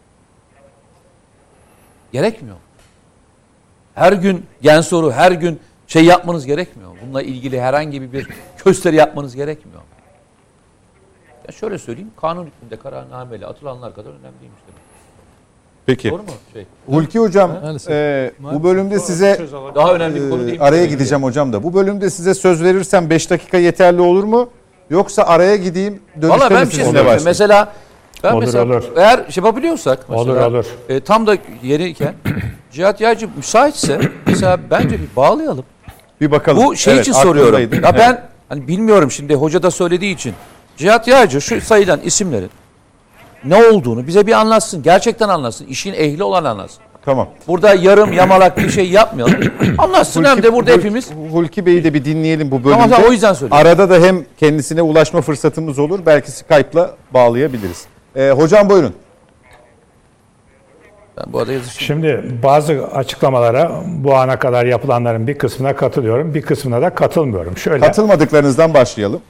Gerekmiyor. Her gün gen soru, her gün şey yapmanız gerekmiyor. Bununla ilgili herhangi bir gösteri yapmanız gerekmiyor. Ya şöyle söyleyeyim, kanun hükmünde kararnameyle atılanlar kadar önemliymiş demek. Peki. Doğru mu? Hulki Hocam Maalesef. bu bölümde size Daha önemli bir konu değil mi? araya gideceğim hocam da. Bu bölümde size söz verirsem 5 dakika yeterli olur mu? Yoksa araya gideyim dönüşte Valla ben mi bir şey sizinle söyleyeyim. başlayayım? Mesela Ben Olur, mesela olur. eğer şey yapabiliyorsak mesela, Olur. tam da yeriyken Cihat Yaycı müsaitse mesela bence bir bağlayalım. Bir bakalım. Bu şey Evet, için soruyorum. aklımdaydı. Ya Evet. ben hani bilmiyorum, şimdi hoca da söylediği için Cihat Yaycı şu sayılan isimlerin ne olduğunu bize bir anlatsın. Gerçekten anlatsın. İşin ehli olan anlatsın. Tamam. Burada yarım yamalak bir şey yapmayalım. Anlatsın, hem de burada hepimiz. Hulki Bey'i de bir dinleyelim bu bölümde. Tamam, o yüzden söylüyorum. Arada da hem kendisine ulaşma fırsatımız olur. Belki Skype'la bağlayabiliriz. Hocam buyurun. Ben bu arada yazışayım. Şimdi bazı açıklamalara bu ana kadar yapılanların bir kısmına katılıyorum, bir kısmına da katılmıyorum. Şöyle, Katılmadıklarınızdan başlayalım.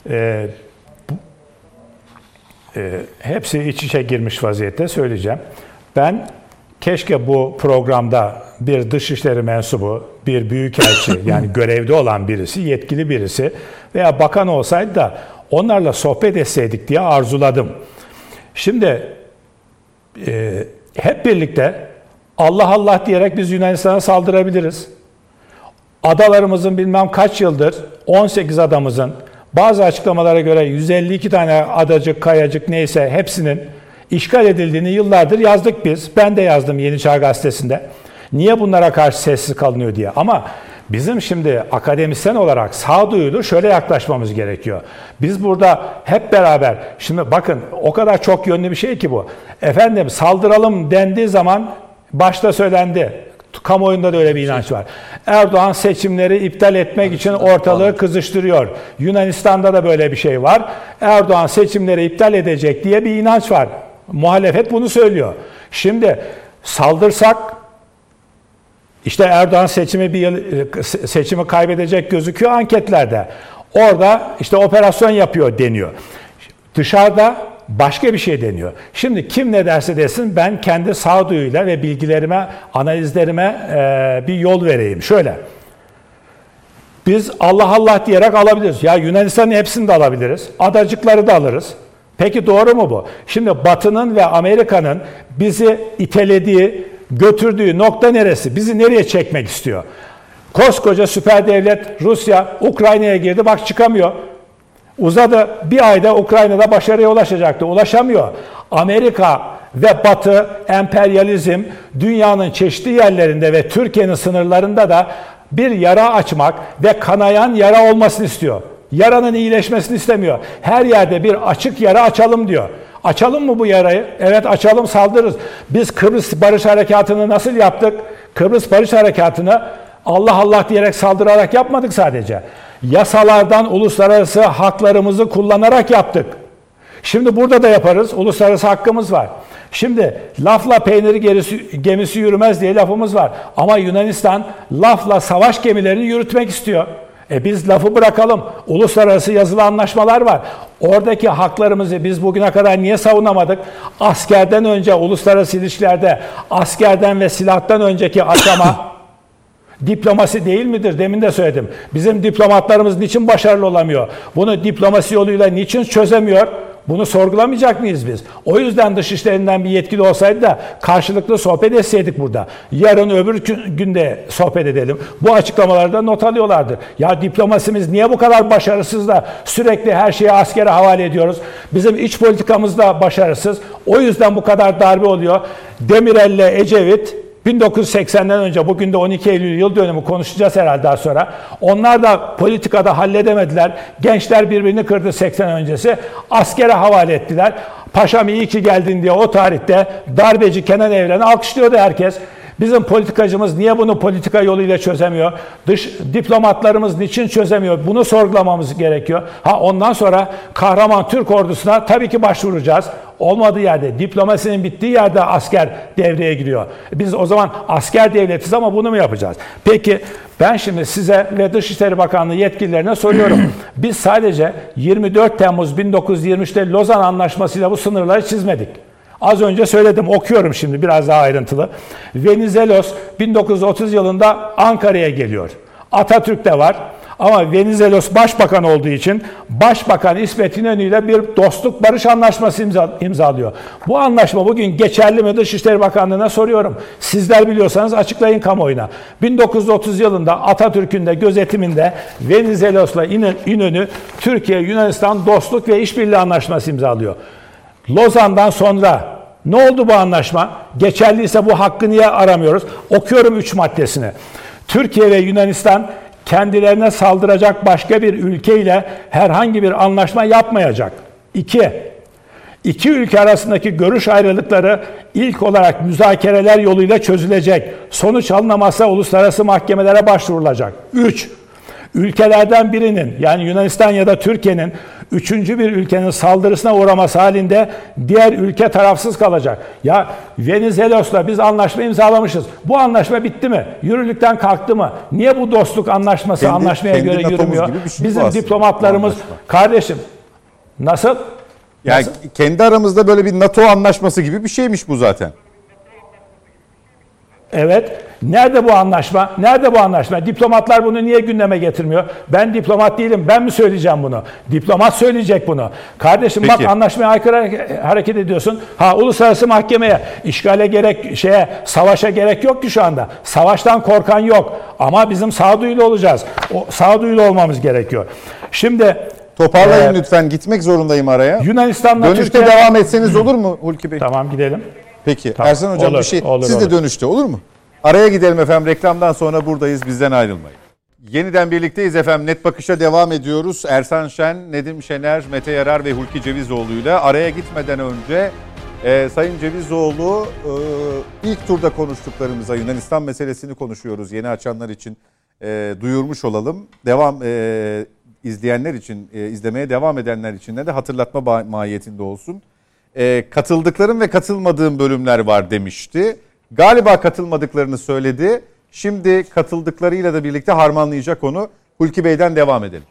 hepsi iç içe girmiş vaziyette söyleyeceğim. Ben keşke bu programda bir dışişleri mensubu, bir büyükelçi yani görevde olan birisi, yetkili birisi veya bakan olsaydı da onlarla sohbet etseydik diye arzuladım. Şimdi hep birlikte Allah Allah diyerek biz Yunanistan'a saldırabiliriz. Adalarımızın bilmem kaç yıldır 18 adamızın, bazı açıklamalara göre 152 tane adacık, kayacık neyse hepsinin işgal edildiğini yıllardır yazdık biz. Ben de yazdım Yeni Çağ Gazetesi'nde. Niye bunlara karşı sessiz kalınıyor diye. Ama bizim şimdi akademisyen olarak sağduyulu şöyle yaklaşmamız gerekiyor. Biz burada hep beraber, şimdi bakın o kadar çok yönlü bir şey ki bu. Efendim saldıralım dendiği zaman başta söylendi. Kamuoyunda da öyle bir inanç var. Erdoğan seçimleri iptal etmek için ortalığı kızıştırıyor. Yunanistan'da da böyle bir şey var. Erdoğan seçimleri iptal edecek diye bir inanç var. Muhalefet bunu söylüyor. Şimdi saldırsak işte Erdoğan seçimi kaybedecek gözüküyor anketlerde. Orada işte operasyon yapıyor deniyor. Dışarıda başka bir şey deniyor. Şimdi kim ne derse desin ben kendi sağduyuyla ve bilgilerime, analizlerime bir yol vereyim. Şöyle, biz Allah Allah diyerek alabiliriz. Ya Yunanistan'ın hepsini de alabiliriz. Adacıkları da alırız. Peki doğru mu bu? Şimdi Batı'nın ve Amerika'nın bizi itelediği, götürdüğü nokta neresi? Bizi nereye çekmek istiyor? Koskoca süper devlet Rusya Ukrayna'ya girdi, bak çıkamıyor. Uzadı. Bir ayda Ukrayna'da başarıya ulaşacaktı. Ulaşamıyor. Amerika ve Batı, emperyalizm dünyanın çeşitli yerlerinde ve Türkiye'nin sınırlarında da bir yara açmak ve kanayan yara olmasını istiyor. Yaranın iyileşmesini istemiyor. Her yerde bir açık yara açalım diyor. Açalım mı bu yarayı? Evet açalım, saldırırız. Biz Kıbrıs Barış Harekatı'nı nasıl yaptık? Kıbrıs Barış Harekatı'nı Allah Allah diyerek saldırarak yapmadık sadece. Yasalardan uluslararası haklarımızı kullanarak yaptık. Şimdi burada da yaparız. Uluslararası hakkımız var. Şimdi lafla peyniri gemisi yürümez diye lafımız var. Ama Yunanistan lafla savaş gemilerini yürütmek istiyor. Biz lafı bırakalım. Uluslararası yazılı anlaşmalar var. Oradaki haklarımızı biz bugüne kadar niye savunamadık? Askerden önce uluslararası ilişkilerde askerden ve silahtan önceki aşama diplomasi değil midir? Demin de söyledim. Bizim diplomatlarımız niçin başarılı olamıyor? Bunu diplomasi yoluyla niçin çözemiyor? Bunu sorgulamayacak mıyız biz? O yüzden dışişlerinden bir yetkili olsaydı da karşılıklı sohbet etseydik burada. Yarın öbür günde sohbet edelim. Bu açıklamalarda not alıyorlardır. Ya diplomasimiz niye bu kadar başarısız da sürekli her şeyi askere havale ediyoruz? Bizim iç politikamız da başarısız. O yüzden bu kadar darbe oluyor. Demirel'le Ecevit 1980'den önce, bugün de 12 Eylül yıl dönümü konuşacağız herhalde daha sonra. Onlar da politikada halledemediler. Gençler birbirini kırdı 80 öncesi. Askere havale ettiler. Paşam iyi ki geldin diye o tarihte darbeci Kenan Evren'i alkışlıyordu herkes. Bizim politikacımız niye bunu politika yoluyla çözemiyor? Dış diplomatlarımız niçin çözemiyor? Bunu sorgulamamız gerekiyor. Ondan sonra kahraman Türk ordusuna tabii ki başvuracağız. Olmadığı yerde, diplomasinin bittiği yerde asker devreye giriyor. Biz o zaman asker devletiz ama bunu mu yapacağız? Peki ben şimdi size ve Dışişleri Bakanlığı yetkililerine soruyorum. Biz sadece 24 Temmuz 1923'te Lozan Anlaşması'yla bu sınırları çizmedik. Az önce söyledim, okuyorum şimdi biraz daha ayrıntılı. Venizelos 1930 yılında Ankara'ya geliyor. Atatürk de var. Ama Venizelos başbakan olduğu için Başbakan İsmet İnönü ile bir dostluk barış anlaşması imzalıyor. Bu anlaşma bugün geçerli mi? Dışişleri Bakanlığı'na soruyorum. Sizler biliyorsanız açıklayın kamuoyuna. 1930 yılında Atatürk'ün de gözetiminde Venizelos'la İnönü Türkiye-Yunanistan dostluk ve işbirliği anlaşması imzalıyor. Lozan'dan sonra ne oldu bu anlaşma? Geçerliyse bu hakkı niye aramıyoruz? Okuyorum 3 maddesini. Türkiye ve Yunanistan kendilerine saldıracak başka bir ülkeyle herhangi bir anlaşma yapmayacak. 2 ülke arasındaki görüş ayrılıkları ilk olarak müzakereler yoluyla çözülecek. Sonuç alınamazsa uluslararası mahkemelere başvurulacak. 3. Ülkelerden birinin, yani Yunanistan ya da Türkiye'nin üçüncü bir ülkenin saldırısına uğraması halinde diğer ülke tarafsız kalacak. Ya Venizelos'la biz anlaşma imzalamışız. Bu anlaşma bitti mi? Yürürlükten kalktı mı? Niye bu dostluk anlaşması anlaşmaya göre yürümüyor? Şey bizim diplomatlarımız, kardeşim, nasıl? Yani kendi aramızda böyle bir NATO anlaşması gibi bir şeymiş bu zaten. Evet. Nerede bu anlaşma? Nerede bu anlaşma? Diplomatlar bunu niye gündeme getirmiyor? Ben diplomat değilim. Ben mi söyleyeceğim bunu? Diplomat söyleyecek bunu. Kardeşim Peki. Bak anlaşmaya aykırı hareket ediyorsun. Uluslararası mahkemeye, işgale gerek, savaşa gerek yok ki şu anda. Savaştan korkan yok. Ama bizim sağduyulu olacağız. Sağduyulu olmamız gerekiyor. Şimdi toparlayın lütfen. Gitmek zorundayım araya. Yunanistan'la Dönüşte Türkiye... devam etseniz olur mu Hulki Bey? Tamam, gidelim. Peki. Tamam. Ersan Hocam Olur, bir şey. olur, Siz de olur. dönüşte olur mu? Araya gidelim efendim. Reklamdan sonra buradayız. Bizden ayrılmayın. Yeniden birlikteyiz efendim. Net Bakış'a devam ediyoruz. Ersan Şen, Nedim Şener, Mete Yarar ve Hulki Cevizoğlu ile araya gitmeden önce Sayın Cevizoğlu ilk turda konuştuklarımıza Yunanistan meselesini konuşuyoruz. Yeni açanlar için duyurmuş olalım. İzleyenler için, izlemeye devam edenler için de hatırlatma mahiyetinde olsun. Katıldıklarım ve katılmadığım bölümler var demişti. Galiba katılmadıklarını söyledi. Şimdi katıldıklarıyla da birlikte harmanlayacak onu. Hulki Bey'den devam edelim.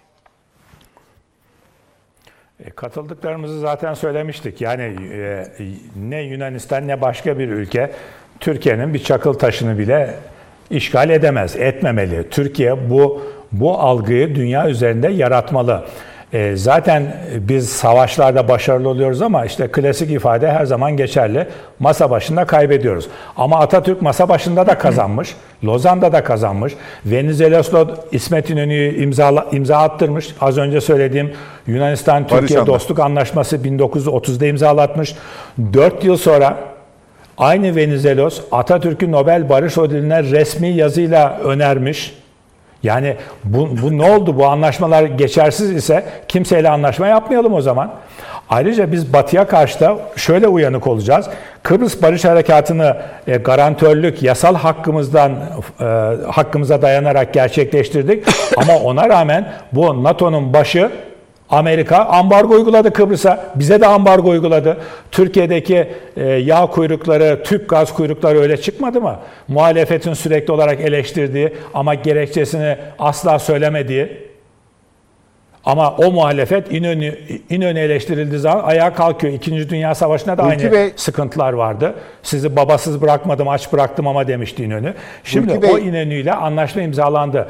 Katıldıklarımızı zaten söylemiştik. Yani ne Yunanistan ne başka bir ülke Türkiye'nin bir çakıl taşını bile işgal edemez, etmemeli. Türkiye bu algıyı dünya üzerinde yaratmalı. Zaten biz savaşlarda başarılı oluyoruz ama işte klasik ifade her zaman geçerli. Masa başında kaybediyoruz. Ama Atatürk masa başında da kazanmış. Lozan'da da kazanmış. Venizelos'la İsmet İnönü'yü imza attırmış. Az önce söylediğim Yunanistan-Türkiye Dostluk Anlaşması 1930'da imzalatmış. 4 yıl sonra aynı Venizelos Atatürk'ü Nobel Barış Ödülü'ne resmi yazıyla önermiş. Yani bu ne oldu? Bu anlaşmalar geçersiz ise kimseyle anlaşma yapmayalım o zaman. Ayrıca biz Batı'ya karşı da şöyle uyanık olacağız. Kıbrıs Barış Harekatı'nı garantörlük, yasal hakkımıza dayanarak gerçekleştirdik. Ama ona rağmen bu NATO'nun başı Amerika ambargo uyguladı Kıbrıs'a. Bize de ambargo uyguladı. Türkiye'deki yağ kuyrukları, tüp gaz kuyrukları öyle çıkmadı mı? Muhalefetin sürekli olarak eleştirdiği ama gerekçesini asla söylemediği. Ama o muhalefet İnönü eleştirildiği zaman ayağa kalkıyor. İkinci Dünya Savaşı'nda da aynı sıkıntılar vardı. Sizi babasız bırakmadım, aç bıraktım ama demişti İnönü. Şimdi o İnönü'yle anlaşma imzalandı.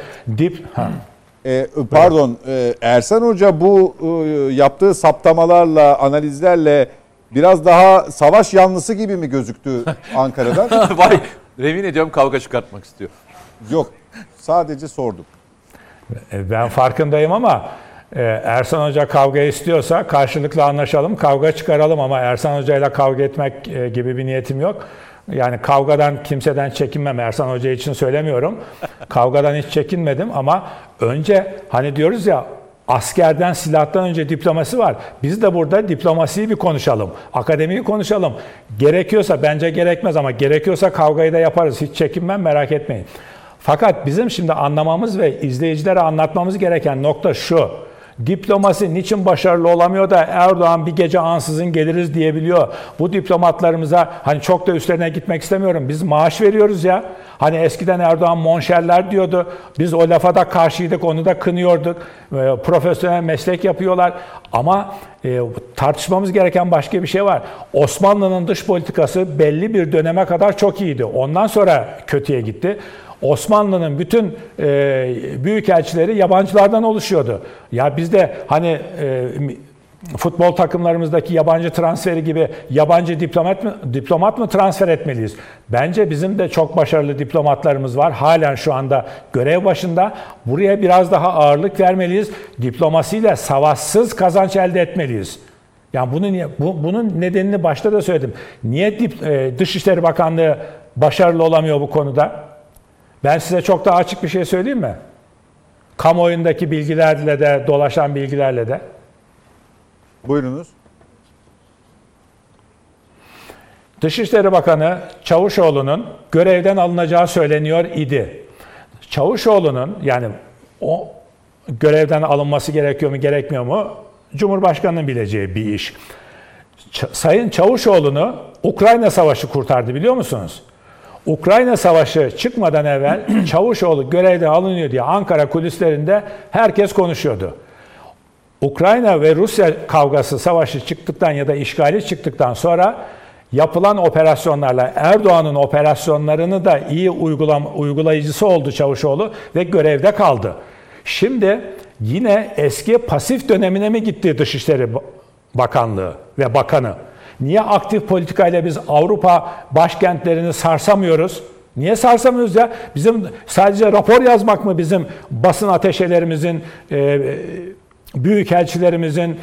Ersan Hoca bu yaptığı saptamalarla, analizlerle biraz daha savaş yanlısı gibi mi gözüktü Ankara'dan? Vay, yemin ediyorum kavga çıkartmak istiyor. Yok, sadece sordum. Ben farkındayım ama Ersan Hoca kavga istiyorsa karşılıklı anlaşalım, kavga çıkaralım ama Ersan Hoca ile kavga etmek gibi bir niyetim yok. Yani kavgadan kimseden çekinmem. Ersan Hoca için söylemiyorum. Kavgadan hiç çekinmedim ama önce hani diyoruz ya askerden, silahtan önce diplomasi var. Biz de burada diplomasiyi bir konuşalım. Akademiyi konuşalım. Gerekiyorsa, bence gerekmez ama gerekiyorsa kavgayı da yaparız. Hiç çekinmem, merak etmeyin. Fakat bizim şimdi anlamamız ve izleyicilere anlatmamız gereken nokta şu. Diplomasi niçin başarılı olamıyor da Erdoğan bir gece ansızın geliriz diyebiliyor. Bu diplomatlarımıza hani çok da üstlerine gitmek istemiyorum. Biz maaş veriyoruz ya. Hani eskiden Erdoğan monşerler diyordu. Biz o lafa da karşıydık, onu da kınıyorduk. Profesyonel meslek yapıyorlar. Ama tartışmamız gereken başka bir şey var. Osmanlı'nın dış politikası belli bir döneme kadar çok iyiydi. Ondan sonra kötüye gitti. Osmanlı'nın bütün büyükelçileri yabancılardan oluşuyordu. Ya biz de hani futbol takımlarımızdaki yabancı transferi gibi yabancı diplomat mı transfer etmeliyiz? Bence bizim de çok başarılı diplomatlarımız var. Halen şu anda görev başında. Buraya biraz daha ağırlık vermeliyiz. Diplomasiyle savaşsız kazanç elde etmeliyiz. Yani bunu niye, bunun nedenini başta da söyledim. Niye Dışişleri Bakanlığı başarılı olamıyor bu konuda? Ben size çok daha açık bir şey söyleyeyim mi? Kamuoyundaki bilgilerle de, dolaşan bilgilerle de. Buyurunuz. Dışişleri Bakanı Çavuşoğlu'nun görevden alınacağı söyleniyor idi. Çavuşoğlu'nun, yani o görevden alınması gerekiyor mu gerekmiyor mu? Cumhurbaşkanı'nın bileceği bir iş. Sayın Çavuşoğlu'nu Ukrayna Savaşı kurtardı, biliyor musunuz? Ukrayna Savaşı çıkmadan evvel Çavuşoğlu görevden alınıyor diye Ankara kulislerinde herkes konuşuyordu. Ukrayna ve Rusya kavgası, savaşı çıktıktan ya da işgali çıktıktan sonra yapılan operasyonlarla Erdoğan'ın operasyonlarını da iyi uygulayıcısı oldu Çavuşoğlu ve görevde kaldı. Şimdi yine eski pasif dönemine mi gitti Dışişleri Bakanlığı ve Bakanı? Niye aktif politikayla biz Avrupa başkentlerini sarsamıyoruz? Niye sarsamıyoruz ya? Bizim sadece rapor yazmak mı bizim basın ateşelerimizin, büyükelçilerimizin,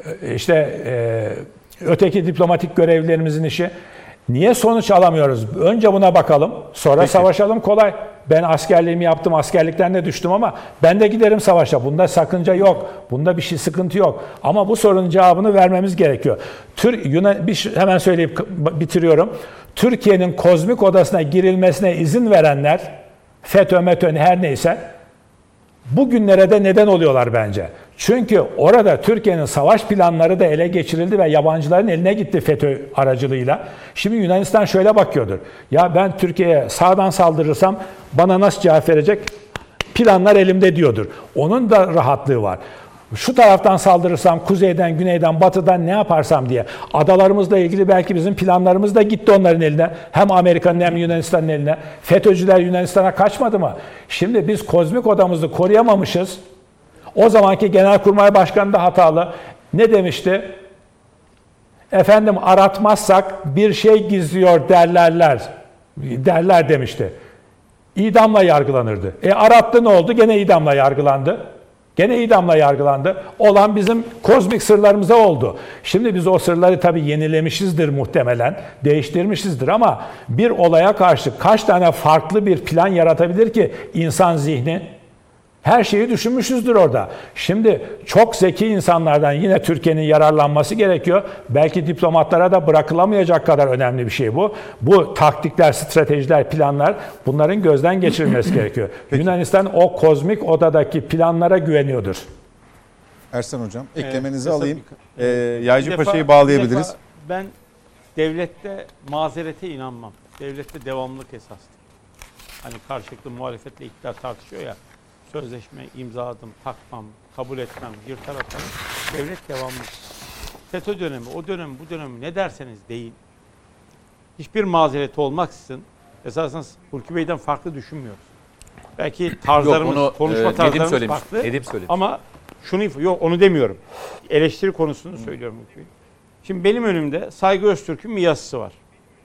öteki diplomatik görevlilerimizin işi? Niye sonuç alamıyoruz? Önce buna bakalım, sonra Peki. Savaşalım, kolay. Ben askerliğimi yaptım, askerlikten de düştüm ama ben de giderim savaşa. Bunda sakınca yok, bunda bir sıkıntı yok. Ama bu sorunun cevabını vermemiz gerekiyor. Hemen söyleyip bitiriyorum. Türkiye'nin kozmik odasına girilmesine izin verenler, FETÖ, her neyse, bugünlere de neden oluyorlar bence. Çünkü orada Türkiye'nin savaş planları da ele geçirildi ve yabancıların eline gitti FETÖ aracılığıyla. Şimdi Yunanistan şöyle bakıyordur. Ya ben Türkiye'ye sağdan saldırırsam bana nasıl cevap verecek? Planlar elimde diyordur. Onun da rahatlığı var. Şu taraftan saldırırsam, kuzeyden, güneyden, batıdan ne yaparsam diye. Adalarımızla ilgili belki bizim planlarımız da gitti onların eline. Hem Amerika'nın hem Yunanistan'ın eline. FETÖ'cüler Yunanistan'a kaçmadı mı? Şimdi biz kozmik odamızı koruyamamışız. O zamanki Genelkurmay Başkanı da hatalı. Ne demişti? Efendim aratmazsak bir şey gizliyor derler demişti. İdamla yargılanırdı. Arattı, ne oldu? Gene idamla yargılandı. Olan bizim kozmik sırlarımıza oldu. Şimdi biz o sırları tabii yenilemişizdir muhtemelen, değiştirmişizdir ama bir olaya karşı kaç tane farklı bir plan yaratabilir ki insan zihni? Her şeyi düşünmüşüzdür orada. Şimdi çok zeki insanlardan yine Türkiye'nin yararlanması gerekiyor. Belki diplomatlara da bırakılamayacak kadar önemli bir şey bu. Bu taktikler, stratejiler, planlar, bunların gözden geçirilmesi gerekiyor. Yunanistan o kozmik odadaki planlara güveniyordur. Ersan Hocam, eklemenizi Evet, alayım. bir Yaycı defa- Paşa'yı bağlayabiliriz. bir defa ben devlette mazerete inanmam. Devlette devamlılık esastır. Hani karşılıklı muhalefetle iktidar tartışıyor ya. Sözleşme imzaladım, takmam, kabul etmem, yırtar atarım. Devlet devamlı. FETÖ dönemi, o dönem, bu dönemi ne derseniz deyin. Hiçbir mazereti olmaksızın esasında Hulki Bey'den farklı düşünmüyoruz. Belki tarzlarımız, Yok, onu, konuşma Nedim tarzlarımız söylemiş. farklı. Nedim söylemiş. Ama yok onu demiyorum. Eleştiri konusunu söylüyorum Hulki Bey. Şimdi benim önümde Saygı Öztürk'ün bir yazısı var.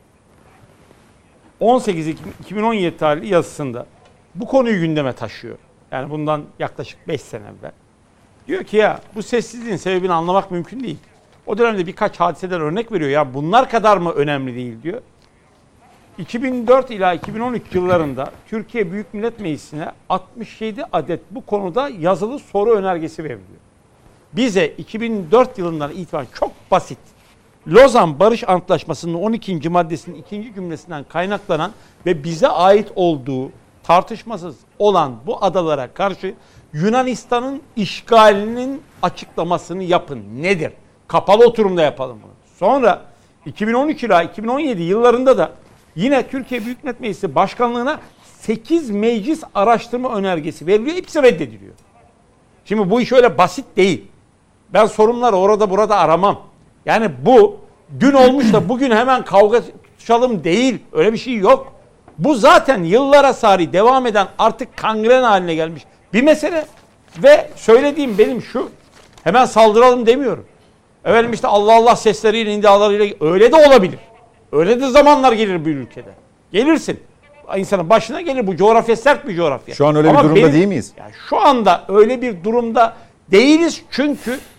18 Ekim 2017 tarihli yazısında bu konuyu gündeme taşıyor. Yani bundan yaklaşık 5 sene evvel. Diyor ki ya bu sessizliğin sebebini anlamak mümkün değil. O dönemde birkaç hadiseden örnek veriyor. Ya bunlar kadar mı önemli değil diyor. 2004 ila 2013 yıllarında Türkiye Büyük Millet Meclisi'ne 67 adet bu konuda yazılı soru önergesi veriliyor. Bize 2004 yılından itibaren çok basit Lozan Barış Antlaşması'nın 12. maddesinin 2. cümlesinden kaynaklanan ve bize ait olduğu tartışmasız olan bu adalara karşı Yunanistan'ın işgalinin açıklamasını yapın. Nedir? Kapalı oturumda yapalım bunu. Sonra 2013 ila 2017 yıllarında da yine Türkiye Büyük Millet Meclisi Başkanlığı'na 8 meclis araştırma önergesi veriliyor. Hepsi reddediliyor. Şimdi bu iş öyle basit değil. Ben sorunları orada burada aramam. Yani bu dün olmuş da bugün hemen kavga tutuşalım değil. Öyle bir şey yok. Bu zaten yıllara sari devam eden artık kangren haline gelmiş bir mesele. Ve söylediğim benim şu, hemen saldıralım demiyorum. Efendim işte Allah Allah sesleriyle, nidalarıyla öyle de olabilir. Öyle de zamanlar gelir bir ülkede. Gelirsin. İnsanın başına gelir. Bu coğrafya sert bir coğrafya. Şu an öyle bir durumda değil miyiz? Yani şu anda öyle bir durumda değiliz çünkü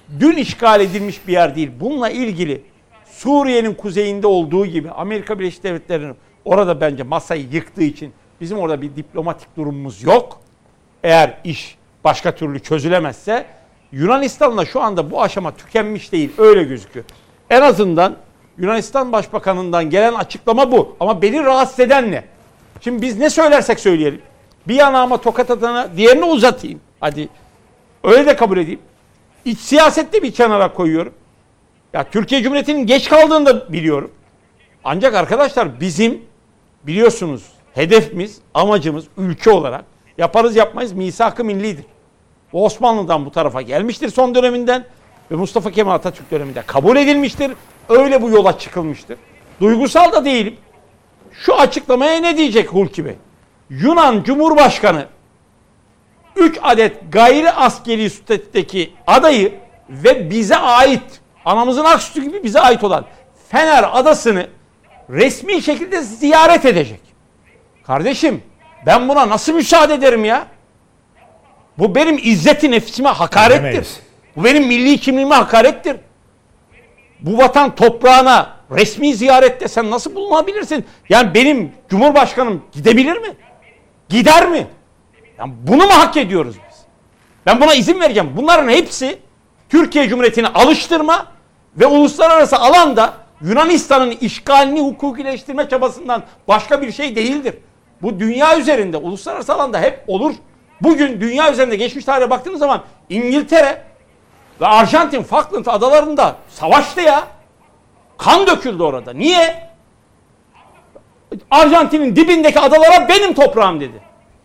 dün işgal edilmiş bir yer değil. Bununla ilgili Suriye'nin kuzeyinde olduğu gibi Amerika Birleşik Devletleri'nin orada bence masayı yıktığı için bizim orada bir diplomatik durumumuz yok. Eğer iş başka türlü çözülemezse Yunanistan'la şu anda bu aşama tükenmiş değil. Öyle gözüküyor. En azından Yunanistan Başbakanı'ndan gelen açıklama bu. Ama beni rahatsız eden ne? Şimdi biz ne söylersek söyleyelim. Bir yanağıma tokat atana diğerini uzatayım. Hadi öyle de kabul edeyim. İç siyasette bir kenara koyuyorum. Ya Türkiye Cumhuriyeti'nin geç kaldığını da biliyorum. Ancak arkadaşlar bizim biliyorsunuz hedefimiz, amacımız ülke olarak yaparız yapmayız misak-ı millidir. O Osmanlı'dan bu tarafa gelmiştir son döneminden ve Mustafa Kemal Atatürk döneminde kabul edilmiştir. Öyle bu yola çıkılmıştır. Duygusal da değilim. Şu açıklamaya ne diyecek Hulki Bey? Yunan Cumhurbaşkanı 3 adet gayri askeri statüdeki adayı ve bize ait, anamızın ak sütü gibi bize ait olan Fener Adası'nı resmi şekilde ziyaret edecek. Kardeşim ben buna nasıl müsaade ederim ya? Bu benim izzeti nefsime hakarettir. Demeyiz. Bu benim milli kimliğime hakarettir. Bu vatan toprağına resmi ziyarette sen nasıl bulunabilirsin? Yani benim Cumhurbaşkanım gidebilir mi? Gider mi? Yani bunu mu hak ediyoruz biz? Ben buna izin vereceğim. Bunların hepsi Türkiye Cumhuriyeti'ni alıştırma ve uluslararası alanda Yunanistan'ın işgalini hukukileştirme çabasından başka bir şey değildir. Bu dünya üzerinde, uluslararası alanda hep olur. Bugün dünya üzerinde geçmiş tarihe baktığınız zaman İngiltere ve Arjantin Falkland adalarında savaştı ya. Kan döküldü orada. Niye? Arjantin'in dibindeki adalara benim toprağım dedi.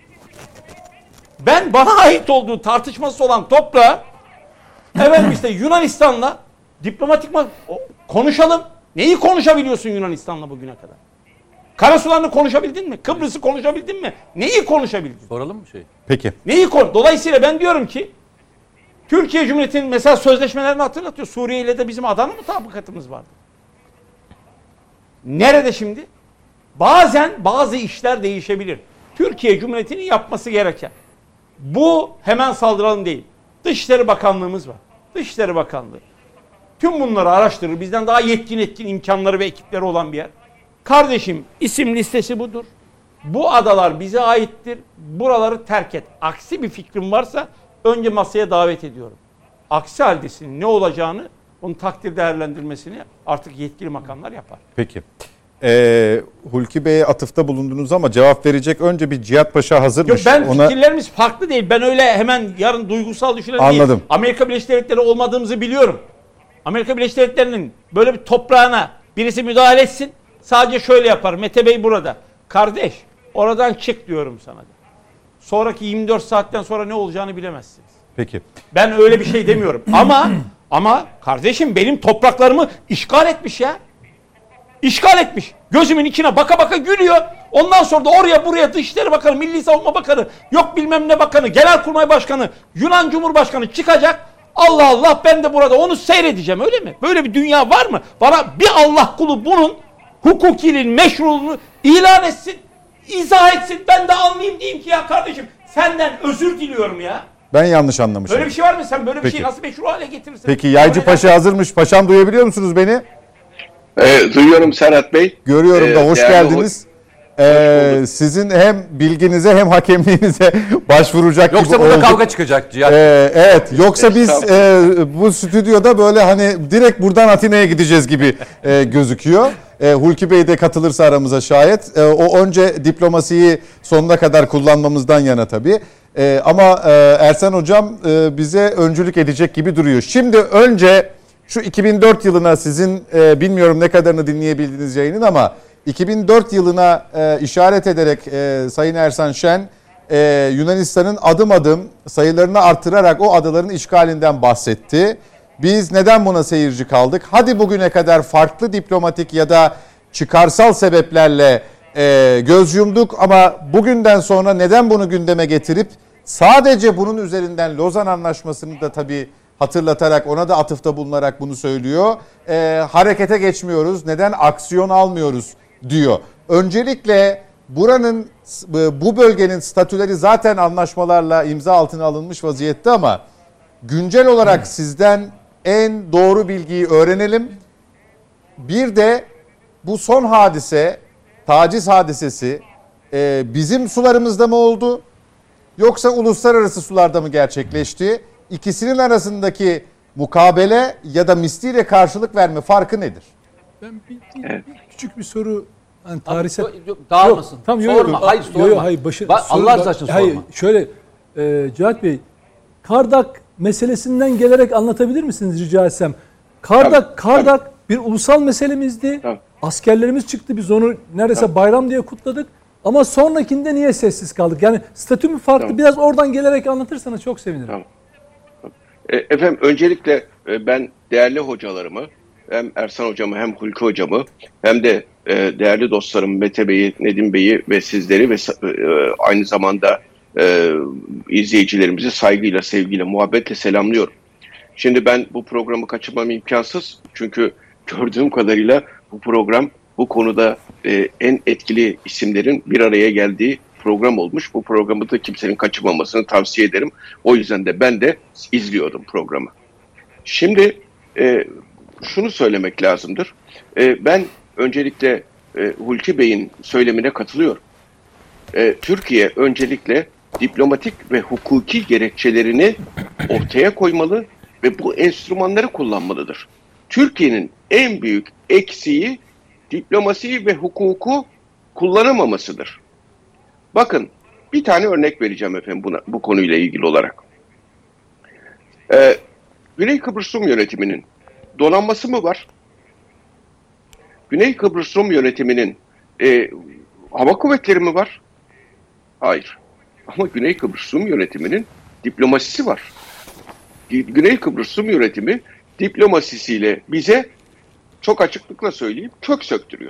Ben bana ait olduğu tartışmasız olan toprağı efendim işte Yunanistan'la diplomatik konuşalım. Neyi konuşabiliyorsun Yunanistan'la bugüne kadar? Karasularını konuşabildin mi? Kıbrıs'ı konuşabildin mi? Neyi konuşabildin? Soralım mı şey? Peki. Neyi Dolayısıyla ben diyorum ki Türkiye Cumhuriyeti'nin mesela sözleşmelerini hatırlatıyor. Suriye ile de bizim Adana mutabakatımız vardı. Nerede şimdi? Bazen bazı işler değişebilir. Türkiye Cumhuriyeti'nin yapması gereken. Bu hemen saldıralım değil. Dışişleri Bakanlığımız var. Dışişleri Bakanlığı. Tüm bunları araştırır. Bizden daha yetkin imkanları ve ekipleri olan bir yer. Kardeşim isim listesi budur. Bu adalar bize aittir. Buraları terk et. Aksi bir fikrim varsa önce masaya davet ediyorum. Aksi haldesinin ne olacağını, onun takdir değerlendirmesini artık yetkili makamlar yapar. Peki. Hulki Bey'e atıfta bulundunuz ama cevap verecek önce bir Cihat Paşa hazırmış. Yok fikirlerimiz farklı değil. Ben öyle hemen yarın duygusal düşünen değil. Anladım. Amerika Birleşik Devletleri olmadığımızı biliyorum. Amerika Birleşik Devletleri'nin böyle bir toprağına birisi müdahale etsin. Sadece şöyle yapar. Mete Bey burada. Kardeş oradan çık diyorum sana. Sonraki 24 saatten sonra ne olacağını bilemezsiniz. Peki. Ben öyle bir şey demiyorum. Ama kardeşim benim topraklarımı işgal etmiş ya. İşgal etmiş. Gözümün içine baka baka gülüyor. Ondan sonra da oraya buraya Dışişleri Bakanı, Milli Savunma Bakanı, yok bilmem ne bakanı, Genelkurmay Başkanı, Yunan Cumhurbaşkanı çıkacak. Allah Allah ben de burada onu seyredeceğim öyle mi? Böyle bir dünya var mı? Bana bir Allah kulu bunun hukukinin meşruluğunu ilan etsin, izah etsin. Ben de anlayayım diyeyim ki ya kardeşim senden özür diliyorum ya. Ben yanlış anlamışım. Böyle bir şey var mı? Sen böyle bir Peki. şeyi nasıl meşru hale getirirsin? Peki Yaycı Paşa hazırmış. Paşam duyabiliyor musunuz beni? Duyuyorum Serhat Bey. Görüyorum da hoş geldiniz. Sizin hem bilginize hem hakemliğinize başvuracak Yoksa gibi burada olduk. kavga çıkacak Cihat. Evet. Yoksa biz bu stüdyoda böyle hani direkt buradan Atina'ya gideceğiz gibi gözüküyor. Hulki Bey de katılırsa aramıza şayet. O önce diplomasiyi sonuna kadar kullanmamızdan yana tabii. Ama Ersen Hocam bize öncülük edecek gibi duruyor. Şimdi önce şu 2004 yılına sizin bilmiyorum ne kadarını dinleyebildiğiniz yayının ama 2004 yılına işaret ederek Sayın Ersan Şen Yunanistan'ın adım adım sayılarını artırarak o adaların işgalinden bahsetti. Biz neden buna seyirci kaldık? Hadi bugüne kadar farklı diplomatik ya da çıkarsal sebeplerle göz yumduk ama bugünden sonra neden bunu gündeme getirip sadece bunun üzerinden Lozan Anlaşması'nı da tabii hatırlatarak ona da atıfta bulunarak bunu söylüyor. Harekete geçmiyoruz. Neden aksiyon almıyoruz diyor. Öncelikle buranın bu bölgenin statüleri zaten anlaşmalarla imza altına alınmış vaziyette ama güncel olarak sizden en doğru bilgiyi öğrenelim. Bir de bu son hadise, taciz hadisesi bizim sularımızda mı oldu yoksa uluslararası sularda mı gerçekleşti? İkisinin arasındaki mukabele ya da misliyle karşılık verme farkı nedir? Ben bir küçük bir soru, hani tarihsel... Dağılmasın. Tam sorma. Hayır sorma. Hayır, Allah rızası için sorma. Hayır, şöyle Cihat Bey, Kardak meselesinden gelerek anlatabilir misiniz rica etsem? Kardak bir ulusal meselemizdi. Tabii. Askerlerimiz çıktı. Biz onu neredeyse bayram diye kutladık. Ama sonrakinde niye sessiz kaldık? Yani statü mü farklı? Tamam. Biraz oradan gelerek anlatırsanız çok sevinirim. Tamam. Efendim öncelikle ben değerli hocalarımı, hem Ersan hocamı hem Hulki hocamı hem de değerli dostlarım Mete Bey'i, Nedim Bey'i ve sizleri ve aynı zamanda izleyicilerimizi saygıyla, sevgiyle, muhabbetle selamlıyorum. Şimdi ben bu programı kaçırmam imkansız. Çünkü gördüğüm kadarıyla bu program bu konuda en etkili isimlerin bir araya geldiği program olmuş. Bu programı da kimsenin kaçırmamasını tavsiye ederim. O yüzden de ben de izliyordum programı. Şimdi şunu söylemek lazımdır. Ben öncelikle Hulki Bey'in söylemine katılıyorum. Türkiye öncelikle diplomatik ve hukuki gerekçelerini ortaya koymalı ve bu enstrümanları kullanmalıdır. Türkiye'nin en büyük eksiği diplomasiyi ve hukuku kullanamamasıdır. Bakın bir tane örnek vereceğim efendim bu konuyla ilgili olarak. Güney Kıbrıs Rum yönetiminin donanması mı var? Güney Kıbrıs Rum yönetiminin hava kuvvetleri mi var? Hayır. Ama Güney Kıbrıs Rum yönetiminin diplomasisi var. Güney Kıbrıs Rum yönetimi diplomasisiyle bize çok açıklıkla söyleyeyim kök söktürüyor.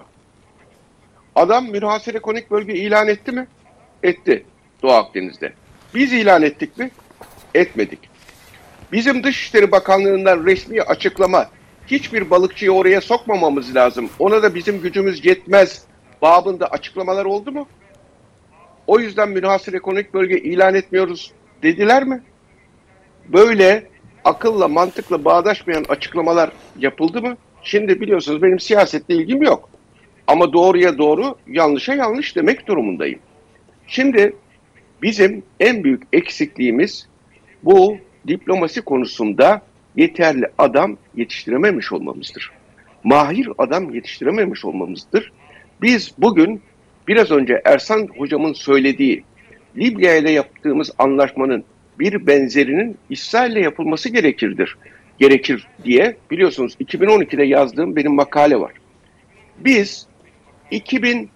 Adam münhasır ekonomik bölge ilan etti mi? Etti Doğu Akdeniz'de. Biz ilan ettik mi? Etmedik. Bizim Dışişleri Bakanlığı'ndan resmi açıklama, hiçbir balıkçıyı oraya sokmamamız lazım, ona da bizim gücümüz yetmez babında açıklamalar oldu mu? O yüzden münhasır ekonomik bölge ilan etmiyoruz dediler mi? Böyle akılla mantıkla bağdaşmayan açıklamalar yapıldı mı? Şimdi biliyorsunuz benim siyasetle ilgim yok. Ama doğruya doğru, yanlışa yanlış demek durumundayım. Şimdi bizim en büyük eksikliğimiz bu diplomasi konusunda yeterli adam yetiştirememiş olmamızdır. Mahir adam yetiştirememiş olmamızdır. Biz bugün biraz önce Ersan hocamın söylediği Libya ile yaptığımız anlaşmanın bir benzerinin İsrail'le yapılması gerekir diye biliyorsunuz 2012'de yazdığım benim makale var. Biz 2003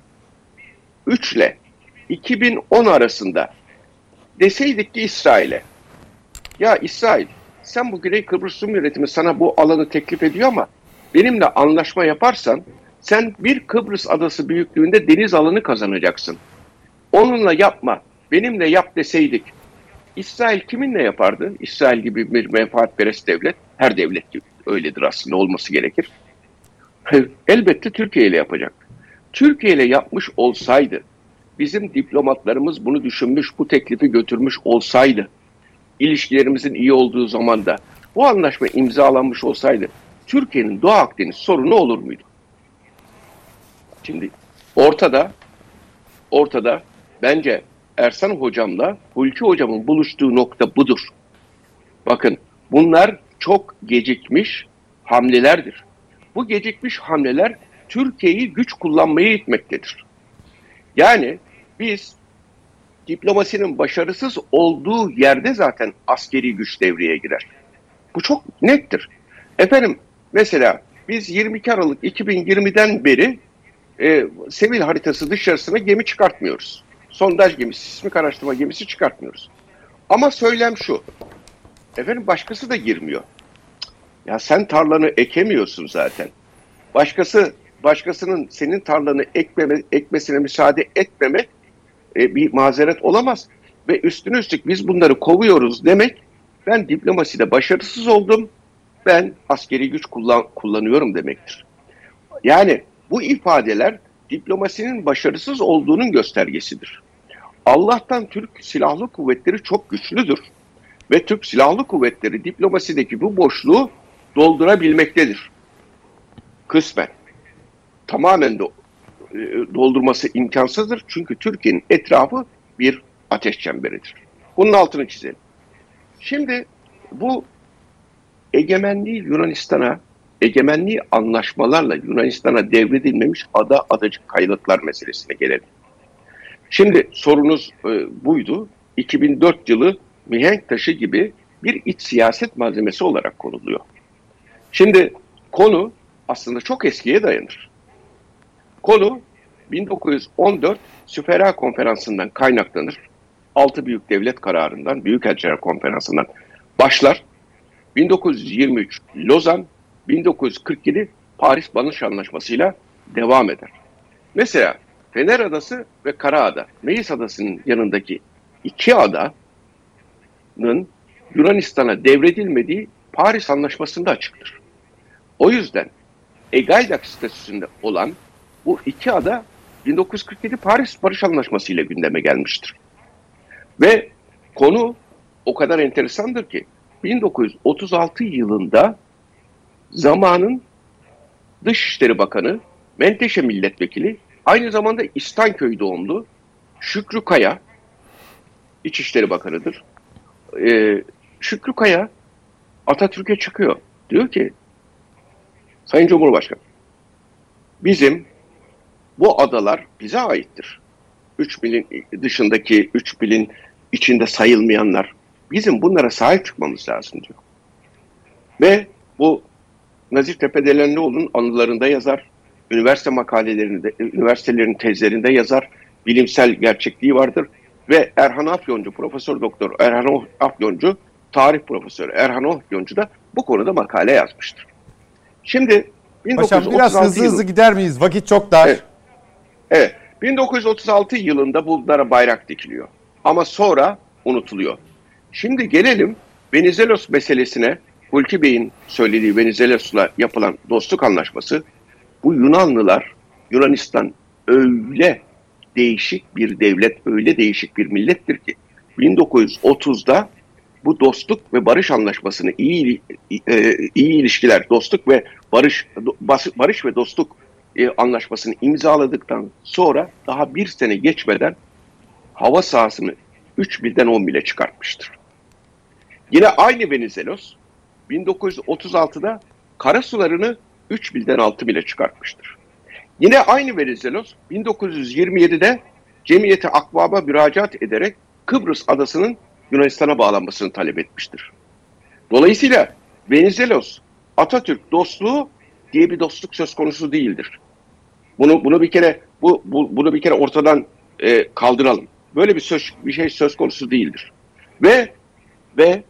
ile 2010 arasında deseydik ki İsrail'e, ya İsrail sen bu Güney Kıbrıs Rum yönetimi sana bu alanı teklif ediyor ama benimle anlaşma yaparsan sen bir Kıbrıs adası büyüklüğünde deniz alanı kazanacaksın. Onunla yapma, benimle yap deseydik, İsrail kiminle yapardı? İsrail gibi bir menfaatperest devlet, her devlet gibi öyledir aslında, olması gerekir. Elbette Türkiye ile yapacaktı. Türkiye ile yapmış olsaydı, bizim diplomatlarımız bunu düşünmüş, bu teklifi götürmüş olsaydı, ilişkilerimizin iyi olduğu zaman da bu anlaşma imzalanmış olsaydı, Türkiye'nin Doğu Akdeniz sorunu olur muydu? Şimdi ortada bence Ersan hocamla Hulki hocamın buluştuğu nokta budur. Bakın bunlar çok gecikmiş hamlelerdir. Bu gecikmiş hamleler Türkiye'yi güç kullanmaya itmektedir. Yani biz diplomasinin başarısız olduğu yerde zaten askeri güç devreye girer. Bu çok nettir. Efendim mesela biz 22 Aralık 2020'den beri Sevil haritası dışarısına gemi çıkartmıyoruz. Sondaj gemisi, sismik araştırma gemisi çıkartmıyoruz. Ama söylem şu, efendim başkası da girmiyor. Ya sen tarlanı ekemiyorsun zaten. Başkasının senin tarlanı ekmesine müsaade etmemek bir mazeret olamaz. Ve üstüne üstlük biz bunları kovuyoruz demek, ben diplomaside başarısız oldum, ben askeri güç kullanıyorum demektir. Yani bu ifadeler diplomasinin başarısız olduğunun göstergesidir. Allah'tan Türk Silahlı Kuvvetleri çok güçlüdür. Ve Türk Silahlı Kuvvetleri diplomasideki bu boşluğu doldurabilmektedir. Kısmen. Tamamen doldurması imkansızdır. Çünkü Türkiye'nin etrafı bir ateş çemberidir. Bunun altını çizelim. Şimdi bu egemenliği anlaşmalarla Yunanistan'a devredilmemiş ada adacık kayalıklar meselesine gelelim. Şimdi sorunuz buydu. 2004 yılı mihenk taşı gibi bir iç siyaset malzemesi olarak konuluyor. Şimdi konu aslında çok eskiye dayanır. Konu 1914 Süfera Konferansı'ndan kaynaklanır. 6 büyük devlet kararından, Büyükelçiler Konferansı'ndan başlar. 1923 Lozan, 1947 Paris Barış Anlaşması'yla devam eder. Mesela Fener Adası ve Karaada, Meis Adası'nın yanındaki iki adanın Yunanistan'a devredilmediği Paris Anlaşması'nda açıktır. O yüzden Egaidak statüsünde olan bu iki ada 1947 Paris Barış Anlaşması ile gündeme gelmiştir. Ve konu o kadar enteresandır ki 1936 yılında zamanın Dışişleri Bakanı, Menteşe Milletvekili, aynı zamanda İstanköy doğumlu Şükrü Kaya, İçişleri Bakanı'dır. Şükrü Kaya Atatürk'e çıkıyor. Diyor ki, Sayın Cumhurbaşkanı, bizim bu adalar bize aittir. 3 milin dışındaki 3 milin içinde sayılmayanlar, bizim bunlara sahip çıkmamız lazım diyor. Ve bu Nazif Tepedelenlioğlu'nun anılarında yazar, üniversite makalelerinde, üniversitelerin tezlerinde yazar, bilimsel gerçekliği vardır. Ve Erhan Afyoncu, Profesör Doktor Erhan Afyoncu, tarih profesörü Erhan Afyoncu da bu konuda makale yazmıştır. Şimdi Paşam biraz hızlı gider miyiz? Vakit çok dar. Evet. 1936 yılında bunlara bayrak dikiliyor. Ama sonra unutuluyor. Şimdi gelelim Venizelos meselesine. Hulki Bey'in söylediği Venizelos'la yapılan dostluk anlaşması. Bu Yunanlılar, Yunanistan öyle değişik bir devlet, öyle değişik bir millettir ki 1930'da bu dostluk ve barış anlaşmasını iyi ilişkiler, dostluk ve barış ve dostluk anlaşmasını imzaladıktan sonra daha bir sene geçmeden hava sahasını 3 milden 10 mile çıkartmıştır. Yine aynı Venizelos 1936'da karasularını 3 milden 6 mile çıkartmıştır. Yine aynı Venizelos 1927'de Cemiyeti Akvab'a müracaat ederek Kıbrıs adasının Yunanistan'a bağlanmasını talep etmiştir. Dolayısıyla Venizelos Atatürk dostluğu diye bir dostluk söz konusu değildir. Bunu bir kere ortadan kaldıralım. Böyle bir şey söz konusu değildir. Ve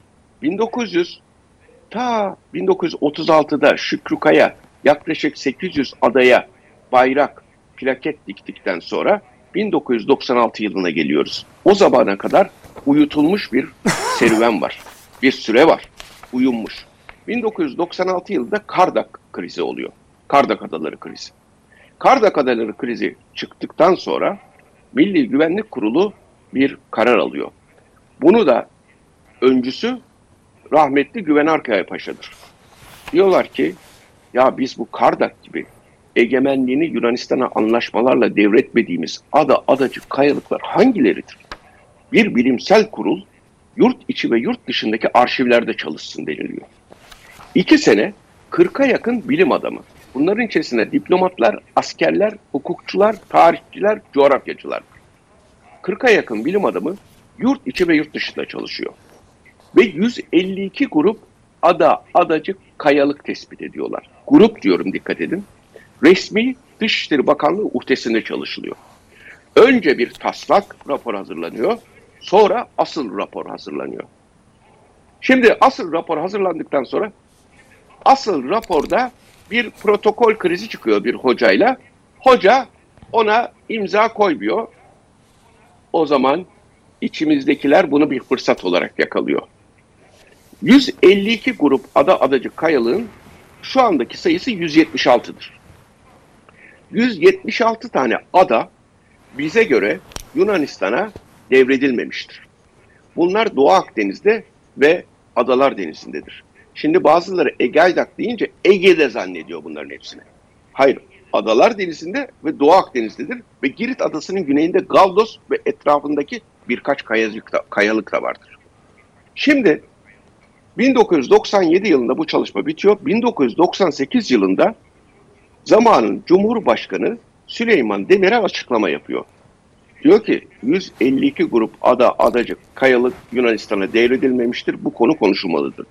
1936'da Şükrü Kaya yaklaşık 800 adaya bayrak, plaket diktikten sonra 1996 yılına geliyoruz. O zamana kadar uyutulmuş bir serüven var. Bir süre var. Uyunmuş. 1996 yılında Kardak krizi oluyor. Kardak Adaları krizi. Kardak Adaları krizi çıktıktan sonra Milli Güvenlik Kurulu bir karar alıyor. Bunu da öncüsü rahmetli Güven Arkaya Paşa'dır. Diyorlar ki ya biz bu Kardak gibi egemenliğini Yunanistan'a anlaşmalarla devretmediğimiz adacık kayalıklar hangileridir? Bir bilimsel kurul yurt içi ve yurt dışındaki arşivlerde çalışsın deniliyor. 2 sene 40'a yakın bilim adamı. Bunların içerisinde diplomatlar, askerler, hukukçular, tarihçiler, coğrafyacılar. 40'a yakın bilim adamı yurt içi ve yurt dışında çalışıyor. Ve 152 grup adacık kayalık tespit ediyorlar. Grup diyorum, dikkat edin. Resmi Dışişleri Bakanlığı uhdesinde çalışılıyor. Önce bir taslak rapor hazırlanıyor, sonra asıl rapor hazırlanıyor. Şimdi asıl rapor hazırlandıktan sonra asıl raporda bir protokol krizi çıkıyor bir hocayla. Hoca ona imza koymuyor. O zaman içimizdekiler bunu bir fırsat olarak yakalıyor. 152 grup adacık kayalığın şu andaki sayısı 176'dır. 176 tane ada bize göre Yunanistan'a devredilmemiştir. Bunlar Doğu Akdeniz'de ve Adalar Denizi'ndedir. Şimdi bazıları Egeydak deyince Ege'de zannediyor bunların hepsini. Hayır. Adalar Denizi'nde ve Doğu Akdeniz'dedir ve Girit Adası'nın güneyinde Galdos ve etrafındaki birkaç kayalık da vardır. Şimdi 1997 yılında bu çalışma bitiyor. 1998 yılında zamanın Cumhurbaşkanı Süleyman Demirel açıklama yapıyor. Diyor ki 152 grup adacık, kayalık Yunanistan'a devredilmemiştir. Bu konu konuşulmalıdır.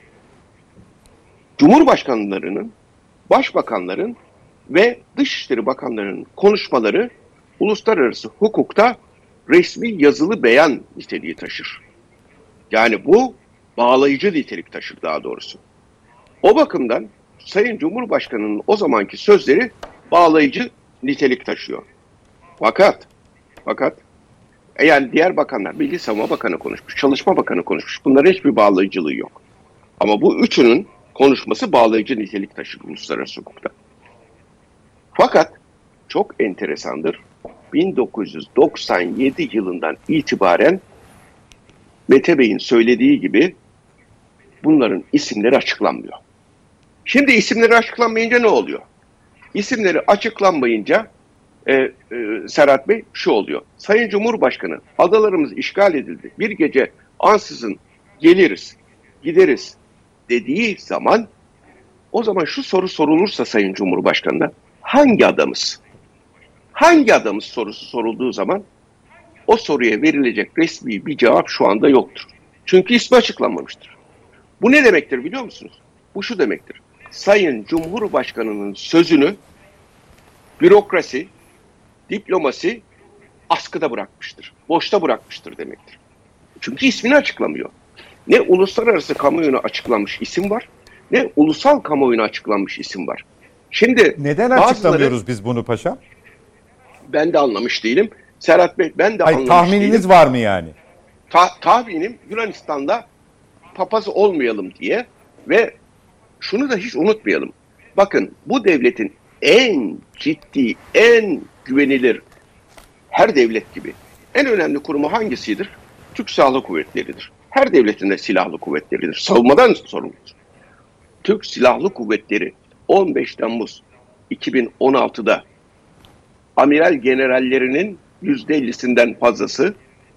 Cumhurbaşkanlarının, başbakanların ve Dışişleri Bakanlarının konuşmaları uluslararası hukukta resmi yazılı beyan niteliği taşır. Yani bu bağlayıcı nitelik taşır daha doğrusu. O bakımdan Sayın Cumhurbaşkanı'nın o zamanki sözleri bağlayıcı nitelik taşıyor. Fakat yani diğer bakanlar, Milli Savunma Bakanı konuşmuş, Çalışma Bakanı konuşmuş. Bunların hiçbir bağlayıcılığı yok. Ama bu üçünün konuşması bağlayıcı nitelik taşır uluslararası hukukta. Fakat çok enteresandır. 1997 yılından itibaren Mete Bey'in söylediği gibi bunların isimleri açıklanmıyor. Şimdi isimleri açıklanmayınca ne oluyor? İsimleri açıklanmayınca Serhat Bey şu oluyor. Sayın Cumhurbaşkanı adalarımız işgal edildi. Bir gece ansızın geliriz, gideriz dediği zaman o zaman şu soru sorulursa Sayın Cumhurbaşkanı'na hangi adamız? Hangi adamız sorusu sorulduğu zaman o soruya verilecek resmi bir cevap şu anda yoktur. Çünkü ismi açıklanmamıştır. Bu ne demektir biliyor musunuz? Bu şu demektir. Sayın Cumhurbaşkanı'nın sözünü bürokrasi, diplomasi askıda bırakmıştır. Boşta bırakmıştır demektir. Çünkü ismini açıklamıyor. Ne uluslararası kamuoyuna açıklanmış isim var, ne ulusal kamuoyuna açıklanmış isim var. Şimdi neden açıklamıyoruz biz bunu paşam? Ben de anlamış değilim. Serhat Bey ben de Hayır, anlamış tahmininiz değilim. var mı yani? Tahminim Yunanistan'da papaz olmayalım diye ve şunu da hiç unutmayalım. Bakın bu devletin en ciddi, en güvenilir her devlet gibi en önemli kurumu hangisidir? Türk Silahlı Kuvvetleri'dir. Her devletin de silahlı kuvvetleridir. Savunmadan sorumludur. Türk Silahlı Kuvvetleri 15 Temmuz 2016'da amiral generallerinin %50'sinden fazlası,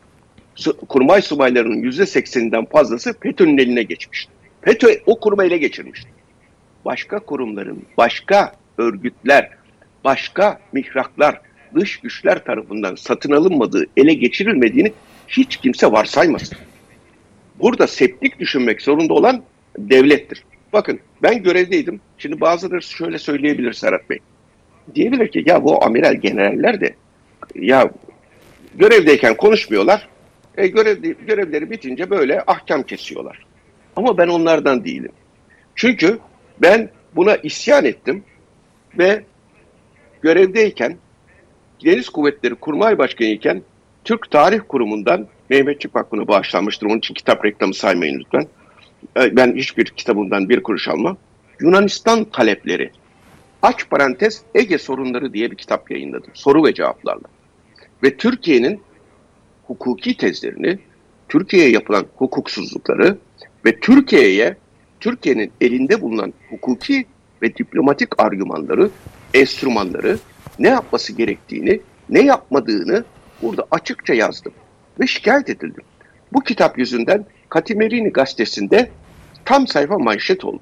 kurmay subaylarının %80'inden fazlası FETÖ'nün eline geçmişti. FETÖ o kurumu ele geçirmişti. Başka kurumların, başka örgütler, başka mihraklar, dış güçler tarafından satın alınmadığı, ele geçirilmediğini hiç kimse varsaymasın. Burada septik düşünmek zorunda olan devlettir. Bakın ben görevdeydim. Şimdi bazıları şöyle söyleyebilir Serhat Bey. Diyebilir ki ya bu amiral generaller de ya görevdeyken konuşmuyorlar. Görevleri bitince böyle ahkam kesiyorlar. Ama ben onlardan değilim. Çünkü ben buna isyan ettim ve görevdeyken Deniz Kuvvetleri Kurmay Başkanı iken Türk Tarih Kurumu'ndan Mehmetçik Vakfı'na bağışlanmıştır. Onun için kitap reklamı saymayın lütfen. Ben hiçbir kitabından bir kuruş almam. Yunanistan talepleri, aç parantez Ege sorunları diye bir kitap yayınladım. Soru ve cevaplarla. Ve Türkiye'nin hukuki tezlerini, Türkiye'ye yapılan hukuksuzlukları ve Türkiye'nin elinde bulunan hukuki ve diplomatik argümanları, enstrümanları, ne yapması gerektiğini, ne yapmadığını burada açıkça yazdım. Ve şikayet edildim. Bu kitap yüzünden Katimerini gazetesinde tam sayfa manşet oldu.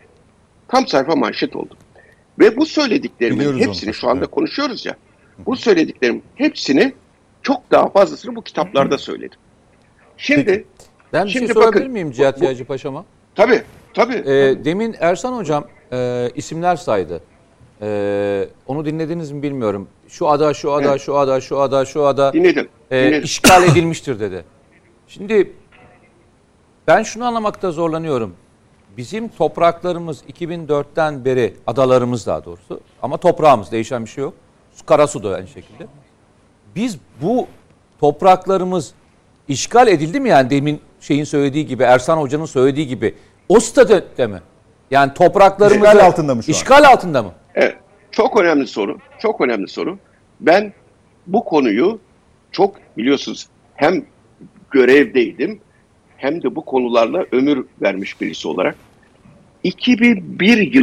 Tam sayfa manşet oldu. Ve bu söylediklerimin Biliyoruz hepsini onu. şu anda konuşuyoruz ya. Bu söylediklerimin hepsini çok daha fazlasını bu kitaplarda söyledim. Şimdi Ben bir şey şimdi sorabilir bakın, miyim Cihat Yaycı Paşam'a? Tabii. Demin Ersan Hocam isimler saydı. Onu dinlediniz mi bilmiyorum. Şu ada, şu ada, Evet. şu ada, şu ada, şu ada Dinledim. işgal edilmiştir dedi. Şimdi ben şunu anlamakta zorlanıyorum. Bizim topraklarımız 2004'ten beri, adalarımız daha doğrusu ama toprağımız, değişen bir şey yok. Karasu da aynı şekilde. Biz bu topraklarımız işgal edildi mi yani demin şeyin söylediği gibi, Ersan Hoca'nın söylediği gibi o statüde mi? Yani topraklarımız İşgal altında mı şu an? İşgal altında mı? Evet. Çok önemli soru. Çok önemli soru. Ben bu konuyu çok biliyorsunuz hem görevdeydim hem de bu konularla ömür vermiş birisi olarak 2001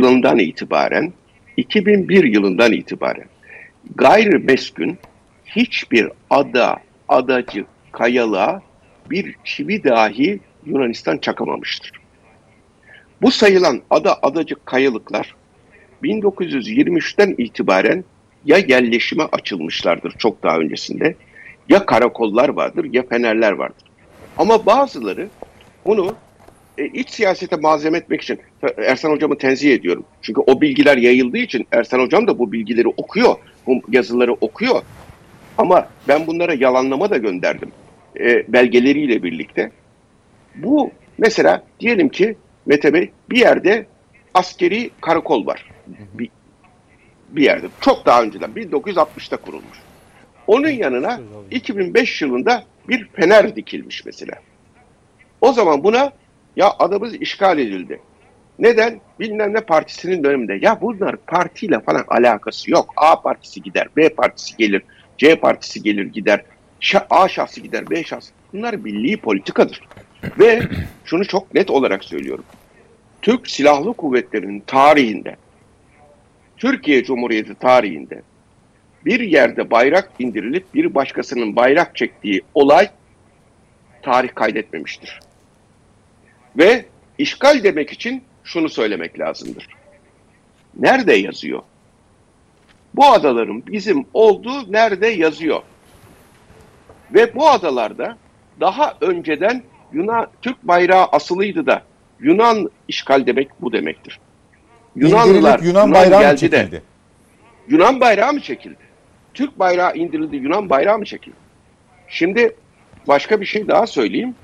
yılından itibaren gayrimeskun hiçbir adacı, kayalığa bir çivi dahi Yunanistan çakamamıştır. Bu sayılan adacık kayalıklar 1923'ten itibaren ya yerleşime açılmışlardır çok daha öncesinde, ya karakollar vardır, ya fenerler vardır. Ama bazıları bunu iç siyasete malzeme etmek için, Ersan Hocam'ı tenzih ediyorum. Çünkü o bilgiler yayıldığı için Ersan Hocam da bu bilgileri okuyor, bu yazıları okuyor. Ama ben bunlara yalanlama da gönderdim belgeleriyle birlikte. Bu mesela diyelim ki Mete Bey, bir yerde askeri karakol var. Bir yerde. Çok daha önceden 1960'ta kurulmuş. Onun yanına 2005 yılında bir fener dikilmiş mesela. O zaman buna ya adamız işgal edildi. Neden? Bilmem ne partisinin döneminde. Ya bunlar partiyle falan alakası yok. A partisi gider, B partisi gelir, C partisi gelir gider, A şahsı gider, B şahsı. Bunlar milli politikadır. Ve şunu çok net olarak söylüyorum. Türk Silahlı Kuvvetleri'nin tarihinde, Türkiye Cumhuriyeti tarihinde bir yerde bayrak indirilip bir başkasının bayrak çektiği olay tarih kaydetmemiştir. Ve işgal demek için şunu söylemek lazımdır. Nerede yazıyor? Bu adaların bizim olduğu nerede yazıyor? Ve bu adalarda daha önceden Türk bayrağı asılıydı da Yunan işgal demek bu demektir. Yunanlılar Yunan bayrağı mı çekildi? Yunan bayrağı mı çekildi? Türk bayrağı indirildi, Yunan bayrağı mı çekildi? Şimdi başka bir şey daha söyleyeyim.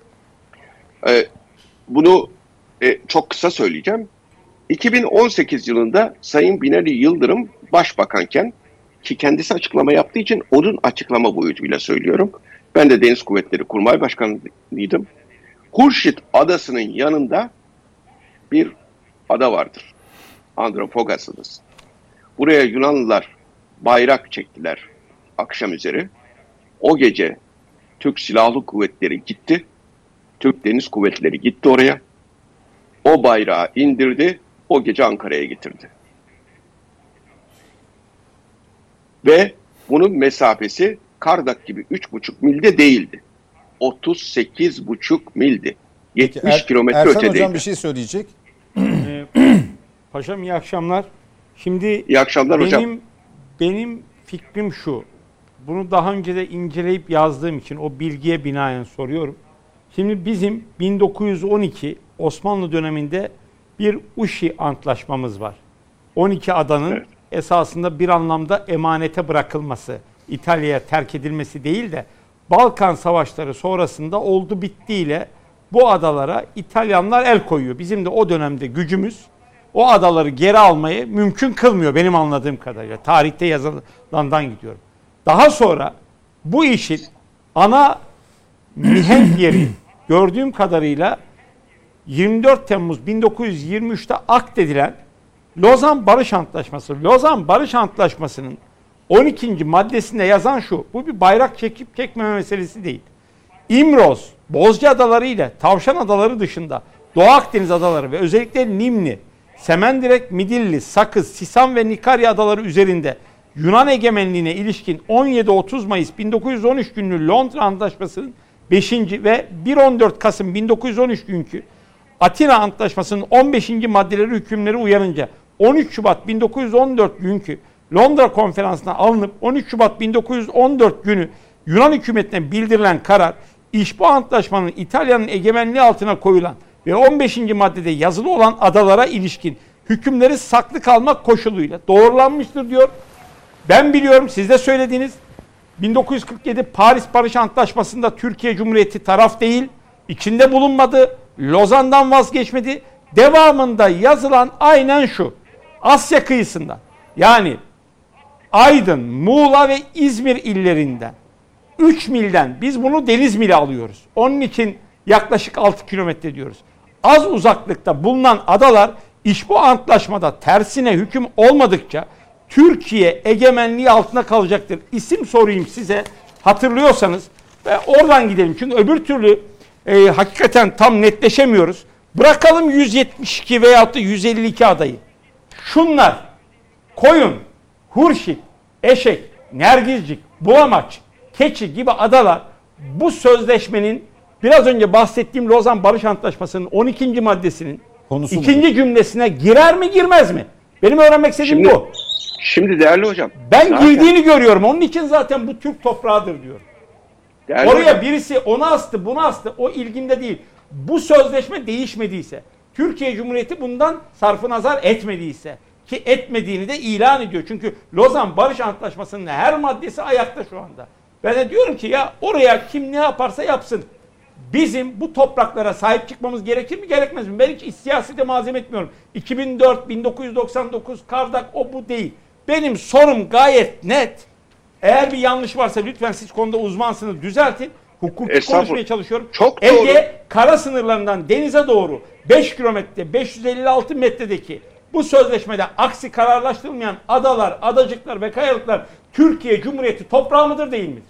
Bunu çok kısa söyleyeceğim. 2018 yılında Sayın Binali Yıldırım başbakanken, ki kendisi açıklama yaptığı için onun açıklama boyutuyla söylüyorum. Ben de Deniz Kuvvetleri Kurmay Başkanıydım. Hurşit Adası'nın yanında bir ada vardır. Andropogas Adası. Buraya Yunanlılar bayrak çektiler akşam üzeri. O gece Türk Silahlı Kuvvetleri gitti. Türk Deniz Kuvvetleri gitti oraya. O bayrağı indirdi. O gece Ankara'ya getirdi. Ve bunun mesafesi Kardak gibi 3,5 milde değildi. 38,5 mildi. 70 kilometre ötedeydi. Ersan Hocam bir şey söyleyecek. Paşam iyi akşamlar. Şimdi İyi akşamlar hocam. Benim fikrim şu. Bunu daha önce de inceleyip yazdığım için o bilgiye binaen soruyorum. Şimdi bizim 1912 Osmanlı döneminde bir Uşi Antlaşmamız var. 12 adanın esasında bir anlamda emanete bırakılması, İtalya'ya terk edilmesi değil de Balkan Savaşları sonrasında oldu bittiğiyle bu adalara İtalyanlar el koyuyor. Bizim de o dönemde gücümüz o adaları geri almayı mümkün kılmıyor benim anladığım kadarıyla. Tarihte yazılandan gidiyorum. Daha sonra bu işin ana mihenk yeri gördüğüm kadarıyla 24 Temmuz 1923'te akdedilen Lozan Barış Antlaşması. Lozan Barış Antlaşması'nın 12. maddesinde yazan şu. Bu bir bayrak çekip çekmeme meselesi değil. İmroz, Bozca Adaları ile Tavşan Adaları dışında Doğu Akdeniz adaları ve özellikle Nimli, Semendirek, Midilli, Sakız, Sisam ve Nikarya adaları üzerinde Yunan egemenliğine ilişkin 17-30 Mayıs 1913 günlü Londra Antlaşması'nın 5. ve 1-14 Kasım 1913 günkü Atina Antlaşması'nın 15. maddeleri hükümleri uyarınca 13 Şubat 1914 günkü Londra Konferansı'na alınıp 13 Şubat 1914 günü Yunan hükümetine bildirilen karar, bu antlaşmanın İtalya'nın egemenliği altına koyulan ve 15. maddede yazılı olan adalara ilişkin hükümleri saklı kalmak koşuluyla doğrulanmıştır diyor. Ben biliyorum, siz de söylediniz. 1947 Paris Barış Antlaşması'nda Türkiye Cumhuriyeti taraf değil, içinde bulunmadı, Lozan'dan vazgeçmedi. Devamında yazılan aynen şu: Asya kıyısında, yani Aydın, Muğla ve İzmir illerinden 3 milden biz bunu deniz mili alıyoruz. Onun için yaklaşık 6 kilometre diyoruz. Az uzaklıkta bulunan adalar bu antlaşmada tersine hüküm olmadıkça Türkiye egemenliği altında kalacaktır. İsim sorayım size, hatırlıyorsanız ve oradan gidelim. Çünkü öbür türlü hakikaten tam netleşemiyoruz. Bırakalım 172 veyahut da 152 adayı. Şunlar Koyun, Hurşit, Eşek, Nergizcik, Bulamaç, Keçi gibi adalar bu sözleşmenin biraz önce bahsettiğim Lozan Barış Antlaşması'nın 12. maddesinin Konusu ikinci cümlesine girer mi girmez mi? Benim öğrenmek istediğim bu. Şimdi değerli hocam. Ben zaten, girdiğini görüyorum. Onun için zaten bu Türk toprağıdır diyorum. değerli Oraya hocam, birisi onu astı, bunu astı. O ilgimde değil. Bu sözleşme değişmediyse, Türkiye Cumhuriyeti bundan sarfı nazar etmediyse, ki etmediğini de ilan ediyor. Çünkü Lozan Barış Antlaşması'nın her maddesi ayakta şu anda. Ben de diyorum ki ya oraya kim ne yaparsa yapsın. Bizim bu topraklara sahip çıkmamız gerekir mi gerekmez mi? Ben hiç siyasete malzeme etmiyorum. 2004, 1999, Kardak o bu değil. Benim sorum gayet net. Eğer bir yanlış varsa lütfen siz konuda uzmansınız düzeltin. Hukuki konuşmaya çalışıyorum. Çok Ege doğru. kara sınırlarından denize doğru 5 kilometre 556 metredeki bu sözleşmede aksi kararlaştırılmayan adalar, adacıklar ve kayalıklar Türkiye Cumhuriyeti toprağı mıdır değil midir?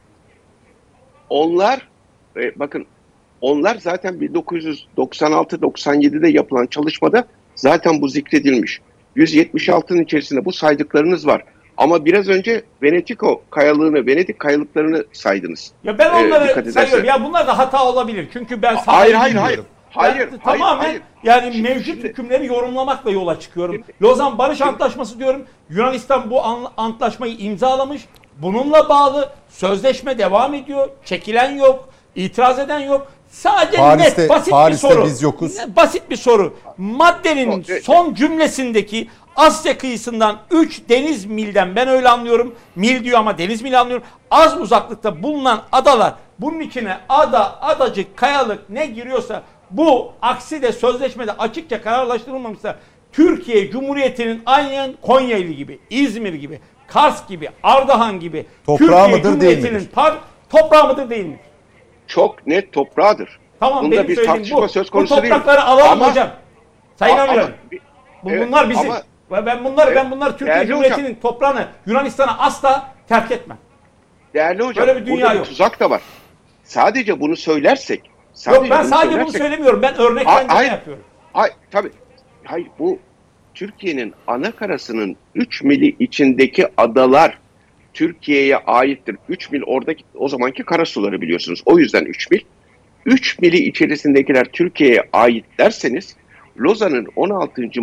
onlar bakın onlar zaten 1996-97'de yapılan çalışmada zaten bu zikredilmiş. 176'nın içerisinde bu saydıklarınız var. Ama biraz önce Venedik kayalıklarını saydınız. Ya ben Dikkat onları edersen. sayıyorum. Ya bunlar da hata olabilir. Çünkü ben Hayır, sahayı hayır, bilmiyorum. hayır. Ben Hayır, tamamen hayır. yani mevcut hükümleri yorumlamakla yola çıkıyorum. Lozan Barış Antlaşması diyorum. Yunanistan bu antlaşmayı imzalamış. Bununla bağlı sözleşme devam ediyor. Çekilen yok, itiraz eden yok. Sadece net, basit bir soru. Biz yokuz. Basit bir soru. Maddenin son cümlesindeki Asya kıyısından 3 deniz milden, ben öyle anlıyorum. Mil diyor ama deniz mil anlıyorum. Az uzaklıkta bulunan adalar, bunun içine ada, adacık, kayalık ne giriyorsa bu aksi de sözleşmede açıkça kararlaştırılmamışsa Türkiye Cumhuriyeti'nin aynen Konya'lı gibi, İzmir gibi, Kars gibi, Ardahan gibi Toprağı Türkiye mıdır, değil Cumhuriyeti'nin midir? toprağı mıdır değil midir? Çok net toprağıdır. Tamam, Bunda benim bir söylediğim tartışma bu. söz Bu konusu değil. toprakları alalım Ama- hocam. Sayın Amirim. Evet, Bunlar bizim. ama- Ve ben bunları Türkiye değerli Cumhuriyeti'nin toprağını Yunanistan'a asla terk etmem. Değerli hocam, Böyle bir dünya burada yok. bir tuzak da var. Sadece bunu söylersek, Yok, ben sadece bunu söylemiyorum. Ben örneklendirme Hayır. yapıyorum. Tabii. Hayır, bu Türkiye'nin ana karasının 3 mili içindeki adalar Türkiye'ye aittir. 3 mil oradaki o zamanki karasuları biliyorsunuz. O yüzden 3 mil. 3 mili içerisindekiler Türkiye'ye ait derseniz Lozan'ın 16.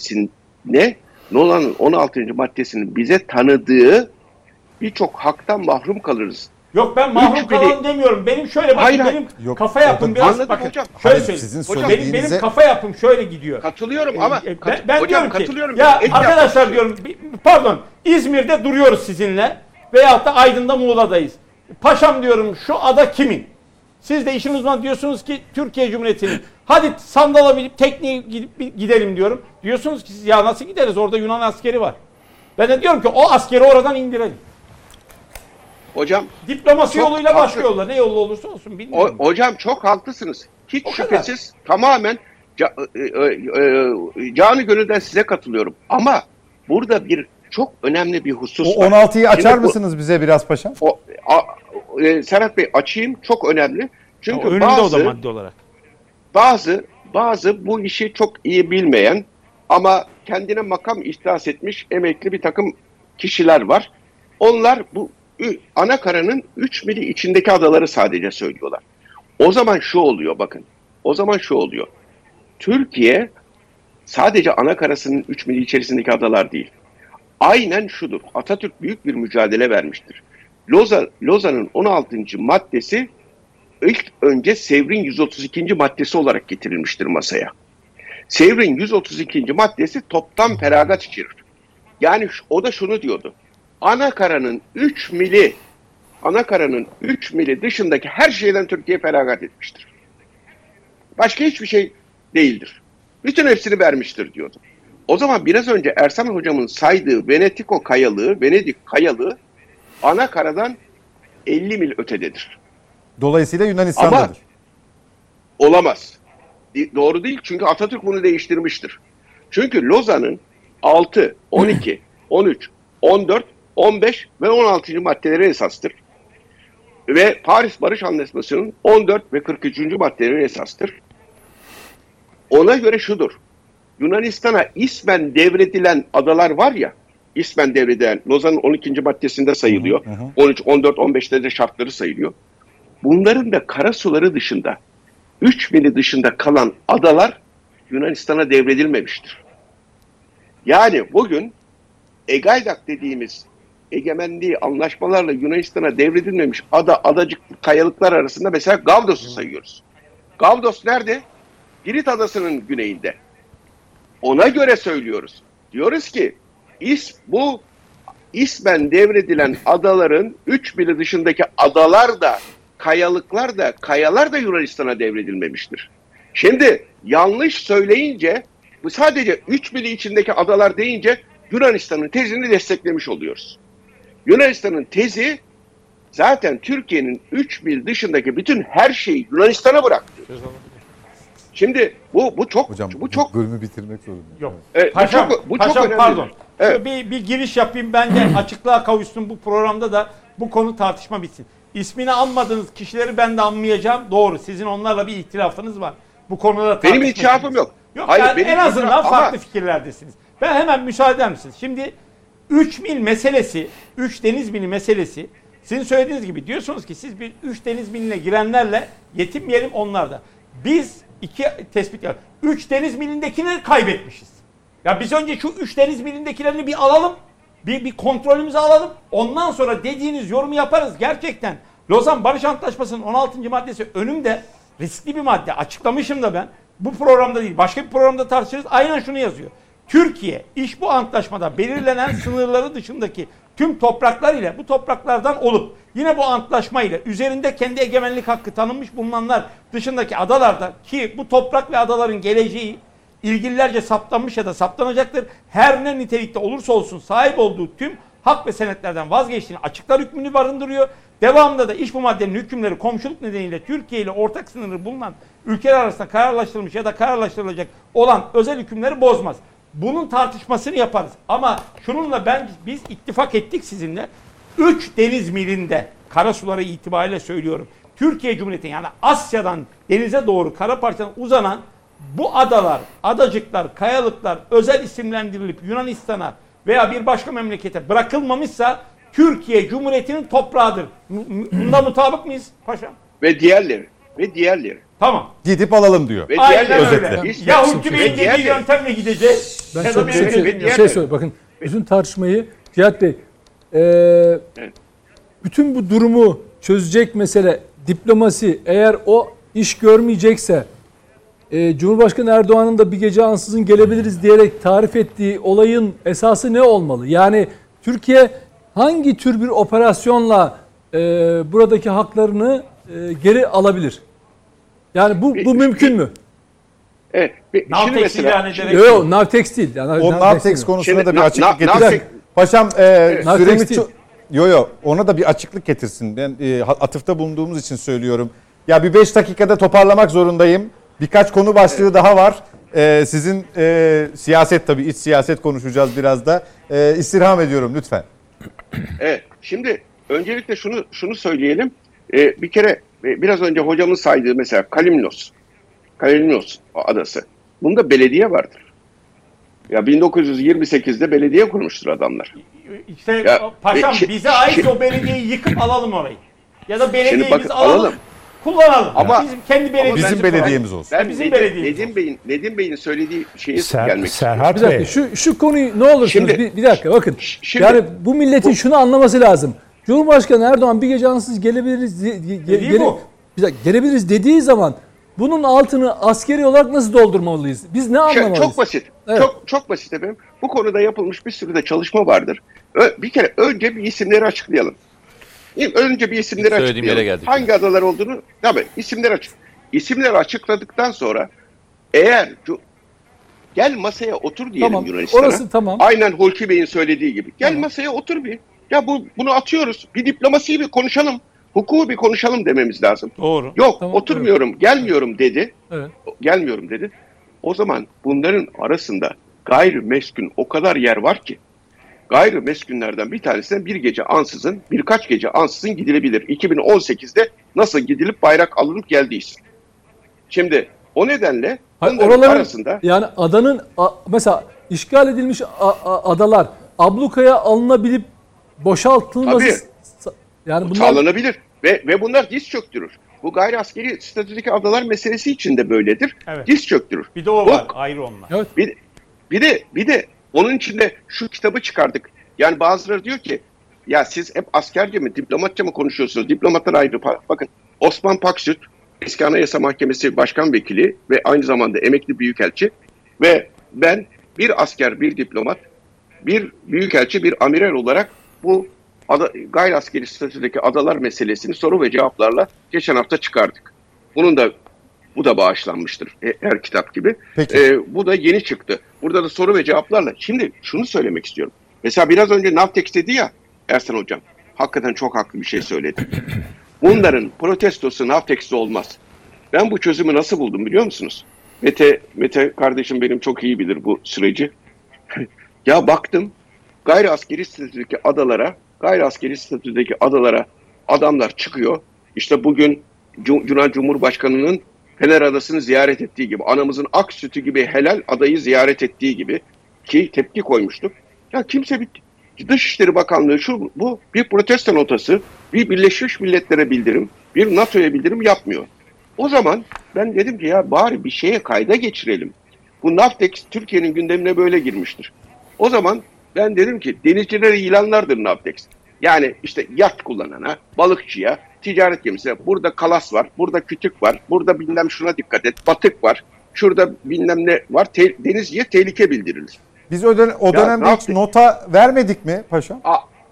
maddesinin bize tanıdığı birçok haktan mahrum kalırız. Yok, ben mahrum 3 mili kalalım demiyorum. Benim şöyle bakın, Hayır, benim yok. kafa yapım biraz Anladım bakın. hocam. Şöyle Hayır, söyleyeyim. sizin Hocam, Benim kafa yapım şöyle gidiyor. Katılıyorum ama Ben hocam diyorum ki katılıyorum. ya Et arkadaşlar yapmak diyorum pardon, İzmir'de duruyoruz sizinle veyahut da Aydın'da, Muğla'dayız. Paşam diyorum, şu ada kimin? Siz de işin uzmanı diyorsunuz ki Türkiye Cumhuriyeti'nin. Hadi sandala binip tekneye gidelim diyorum. Diyorsunuz ki siz ya nasıl gideriz, orada Yunan askeri var. Ben de diyorum ki o askeri oradan indirelim. Hocam Diplomasi Çok yoluyla haklı. başka yolla, ne yolla olursa olsun bilmiyorum. hocam çok haklısınız. Hiç O kadar. şüphesiz tamamen canı gönülden size katılıyorum. Ama burada çok önemli bir husus O var. 16'yı açar Şimdi bu- mısınız bize biraz paşam? Serhat Bey açayım, çok önemli. Çünkü Önünde o da madde olarak. bazı bu işi çok iyi bilmeyen ama kendine makam ihdas etmiş emekli bir takım kişiler var. Onlar bu ana karanın 3 mili içindeki adaları sadece söylüyorlar. O zaman şu oluyor bakın. O zaman şu oluyor. Türkiye sadece ana karasının 3 mili içerisindeki adalar değil. Aynen şudur. Atatürk büyük bir mücadele vermiştir. Lozan'ın 16. maddesi ilk önce Sevr'in 132. maddesi olarak getirilmiştir masaya. Sevr'in 132. maddesi toptan feragat içerir. Yani o da şunu diyordu. Ana karanın 3 mili dışındaki her şeyden Türkiye feragat etmiştir. Başka hiçbir şey değildir. Bütün hepsini vermiştir diyordu. O zaman biraz önce Ersan hocamın saydığı Venedik kayalığı ana karadan 50 mil ötededir. Dolayısıyla Yunanistan'dadır. Ama olamaz. Doğru değil, çünkü Atatürk bunu değiştirmiştir. Çünkü Lozan'ın 6, 12, 13, 14, 15 ve 16. maddeleri esastır. Ve Paris Barış Anlaşması'nın 14 ve 43. maddeleri esastır. Ona göre şudur. Yunanistan'a ismen devredilen adalar var ya, ismen devredilen Lozan'ın 12. maddesinde sayılıyor. 13, 14, 15'te de şartları sayılıyor. Bunların da karasuları dışında, 3 mili dışında kalan adalar Yunanistan'a devredilmemiştir. Yani bugün Egaydak dediğimiz egemenliği anlaşmalarla Yunanistan'a devredilmemiş adacık kayalıklar arasında mesela Gavdos'u sayıyoruz. Gavdos nerede? Girit Adası'nın güneyinde. Ona göre söylüyoruz. Diyoruz ki bu ismen devredilen adaların 3 mili dışındaki adalar da kayalar da Yunanistan'a devredilmemiştir. Şimdi yanlış söyleyince bu sadece 3 mili içindeki adalar deyince Yunanistan'ın tezini desteklemiş oluyoruz. Yunanistan'ın tezi zaten Türkiye'nin 3 mil dışındaki bütün her şeyi Yunanistan'a bıraktı. Şimdi bu çok Hocam bu çok bölümü bitirmek zorundayım. Yok. Paşam, bu çok önemli. Pardon. Evet. Bir giriş yapayım ben de açıklığa kavuşsun bu programda da bu konu tartışma bitsin. İsmini anmadığınız kişileri ben de anmayacağım. Doğru. Sizin onlarla bir ihtilafınız var. Bu konuda tartışma. Benim ihtilafım yok. Yok. Hayır, Yani en azından farklı ama fikirlerdesiniz. Ben hemen müsaade eder misiniz? Şimdi 3 mil meselesi, 3 deniz mili meselesi sizin söylediğiniz gibi diyorsunuz ki siz bir 3 deniz miline girenlerle yetinmeyelim onlarda. Biz 2 tespit yaptık. 3 deniz milindekileri kaybetmişiz. Ya biz önce şu 3 deniz milindekilerini bir alalım. Bir kontrolümüzü alalım. Ondan sonra dediğiniz yorumu yaparız. Gerçekten Lozan Barış Antlaşması'nın 16. maddesi önümde, riskli bir madde. Açıklamışım da ben. Bu programda değil, başka bir programda tartışırız. Aynen şunu yazıyor. Türkiye bu antlaşmada belirlenen sınırları dışındaki tüm topraklar ile bu topraklardan olup yine bu antlaşma ile üzerinde kendi egemenlik hakkı tanınmış bulunanlar dışındaki adalarda ki bu toprak ve adaların geleceği ilgililerce saptanmış ya da saptanacaktır. Her ne nitelikte olursa olsun sahip olduğu tüm hak ve senetlerden vazgeçtiğini açıklar hükmünü barındırıyor. Devamında da bu maddenin hükümleri komşuluk nedeniyle Türkiye ile ortak sınırı bulunan ülkeler arasında kararlaştırılmış ya da kararlaştırılacak olan özel hükümleri bozmaz. Bunun tartışmasını yaparız. Ama şununla biz ittifak ettik sizinle. 3 deniz milinde karasuları itibariyle söylüyorum. Türkiye Cumhuriyeti yani Asya'dan denize doğru kara parçadan uzanan bu adalar, adacıklar, kayalıklar özel isimlendirilip Yunanistan'a veya bir başka memlekete bırakılmamışsa Türkiye Cumhuriyeti'nin toprağıdır. Bunda mutabık mıyız paşam? Ve diğerleri. Tamam. Gidip alalım diyor. Ve Aynen diğerleri. öyle. Ya Hulki Bey'in dediği yöntemle gideceğiz. Ben ya çok da bir şey söyleyeyim. Bakın bütün tartışmayı Cihat Bey bütün bu durumu çözecek mesele diplomasi. Eğer o iş görmeyecekse Cumhurbaşkanı Erdoğan'ın da bir gece ansızın gelebiliriz diyerek tarif ettiği olayın esası ne olmalı? Yani Türkiye hangi tür bir operasyonla buradaki haklarını geri alabilir? Yani bu mümkün mü? Evet. Şimdi mesela Yok, Navtex değil. Yani O Navtex konusunda Şimdi da bir açıklık getirsin. Paşam süremiz çok... Ona da bir açıklık getirsin. Ben atıfta bulunduğumuz için söylüyorum. Ya bir 5 dakikada toparlamak zorundayım. Birkaç konu başlığı daha var. Sizin siyaset tabii iç siyaset konuşacağız biraz da. İstirham ediyorum lütfen. Evet. Şimdi öncelikle şunu söyleyelim. Bir kere biraz önce hocamın saydığı mesela Kalimnos adası. Bunda belediye vardır. Ya 1928'de belediye kurmuştur adamlar. İşte Ya, paşam bize ait o belediyeyi yıkıp alalım orayı. Ya da belediyemizi alalım. Kullanalım. Ama bizim kendi belediyemiz. Bizim belediyemiz olsun. Ben Bizim belediyemiz Nedim Bey'in söylediği şeye gelmek istiyorum. Serhat Bir dakika, Bey. şu konuyu ne olursunuz Şimdi- bir dakika bakın. Şimdi- yani bu milletin şunu anlaması lazım. Cumhurbaşkanı Erdoğan bir gece ansız gelebiliriz gelebiliriz dediği zaman bunun altını askeri olarak nasıl doldurmalıyız? Biz ne anlamalıyız? Çok basit. Evet. Çok basit efendim. Bu konuda yapılmış bir sürü de çalışma vardır. Bir kere önce bir isimleri açıklayalım. Önce bir isimleri söylediğim yere açıklayalım. geldik. Hangi adalar olduğunu tabii isimleri açıkladıktan sonra eğer gel masaya otur diyelim Tamam, Yunanistan'a. orası tamam. Aynen Hulki Bey'in söylediği gibi. Gel Tamam. masaya otur bir. Ya bunu atıyoruz. Bir diplomasiyi bir konuşalım. Hukuku bir konuşalım dememiz lazım. Doğru. Yok Tamam, oturmuyorum, gelmiyorum dedi. Evet. Gelmiyorum dedi. O zaman bunların arasında gayrimeskun o kadar yer var ki gayrimeskunlerden bir tanesine birkaç gece ansızın gidilebilir. 2018'de nasıl gidilip bayrak alınıp geldiyse. Şimdi o nedenle Hayır, Bunların oraların arasında yani adanın mesela işgal edilmiş adalar ablukaya alınabilip boşaltılması yani bunlar sağlanabilir ve bunlar diz çöktürür. Bu gayri askeri statüdeki adalar meselesi için de böyledir. Evet. Diz çöktürür. Bir de o var. Ayrı onlar. evet. Bir de onun içinde şu kitabı çıkardık. Yani bazıları diyor ki ya siz hep askerce mi, diplomatça mı konuşuyorsunuz? Diplomatlar ayrı. Bakın Osman Paksüt, eski Anayasa Mahkemesi Başkan Vekili ve aynı zamanda emekli büyükelçi ve ben bir asker, bir diplomat, bir büyükelçi, bir amiral olarak bu gayri askeri statüdeki adalar meselesini soru ve cevaplarla geçen hafta çıkardık. Bu da bağışlanmıştır her kitap gibi. Bu da yeni çıktı. Burada da soru ve cevaplarla. Şimdi şunu söylemek istiyorum. Mesela biraz önce Navtex dedi ya Ersan Hocam. Hakikaten çok haklı bir şey söyledi. Bunların protestosu Navtex'te olmaz. Ben bu çözümü nasıl buldum biliyor musunuz? Mete kardeşim benim çok iyi bilir bu süreci. Ya baktım gayri askeri statüdeki adalara adamlar çıkıyor. İşte bugün Yunan Cumhurbaşkanı'nın Fener Adası'nı ziyaret ettiği gibi, anamızın ak sütü gibi helal adayı ziyaret ettiği gibi ki tepki koymuştuk. Ya kimse Dışişleri Bakanlığı bu bir protesto notası, bir Birleşmiş Milletler'e bildirim, bir NATO'ya bildirim yapmıyor. O zaman ben dedim ki ya bari bir şeye kayda geçirelim. Bu Navtex Türkiye'nin gündemine böyle girmiştir. O zaman ben dedim ki denizcilere ilanlardır Navtex. Yani işte yat kullanana, balıkçıya, ticaret gemisine burada kalas var, burada kütük var, burada bilmem şuna dikkat et, batık var, şurada bilmem ne var, denizciye tehlike bildirilir. Biz o dönemde hiç nota vermedik mi paşam?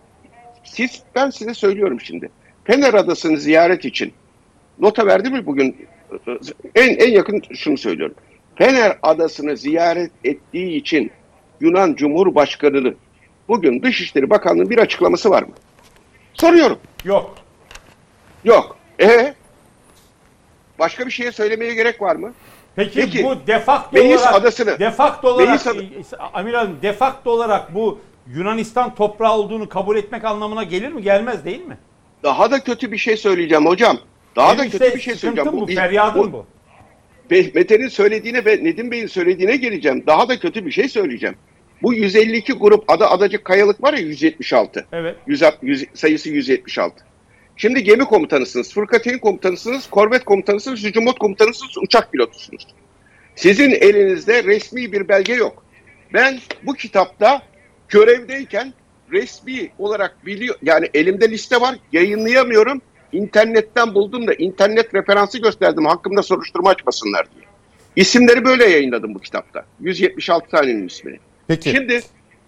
Ben size söylüyorum şimdi. Fener Adası'nı ziyaret için nota verdi mi bugün? En yakın şunu söylüyorum. Fener Adası'nı ziyaret ettiği için Yunan Cumhurbaşkanı'nın bugün Dışişleri Bakanlığı'nın bir açıklaması var mı? Soruyorum. Yok. Başka bir şeye söylemeye gerek var mı? Peki bu defakto Meis olarak Adası'nı defakto olarak bu Yunanistan toprağı olduğunu kabul etmek anlamına gelir mi? Gelmez değil mi? Daha da kötü bir şey söyleyeceğim hocam. Kötü bir şey söyleyeceğim. Bu feryadım bu. Mete'nin söylediğine ve Nedim Bey'in söylediğine geleceğim. Daha da kötü bir şey söyleyeceğim. Bu 152 grup adacık kayalık var ya 176. Evet. Sayısı 176. Şimdi gemi komutanısınız, fırkateyn komutanısınız, korvet komutanısınız, hücumot komutanısınız, uçak pilotusunuz. Sizin elinizde resmi bir belge yok. Ben bu kitapta görevdeyken resmi olarak yani elimde liste var, yayınlayamıyorum. İnternetten buldum da internet referansı gösterdim hakkımda soruşturma açmasınlar diye. İsimleri böyle yayınladım bu kitapta. 176 tanenin ismini. Peki. Şimdi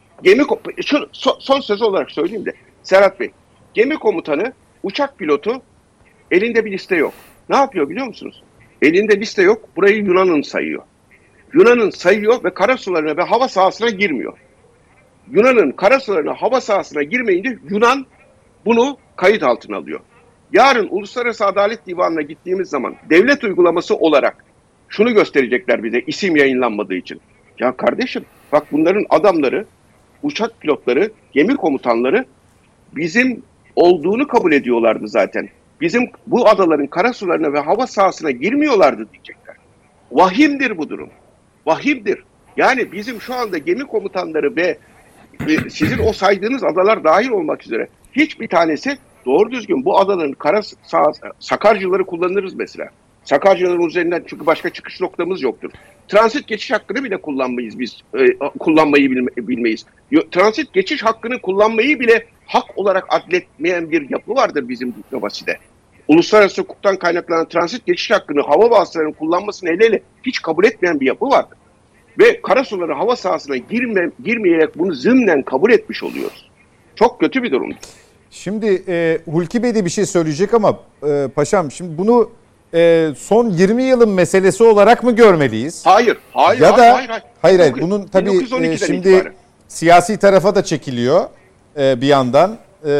son söz olarak söyleyeyim de Serhat Bey, gemi komutanı, uçak pilotu elinde bir liste yok. Ne yapıyor biliyor musunuz? Elinde liste yok. Burayı Yunan'ın sayıyor. Yunan'ın sayıyor ve karasularına ve hava sahasına girmiyor. Yunan'ın karasularına, hava sahasına girmeyince Yunan bunu kayıt altına alıyor. Yarın Uluslararası Adalet Divanı'na gittiğimiz zaman devlet uygulaması olarak şunu gösterecekler bize isim yayınlanmadığı için. Ya kardeşim bak bunların adamları, uçak pilotları, gemi komutanları bizim olduğunu kabul ediyorlardı zaten. Bizim bu adaların karasularına ve hava sahasına girmiyorlardı diyecekler. Vahimdir bu durum. Vahimdir. Yani bizim şu anda gemi komutanları ve sizin o saydığınız adalar dahil olmak üzere hiçbir tanesi doğru düzgün bu adaların Sakarcıları kullanırız mesela. Sakarcıların üzerinden çünkü başka çıkış noktamız yoktur. Transit geçiş hakkını bile kullanmayız biz. Kullanmayı bilmeyiz. Transit geçiş hakkını kullanmayı bile hak olarak adletmeyen bir yapı vardır bizim diplomaside. Uluslararası hukuktan kaynaklanan transit geçiş hakkını hava vasıtalarının kullanmasını hele hiç kabul etmeyen bir yapı vardır. Ve karasuları hava sahasına girmeyerek bunu zımnen kabul etmiş oluyoruz. Çok kötü bir durumdur. Şimdi Hulki Bey de bir şey söyleyecek ama paşam şimdi bunu son 20 yılın meselesi olarak mı görmeliyiz? Hayır. Hayır. Bunun tabii şimdi itibaren siyasi tarafa da çekiliyor bir yandan.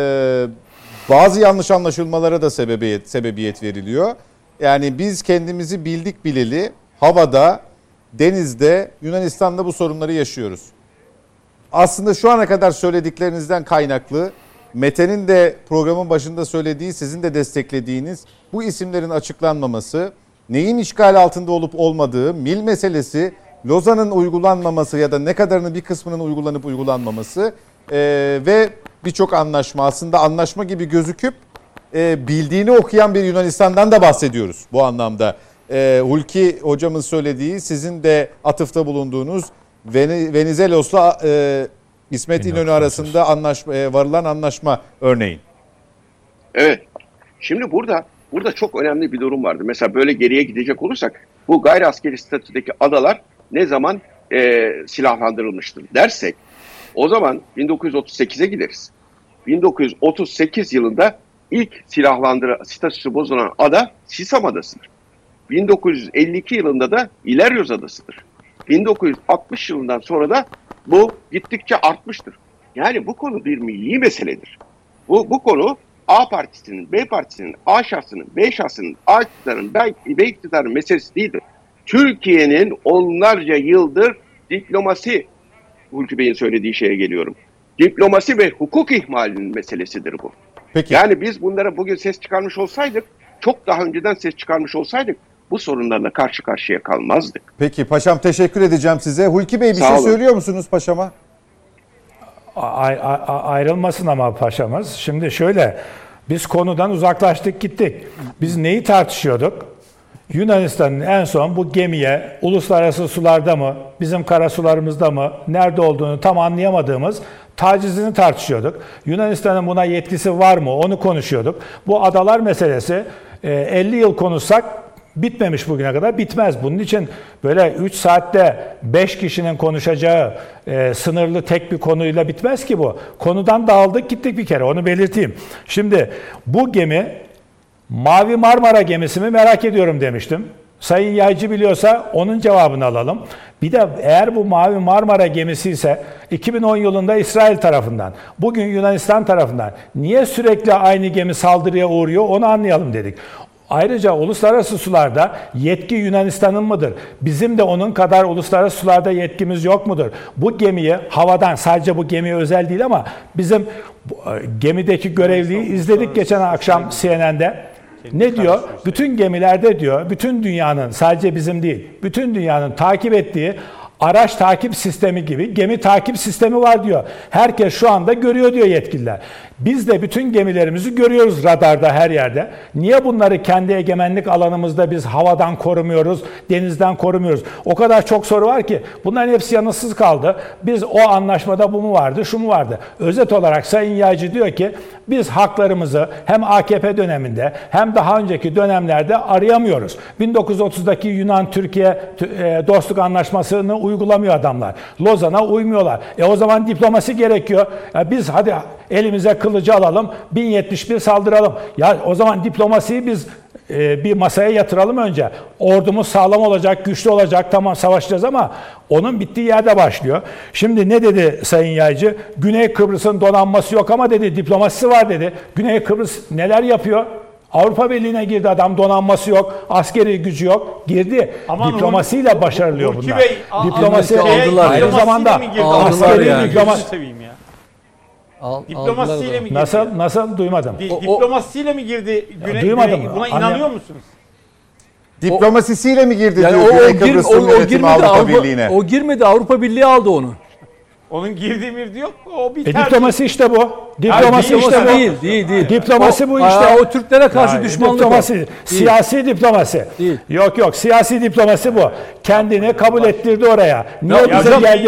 Bazı yanlış anlaşılmalara da sebebiyet veriliyor. Yani biz kendimizi bildik bileli havada, denizde, Yunanistan'da bu sorunları yaşıyoruz. Aslında şu ana kadar söylediklerinizden kaynaklı, Mete'nin de programın başında söylediği, sizin de desteklediğiniz bu isimlerin açıklanmaması, neyin işgal altında olup olmadığı, mil meselesi, Lozan'ın uygulanmaması ya da ne kadarının bir kısmının uygulanıp uygulanmaması ve birçok anlaşma aslında anlaşma gibi gözüküp bildiğini okuyan bir Yunanistan'dan da bahsediyoruz bu anlamda. Hulki hocamın söylediği, sizin de atıfta bulunduğunuz Venizelos'la İsmet İnönü arasında varılan anlaşma örneğin. Evet. Şimdi burada çok önemli bir durum vardı. Mesela böyle geriye gidecek olursak bu gayri askeri statüdeki adalar ne zaman silahlandırılmıştır dersek o zaman 1938'e gideriz. 1938 yılında ilk statüsü bozulan ada Sisam Adası'dır. 1952 yılında da İleryoz Adası'dır. 1960 yılından sonra da bu gittikçe artmıştır. Yani bu konu bir milli meseledir. Bu konu A partisinin, B partisinin, A şahsının, B şahsının, A iktidarın, B iktidarın meselesi değildir. Türkiye'nin onlarca yıldır diplomasi, Hulki Bey'in söylediği şeye geliyorum. Diplomasi ve hukuk ihmalinin meselesidir bu. Peki. Yani biz bunlara bugün ses çıkarmış olsaydık, çok daha önceden ses çıkarmış olsaydık bu sorunlarla karşı karşıya kalmazdık. Peki paşam, teşekkür edeceğim size. Hulki Bey bir şey söylüyor musunuz paşama? Ayrılmasın ama paşamız. Şimdi şöyle, biz konudan uzaklaştık gittik. Biz neyi tartışıyorduk? Yunanistan'ın en son bu gemiye uluslararası sularda mı, bizim karasularımızda mı, nerede olduğunu tam anlayamadığımız tacizini tartışıyorduk. Yunanistan'ın buna yetkisi var mı onu konuşuyorduk. Bu adalar meselesi 50 yıl konuşsak bitmemiş bugüne kadar, bitmez. Bunun için böyle 3 saatte 5 kişinin konuşacağı sınırlı tek bir konuyla bitmez ki bu. Konudan dağıldık gittik bir kere, onu belirteyim. Şimdi bu gemi Mavi Marmara gemisi mi merak ediyorum demiştim. Sayın Yaycı biliyorsa onun cevabını alalım. Bir de eğer bu Mavi Marmara gemisi ise 2010 yılında İsrail tarafından, bugün Yunanistan tarafından niye sürekli aynı gemi saldırıya uğruyor onu anlayalım dedik. Ayrıca uluslararası sularda yetki Yunanistan'ın mıdır? Bizim de onun kadar uluslararası sularda yetkimiz yok mudur? Bu gemiyi havadan, sadece bu gemiye özel değil ama bizim gemideki görevliyi izledik geçen akşam CNN'de. Ne diyor? Bütün gemilerde diyor, bütün dünyanın, sadece bizim değil, bütün dünyanın takip ettiği araç takip sistemi gibi gemi takip sistemi var diyor. Herkes şu anda görüyor diyor yetkililer. Biz de bütün gemilerimizi görüyoruz radarda her yerde. Niye bunları kendi egemenlik alanımızda biz havadan korumuyoruz, denizden korumuyoruz? O kadar çok soru var ki bunların hepsi yanıtsız kaldı. Biz o anlaşmada bu mu vardı, şu mu vardı? Özet olarak Sayın Yaycı diyor ki biz haklarımızı hem AKP döneminde hem daha önceki dönemlerde arayamıyoruz. 1930'daki Yunan-Türkiye dostluk anlaşmasını uygulamıyor adamlar. Lozan'a uymuyorlar. O zaman diplomasi gerekiyor. Biz hadi elimize kılıcı alalım, 1071 saldıralım. Ya o zaman diplomasiyi biz bir masaya yatıralım önce. Ordumuz sağlam olacak, güçlü olacak, tamam savaşacağız ama onun bittiği yerde başlıyor. Şimdi ne dedi Sayın Yaycı? Güney Kıbrıs'ın donanması yok ama dedi diplomasisi var dedi. Güney Kıbrıs neler yapıyor? Avrupa Birliği'ne girdi adam, donanması yok, askeri gücü yok, girdi. Aman diplomasiyle başarılıyor bunlar. Bey, diplomasi aldılar aynı ya. zamanda Aldılar yani. diplomasi. Diplomasiyle mi girdi? Nasıl duymadım. Diplomasiyle mi girdi? Duymadım. Buna inanıyor musunuz? Diplomasisiyle mi girdi Yani diyor Güney Kıbrıs Rum Yönetimi Avrupa Birliği'ne? O girmedi, Avrupa Birliği aldı onu. Onun girdiği mirdi yok. O bir diplomasi işte bu. Diplomasi işte bu. Değil. Diplomasi bu işte. O Türklere karşı düşmanlık. Diplomasi, siyasi diplomasi. Değil. Yok, siyasi diplomasi bu. Kendini kabul ettirdi oraya. Niye bize geldi?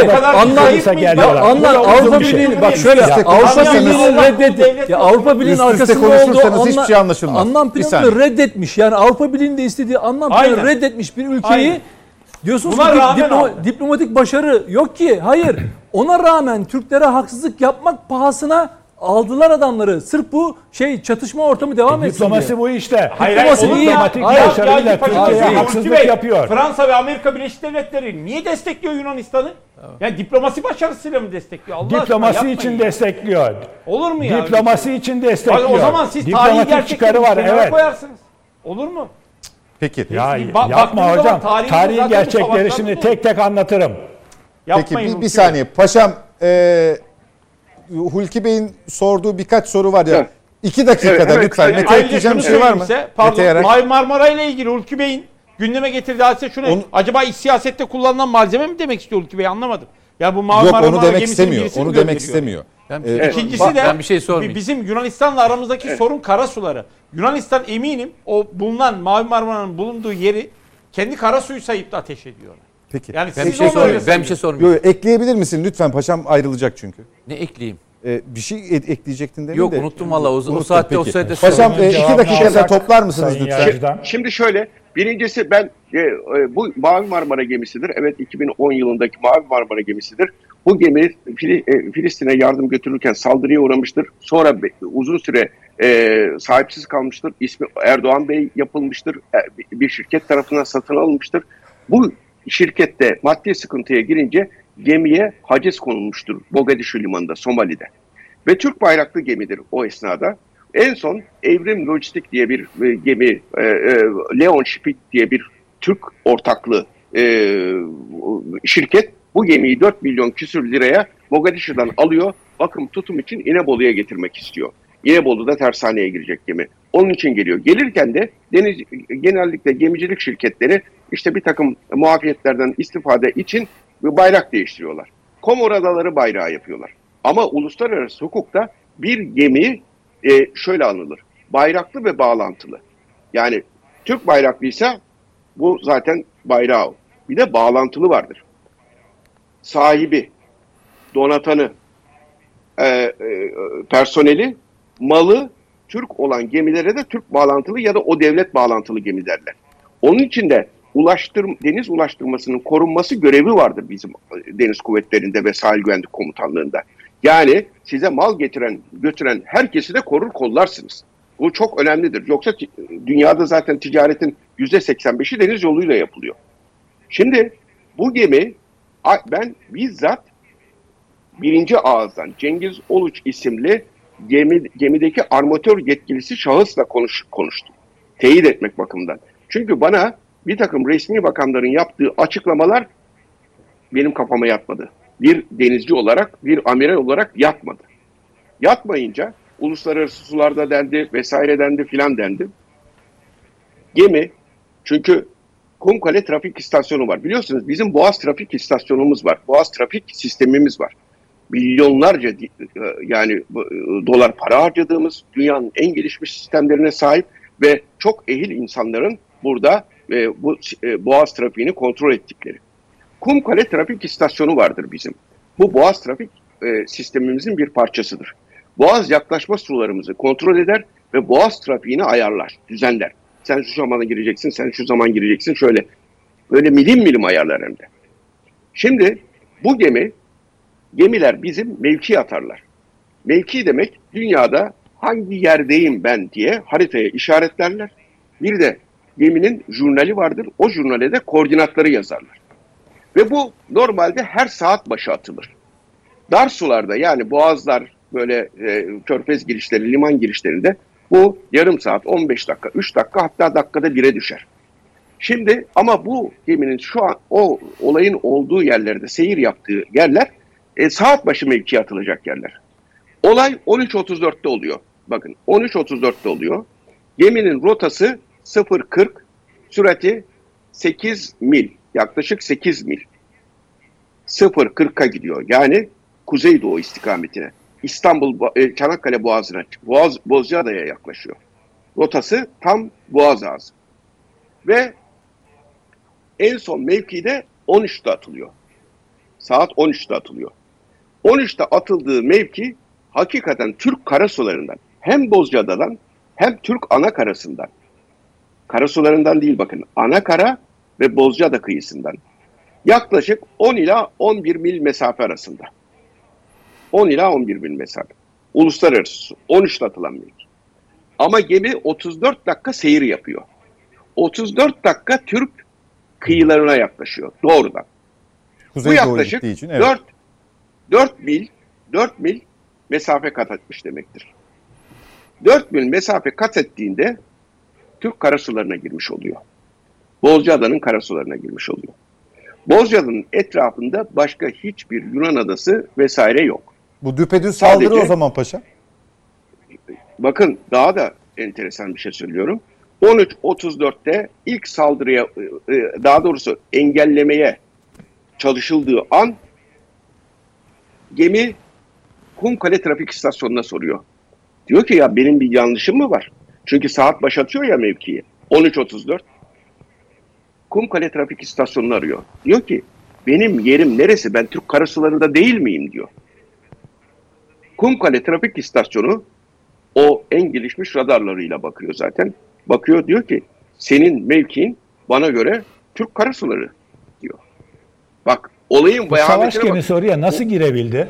Anlar Avrupa Birliği'nin bak şöyle Avrupa Birliği'nin reddetti. Ya Avrupa Birliği'nin arkasında olduğu hiçbir şey anlaşılmaz. Anlam planını reddetmiş. Yani Avrupa Birliği'nin de istediği anlam planını reddetmiş bir ülkeyi diyorsunuz ki diplomatik başarı yok ki. Hayır. Ona rağmen Türklere haksızlık yapmak pahasına aldılar adamları. Sırf bu çatışma ortamı devam etsin diplomasi diye. bu işte. Diplomasi iyi. Diplomatik başarıyla Türkiye'ye haksızlık yapıyor. Fransa ve Amerika Birleşik Devletleri niye destekliyor Yunanistan'ı? Yani diplomasi başarısıyla mı destekliyor? Allah diplomasi için destekliyor. Olur mu ya? Diplomasi için destekliyor. O zaman siz tarihi gerçekleri kenara koyarsınız. Olur mu? Peki. Ya yapma hocam. Tarihi gerçekleri şimdi tek tek anlatırım. Peki bir saniye. Paşam, Hulki Bey'in sorduğu birkaç soru var ya. Evet. 2 dakikada Evet, lütfen. evet. Mete ekleyeceğim bir şey var mı? Pardon, Mete Yarar. Mavi Marmara ile ilgili Hulki Bey'in gündeme getirdiği hadise şunu. Acaba iç siyasette kullanılan malzeme mi demek istiyor Hulki Bey, anlamadım. Ya bu Mavi Yok, Marmara onu demek gemisinin istemiyor. birisi mi Onu demek gönderiyor? istemiyor. İkincisi de ben bir şey sormayayım. bizim Yunanistan'la aramızdaki sorun karasuları. Yunanistan eminim o bulunan Mavi Marmara'nın bulunduğu yeri kendi karasuyu sayıp da ateş ediyorlar. Peki. Yani Ben bir siz şey onu öyle sormayayım. Ben bir şey sormayayım. Yo, ekleyebilir misin lütfen? Paşam ayrılacak çünkü. Ne ekleyeyim? Bir şey ekleyecektin demin Yok, de. unuttum valla. O Unuttun, saatte o peki. saatte Paşam sorunun 2 cevabını dakikada alsak toplar mısınız Sayın lütfen? Yargı'dan. Şimdi şöyle, birincisi ben bu Mavi Marmara gemisidir. Evet, 2010 yılındaki Mavi Marmara gemisidir. Bu gemi Filistin'e yardım götürürken saldırıya uğramıştır. Sonra uzun süre sahipsiz kalmıştır. İsmi Erdoğan Bey yapılmıştır. Bir şirket tarafından satın alınmıştır. Bu şirkette maddi sıkıntıya girince gemiye haciz konulmuştur Mogadishu limanında, Somali'de. Ve Türk bayraklı gemidir o esnada. En son Evrim Lojistik diye bir gemi, Leon Shipping diye bir Türk ortaklı şirket bu gemiyi 4 milyon küsür liraya Mogadishu'dan alıyor. Bakım tutum için İnebolu'ya getirmek istiyor. İnebolu'da tersaneye girecek gemi. Onun için geliyor. Gelirken de genellikle gemicilik şirketleri işte bir takım muafiyetlerden istifade için bayrak değiştiriyorlar. Komor Adaları bayrağı yapıyorlar. Ama uluslararası hukukta bir gemi şöyle anılır. Bayraklı ve bağlantılı. Yani Türk bayraklıysa bu zaten bayrağı. Bir de bağlantılı vardır. Sahibi, donatanı, personeli, malı Türk olan gemilere de Türk bağlantılı ya da o devlet bağlantılı gemi derler. Onun için de deniz ulaştırmasının korunması görevi vardır bizim deniz kuvvetlerinde ve sahil güvenlik komutanlığında. Yani size mal götüren herkesi de korur kollarsınız. Bu çok önemlidir. Yoksa dünyada zaten ticaretin %85'i deniz yoluyla yapılıyor. Şimdi bu gemi ben bizzat birinci ağızdan Cengiz Oluç isimli gemideki armatör yetkilisi şahısla konuştum. Teyit etmek bakımından. Çünkü bana bir takım resmi bakanların yaptığı açıklamalar benim kafama yatmadı. Bir denizci olarak, bir amiral olarak yatmadı. Yatmayınca uluslararası sularda dendi, vesaire dendi filan dendi. Gemi, çünkü Kumkale trafik istasyonu var. Biliyorsunuz bizim Boğaz trafik istasyonumuz var. Boğaz trafik sistemimiz var. Milyonlarca yani dolar para harcadığımız dünyanın en gelişmiş sistemlerine sahip ve çok ehil insanların burada bu Boğaz trafiğini kontrol ettikleri. Kumkale trafik istasyonu vardır bizim. Bu Boğaz trafik sistemimizin bir parçasıdır. Boğaz yaklaşma sularımızı kontrol eder ve Boğaz trafiğini ayarlar, düzenler. Sen şu zamana gireceksin, sen şu zaman gireceksin, şöyle. Böyle milim milim ayarlar hem de. Şimdi bu gemiler bizim mevki atarlar. Mevki demek dünyada hangi yerdeyim ben diye haritaya işaretlerler. Bir de geminin jurnali vardır. O jurnale de koordinatları yazarlar. Ve bu normalde her saat başı atılır. Dar sularda yani boğazlar böyle körfez girişleri, liman girişlerinde bu yarım saat, 15 dakika, 3 dakika hatta dakikada 1'e düşer. Şimdi ama bu geminin şu an o olayın olduğu yerlerde seyir yaptığı yerler saat başı mevkiye atılacak yerler. Olay 13.34'te oluyor. Bakın 13.34'te oluyor. Geminin rotası 0.40, sürati 8 mil. Yaklaşık 8 mil. 0.40'a gidiyor. Yani kuzeydoğu istikametine. İstanbul, Çanakkale Boğazı'na, Bozcaada'ya yaklaşıyor. Rotası tam Boğaz ağzı. Ve en son mevkide 13'te atılıyor. Saat 13'te atılıyor. 13'te atıldığı mevki hakikaten Türk karasularından, hem Bozcaada'dan hem Türk ana karasından. Karasularından değil bakın, ana kara ve Bozcaada kıyısından. Yaklaşık 10 ila 11 mil mesafe arasında. 10 ila 11 mil mesafe. Uluslararası 13'te atılan mevki. Ama gemi 34 dakika seyir yapıyor. 34 dakika Türk kıyılarına yaklaşıyor doğrudan. Bu yaklaşık için, evet. 4 mil mesafe kat etmiş demektir. 4 mil mesafe kat ettiğinde Türk karasularına girmiş oluyor. Bozcaada'nın karasularına girmiş oluyor. Bozcaada'nın etrafında başka hiçbir Yunan adası vesaire yok. Bu düpedüz saldırı o zaman paşa. bakın daha da enteresan bir şey söylüyorum. 13.34'te ilk saldırıya, daha doğrusu engellemeye çalışıldığı an gemi Kumkale Trafik İstasyonu'na soruyor. Diyor ki ya benim bir yanlışım mı var? Çünkü saat baş atıyor ya mevkiyi. 13.34. Kumkale Trafik İstasyonu'nu arıyor. Diyor ki benim yerim neresi? Ben Türk karasularında değil miyim diyor. Kumkale Trafik İstasyonu o en gelişmiş radarlarıyla bakıyor zaten. Bakıyor diyor ki senin mevkiin bana göre Türk karasuları diyor. Bak olayın Bu savaş vehametine bak. gemisi oraya nasıl girebildi?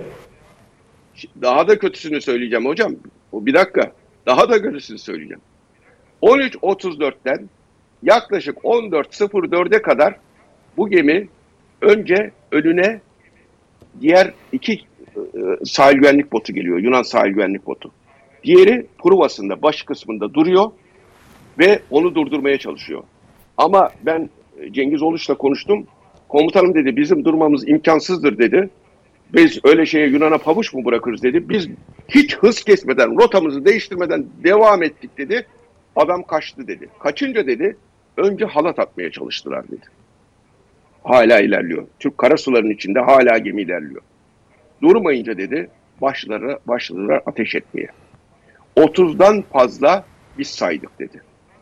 Daha da kötüsünü söyleyeceğim hocam. Bir dakika. Daha da kötüsünü söyleyeceğim. 13.34'ten yaklaşık 14.04'e kadar bu gemi önce önüne diğer iki sahil güvenlik botu geliyor. Yunan sahil güvenlik botu. Diğeri Pruvas'ında baş kısmında duruyor ve onu durdurmaya çalışıyor. Ama ben Cengiz Oluş'la konuştum. Komutanım dedi bizim durmamız imkansızdır dedi. Biz öyle şeye Yunan'a pabuç mu bırakırız dedi. Biz hiç hız kesmeden, rotamızı değiştirmeden devam ettik dedi. Adam kaçtı dedi. Kaçınca dedi önce halat atmaya çalıştılar dedi. Hala ilerliyor. Türk karasularının içinde hala gemi ilerliyor. Durmayınca dedi başladılar ateş etmeye. 30'dan fazla biz saydık dedi.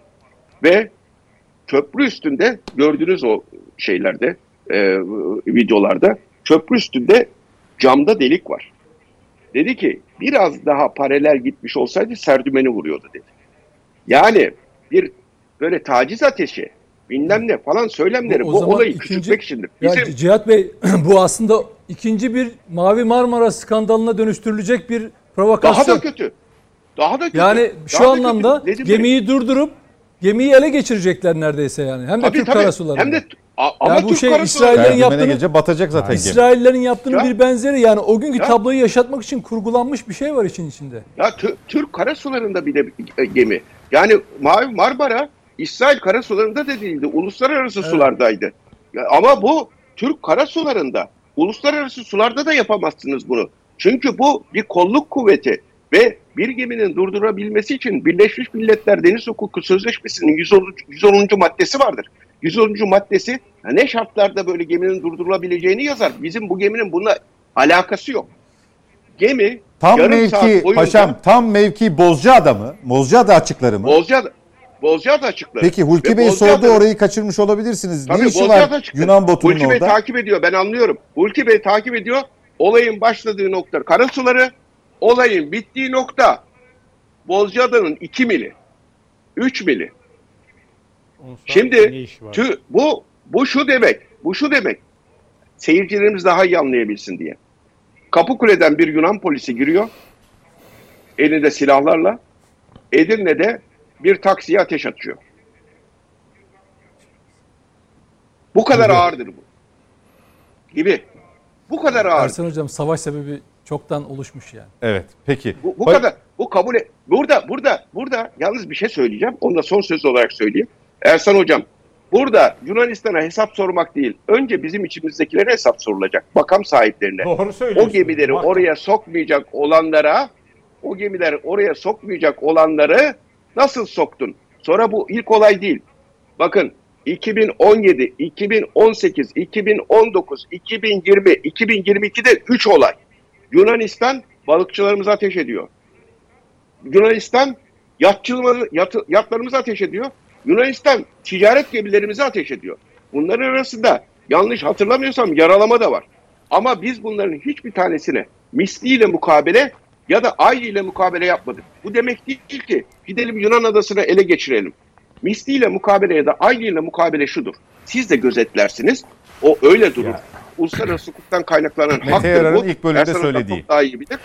Ve köprü üstünde gördüğünüz o şeylerde videolarda köprü üstünde camda delik var. Dedi ki biraz daha paralel gitmiş olsaydı serdümeni vuruyordu dedi. Yani bir böyle taciz ateşi bilmem ne falan söylemleri bu olayı küçültmek içindir. Ya Cihat Bey bu aslında ikinci bir Mavi Marmara skandalına dönüştürülecek bir provokasyon. Daha da kötü. Daha da kötü. Yani şu anlamda gemiyi durdurup gemiyi ele geçirecekler neredeyse yani. Hem de Türk karasularında. Hem de ama yani bu Türk şey İsraillerin yaptığını batacak zaten. İsraillerin yaptığını bir benzeri yani o günkü tabloyu yaşatmak için kurgulanmış bir şey var işin içinde. Ya Türk karasularında bir de gemi. Yani Mavi Marmara İsrail karasularında da değildi. Uluslararası sulardaydı. Ya, ama bu Türk karasularında. Uluslararası sularda da yapamazsınız bunu. Çünkü bu bir kolluk kuvveti ve bir geminin durdurabilmesi için Birleşmiş Milletler Deniz Hukuku Sözleşmesi'nin 110. maddesi vardır. 110. maddesi ne şartlarda böyle geminin durdurulabileceğini yazar. Bizim bu geminin bununla alakası yok. Gemi tam yarım mevki saat boyunca, paşam tam mevki Bozcaada mı? Bozcaada açıkları mı? Bozcaada açıkları. Peki Hulki Bey sordu orayı kaçırmış olabilirsiniz. Tabii, ne işi var açıkları. Yunan botunun Hulki orada? Bey takip ediyor ben anlıyorum. Hulki Bey takip ediyor. Olayın başladığı nokta karasuları, olayın bittiği nokta Bozcaada'nın 2 mili, 3 mili. Şimdi bu şu demek. Seyircilerimiz daha iyi anlayabilsin diye. Kapıkule'den bir Yunan polisi giriyor. Elinde silahlarla. Edirne'de bir taksiye ateş atıyor. Bu kadar ağırdır bu. Gibi. Bu kadar ağır. Ersan Hocam savaş sebebi çoktan oluşmuş yani. Evet. Peki. Bu kadar. Bu kabul et. Burada yalnız bir şey söyleyeceğim. Onu da son söz olarak söyleyeyim. Ersan Hocam, burada Yunanistan'a hesap sormak değil. Önce bizim içimizdekilere hesap sorulacak. Makam sahiplerine. Doğru söylüyorsun. O gemileri oraya sokmayacak olanları nasıl soktun? Sonra bu ilk olay değil. Bakın 2017, 2018, 2019, 2020, 2022'de 3 olay. Yunanistan balıkçılarımıza ateş ediyor. Yunanistan yatlarımıza ateş ediyor. Yunanistan ticaret gemilerimize ateş ediyor. Bunların arasında yanlış hatırlamıyorsam yaralama da var. Ama biz bunların hiçbir tanesine misliyle mukabele ya da aynıyla mukabele yapmadık. Bu demek değil ki gidelim Yunan adasını ele geçirelim. Misliyle mukabele ya da aynıyla mukabele şudur. Siz de gözetlersiniz. O öyle durur. Uluslararası hukuktan kaynaklanan haktır bu. ilk bölümde söylediği. Çok daha iyi bilir.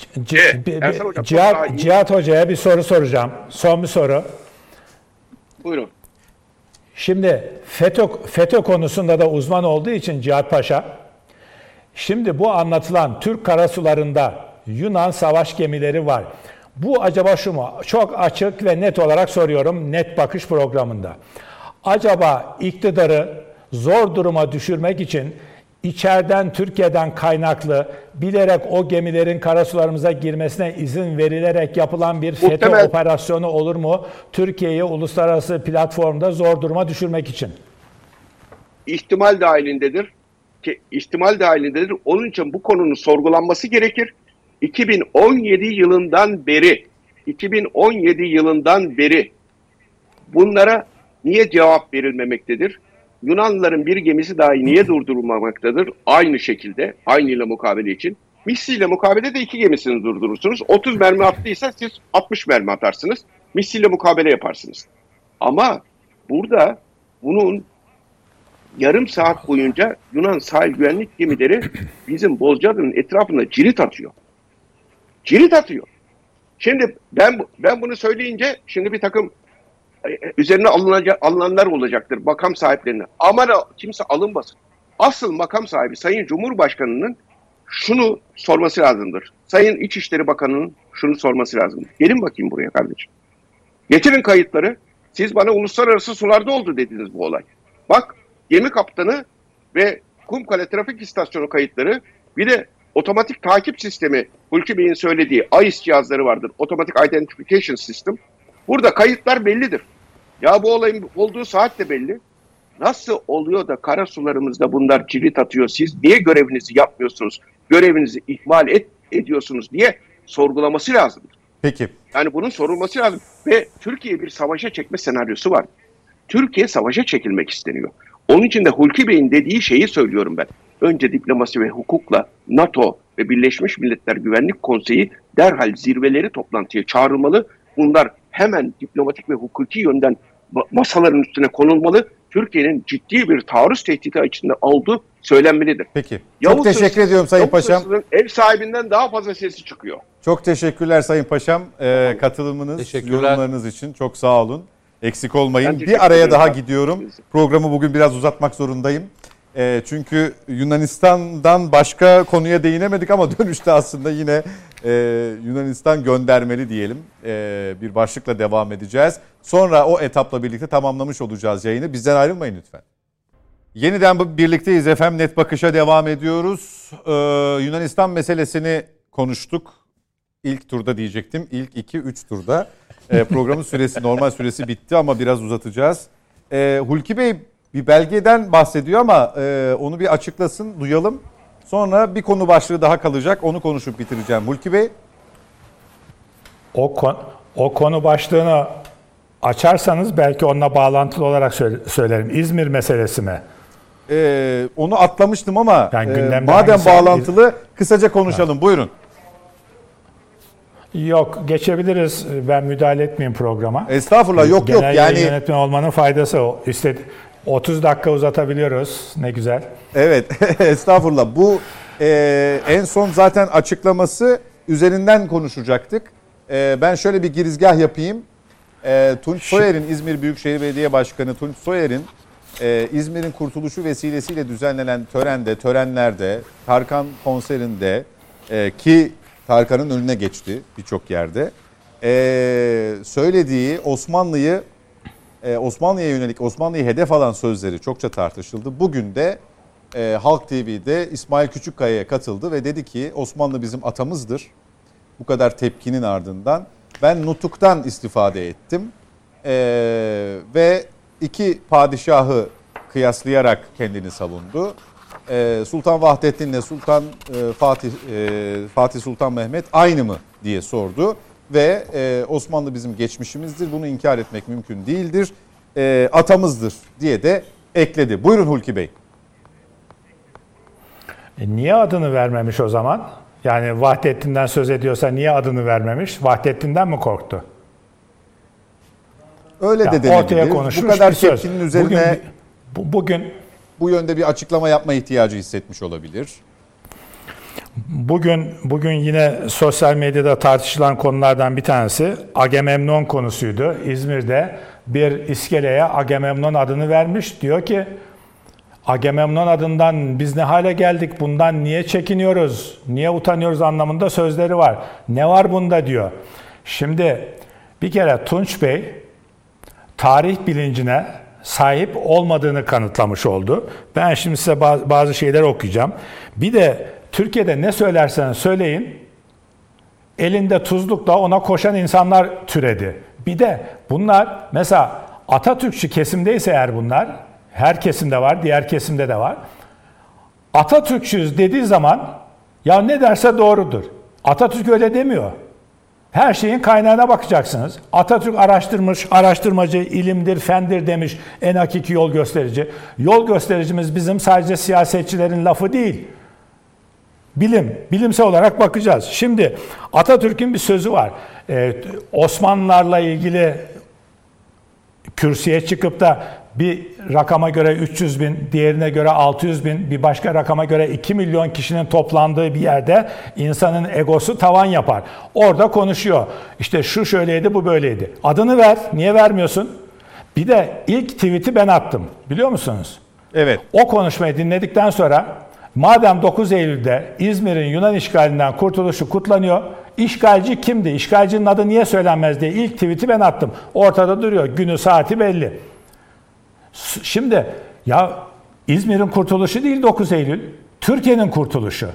Cihat Hoca'ya bir soru soracağım. Son bir soru. Buyurun. Şimdi FETÖ konusunda da uzman olduğu için Cihat Paşa, şimdi bu anlatılan Türk karasularında Yunan savaş gemileri var. Bu acaba şu mu? Çok açık ve net olarak soruyorum, Net Bakış programında. Acaba iktidarı zor duruma düşürmek için içeriden Türkiye'den kaynaklı bilerek o gemilerin karasularımıza girmesine izin verilerek yapılan bir FETÖ operasyonu olur mu? Türkiye'yi uluslararası platformda zor duruma düşürmek için. İhtimal dahilindedir. İhtimal dahilindedir. Onun için bu konunun sorgulanması gerekir. 2017 yılından beri bunlara niye cevap verilmemektedir? Yunanlıların bir gemisi dahi niye durdurulmamaktadır? Aynı şekilde, aynıyla mukabele için. Misliyle mukabele de 2 gemisini durdurursunuz. 30 mermi attıysa siz 60 mermi atarsınız. Misliyle mukabele yaparsınız. Ama burada bunun yarım saat boyunca Yunan sahil güvenlik gemileri bizim Bozcaada'nın etrafında cirit atıyor. Cirit atıyor. Şimdi ben bunu söyleyince şimdi bir takım üzerine alınanlar olacaktır makam sahiplerine. Ama kimse alınmasın. Asıl makam sahibi Sayın Cumhurbaşkanı'nın şunu sorması lazımdır. Sayın İçişleri Bakanı'nın şunu sorması lazımdır. Gelin bakayım buraya kardeşim. Getirin kayıtları. Siz bana uluslararası sularda oldu dediniz bu olay. Bak gemi kaptanı ve Kumkale Trafik İstasyonu kayıtları, bir de otomatik takip sistemi, Hulki Bey'in söylediği AIS cihazları vardır. Automatic Identification System. Burada kayıtlar bellidir. Ya bu olayın olduğu saat de belli. Nasıl oluyor da karasularımızda bunlar cirit atıyor? Siz niye görevinizi yapmıyorsunuz? Görevinizi ihmal ediyorsunuz diye sorgulaması lazımdır. Peki. Yani bunun sorulması lazım. Ve Türkiye bir savaşa çekme senaryosu var. Türkiye savaşa çekilmek isteniyor. Onun için de Hulki Bey'in dediği şeyi söylüyorum ben. Önce diplomasi ve hukukla NATO ve Birleşmiş Milletler Güvenlik Konseyi derhal zirveleri toplantıya çağrılmalı. Bunlar hemen diplomatik ve hukuki yönden masaların üstüne konulmalı. Türkiye'nin ciddi bir taarruz tehdidi içinde olduğu söylenmelidir. Peki. Çok teşekkür ediyorum Sayın Paşam. Ev sahibinden daha fazla sesi çıkıyor. Çok teşekkürler Sayın Paşam. Katılımınız, yorumlarınız için çok sağ olun. Eksik olmayın. Bir araya daha gidiyorum. Programı bugün biraz uzatmak zorundayım. Çünkü Yunanistan'dan başka konuya değinemedik ama dönüşte aslında yine Yunanistan göndermeli diyelim. Bir başlıkla devam edeceğiz. Sonra o etapla birlikte tamamlamış olacağız yayını. Bizden ayrılmayın lütfen. Yeniden birlikteyiz efendim. Net Bakış'a devam ediyoruz. Yunanistan meselesini konuştuk. İlk turda diyecektim. İlk 2-3 turda. Programın süresi, normal süresi bitti ama biraz uzatacağız. Hulki Bey bir belgeden bahsediyor ama onu bir açıklasın, duyalım. Sonra bir konu başlığı daha kalacak. Onu konuşup bitireceğim. Hulki Bey. O konu başlığını açarsanız belki onunla bağlantılı olarak söylerim. İzmir meselesi mi? Onu atlamıştım ama yani madem bağlantılı kısaca konuşalım. Buyurun. Yok, geçebiliriz. Ben müdahale etmeyeyim programa. Estağfurullah, yok Genel yani yönetmen olmanın faydası o. İşte 30 dakika uzatabiliyoruz. Ne güzel. Evet, estağfurullah. Bu en son zaten açıklaması üzerinden konuşacaktık. Ben şöyle bir girizgah yapayım. Tunç Soyer'in, İzmir Büyükşehir Belediye Başkanı Tunç Soyer'in İzmir'in kurtuluşu vesilesiyle düzenlenen törenlerde, Tarkan konserinde ki Tarkan'ın önüne geçti birçok yerde. Söylediği Osmanlı'ya yönelik, Osmanlı'yı hedef alan sözleri çokça tartışıldı. Bugün de Halk TV'de İsmail Küçükkaya'ya katıldı ve dedi ki Osmanlı bizim atamızdır. Bu kadar tepkinin ardından ben nutuktan istifade ettim ve iki padişahı kıyaslayarak kendini savundu. Sultan Vahdettin'le Fatih Sultan Mehmet aynı mı diye sordu ve Osmanlı bizim geçmişimizdir, bunu inkar etmek mümkün değildir, atamızdır diye de ekledi. Buyurun Hulki Bey. Niye adını vermemiş o zaman? Yani Vahdettin'den söz ediyorsa niye adını vermemiş? Vahdettin'den mi korktu? Öyle de denebilir. Bu kadar tepkinin üzerine bu yönde bir açıklama yapma ihtiyacı hissetmiş olabilir. Bugün yine sosyal medyada tartışılan konulardan bir tanesi Agamemnon konusuydu. İzmir'de bir iskeleye Agamemnon adını vermiş. Diyor ki Agamemnon adından biz ne hale geldik, bundan niye çekiniyoruz, niye utanıyoruz anlamında sözleri var. Ne var bunda diyor. Şimdi bir kere Tunç Bey tarih bilincine sahip olmadığını kanıtlamış oldu. Ben şimdi size bazı şeyler okuyacağım. Bir de Türkiye'de ne söylerseniz söyleyin, elinde tuzlukla ona koşan insanlar türedi. Bir de bunlar mesela Atatürkçü kesimdeyse eğer bunlar, her kesimde var, diğer kesimde de var. Atatürkçüyüz dediği zaman ya ne derse doğrudur. Atatürk öyle demiyor. Her şeyin kaynağına bakacaksınız. Atatürk araştırmış, araştırmacı, ilimdir, fendir demiş, en hakiki yol gösterici. Yol göstericimiz bizim sadece siyasetçilerin lafı değil. Bilimsel olarak bakacağız. Şimdi Atatürk'ün bir sözü var. Osmanlılarla ilgili kürsüye çıkıp da bir rakama göre 300 bin, diğerine göre 600 bin, bir başka rakama göre 2 milyon kişinin toplandığı bir yerde insanın egosu tavan yapar. Orada konuşuyor. İşte şu şöyleydi, bu böyleydi. Adını ver. Niye vermiyorsun? Bir de ilk tweet'i ben attım. Biliyor musunuz? Evet. O konuşmayı dinledikten sonra madem 9 Eylül'de İzmir'in Yunan işgalinden kurtuluşu kutlanıyor, işgalci kimdi? İşgalcinin adı niye söylenmez diye ilk tweet'i ben attım. Ortada duruyor. Günü, saati belli. Şimdi ya İzmir'in kurtuluşu değil 9 Eylül, Türkiye'nin kurtuluşu.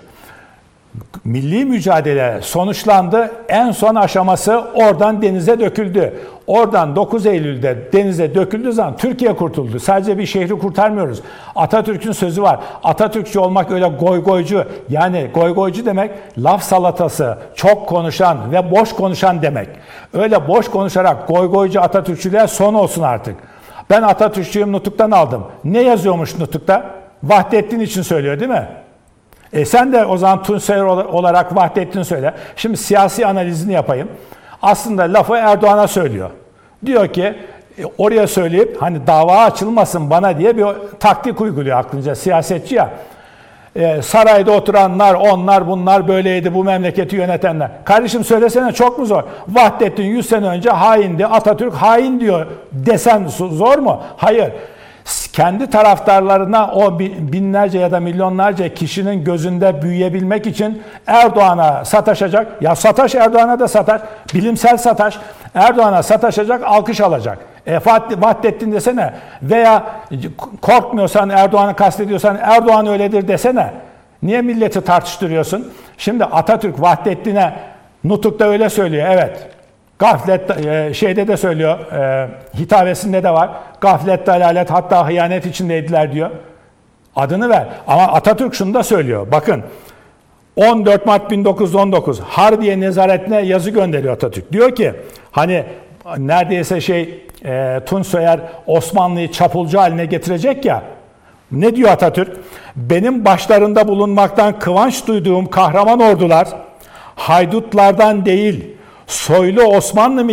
Milli mücadele sonuçlandı. En son aşaması oradan denize döküldü. Oradan 9 Eylül'de denize döküldüğü zaman Türkiye kurtuldu. Sadece bir şehri kurtarmıyoruz. Atatürk'ün sözü var. Atatürkçü olmak öyle goygoycu. Yani goygoycu demek laf salatası, çok konuşan ve boş konuşan demek. Öyle boş konuşarak goygoycu Atatürkçülüğe son olsun artık. Ben Atatürkçüyüm, Nutuk'tan aldım. Ne yazıyormuş Nutuk'ta? Vahdettin için söylüyor değil mi? Sen de o zaman Tunçer olarak Vahdettin söyle. Şimdi siyasi analizini yapayım. Aslında lafı Erdoğan'a söylüyor. Diyor ki oraya söyleyip hani dava açılmasın bana diye bir taktik uyguluyor aklınca, siyasetçi ya. Sarayda oturanlar, onlar bunlar böyleydi, bu memleketi yönetenler. Kardeşim söylesene, çok mu zor? Vahdettin 100 sene önce haindi, Atatürk hain diyor desen zor mu? Hayır. Kendi taraftarlarına o binlerce ya da milyonlarca kişinin gözünde büyüyebilmek için Erdoğan'a sataşacak. Ya sataş, Erdoğan'a da sataş. Bilimsel sataş. Erdoğan'a sataşacak, alkış alacak. Vahdettin desene. Veya korkmuyorsan, Erdoğan'ı kastediyorsan Erdoğan öyledir desene. Niye milleti tartıştırıyorsun? Şimdi Atatürk Vahdettin'e Nutuk'ta öyle söylüyor. Evet. Gaflet şeyde de söylüyor, hitabesinde de var. Gaflet, dalalet, hatta hıyanet içindeydiler diyor. Adını ver. Ama Atatürk şunu da söylüyor. Bakın 14 Mart 1919 Harbiye Nezaretine yazı gönderiyor Atatürk. Diyor ki hani neredeyse Tunç Soyer Osmanlı'yı çapulcu haline getirecek ya. Ne diyor Atatürk? Benim başlarında bulunmaktan kıvanç duyduğum kahraman ordular haydutlardan değil, soylu Osmanlı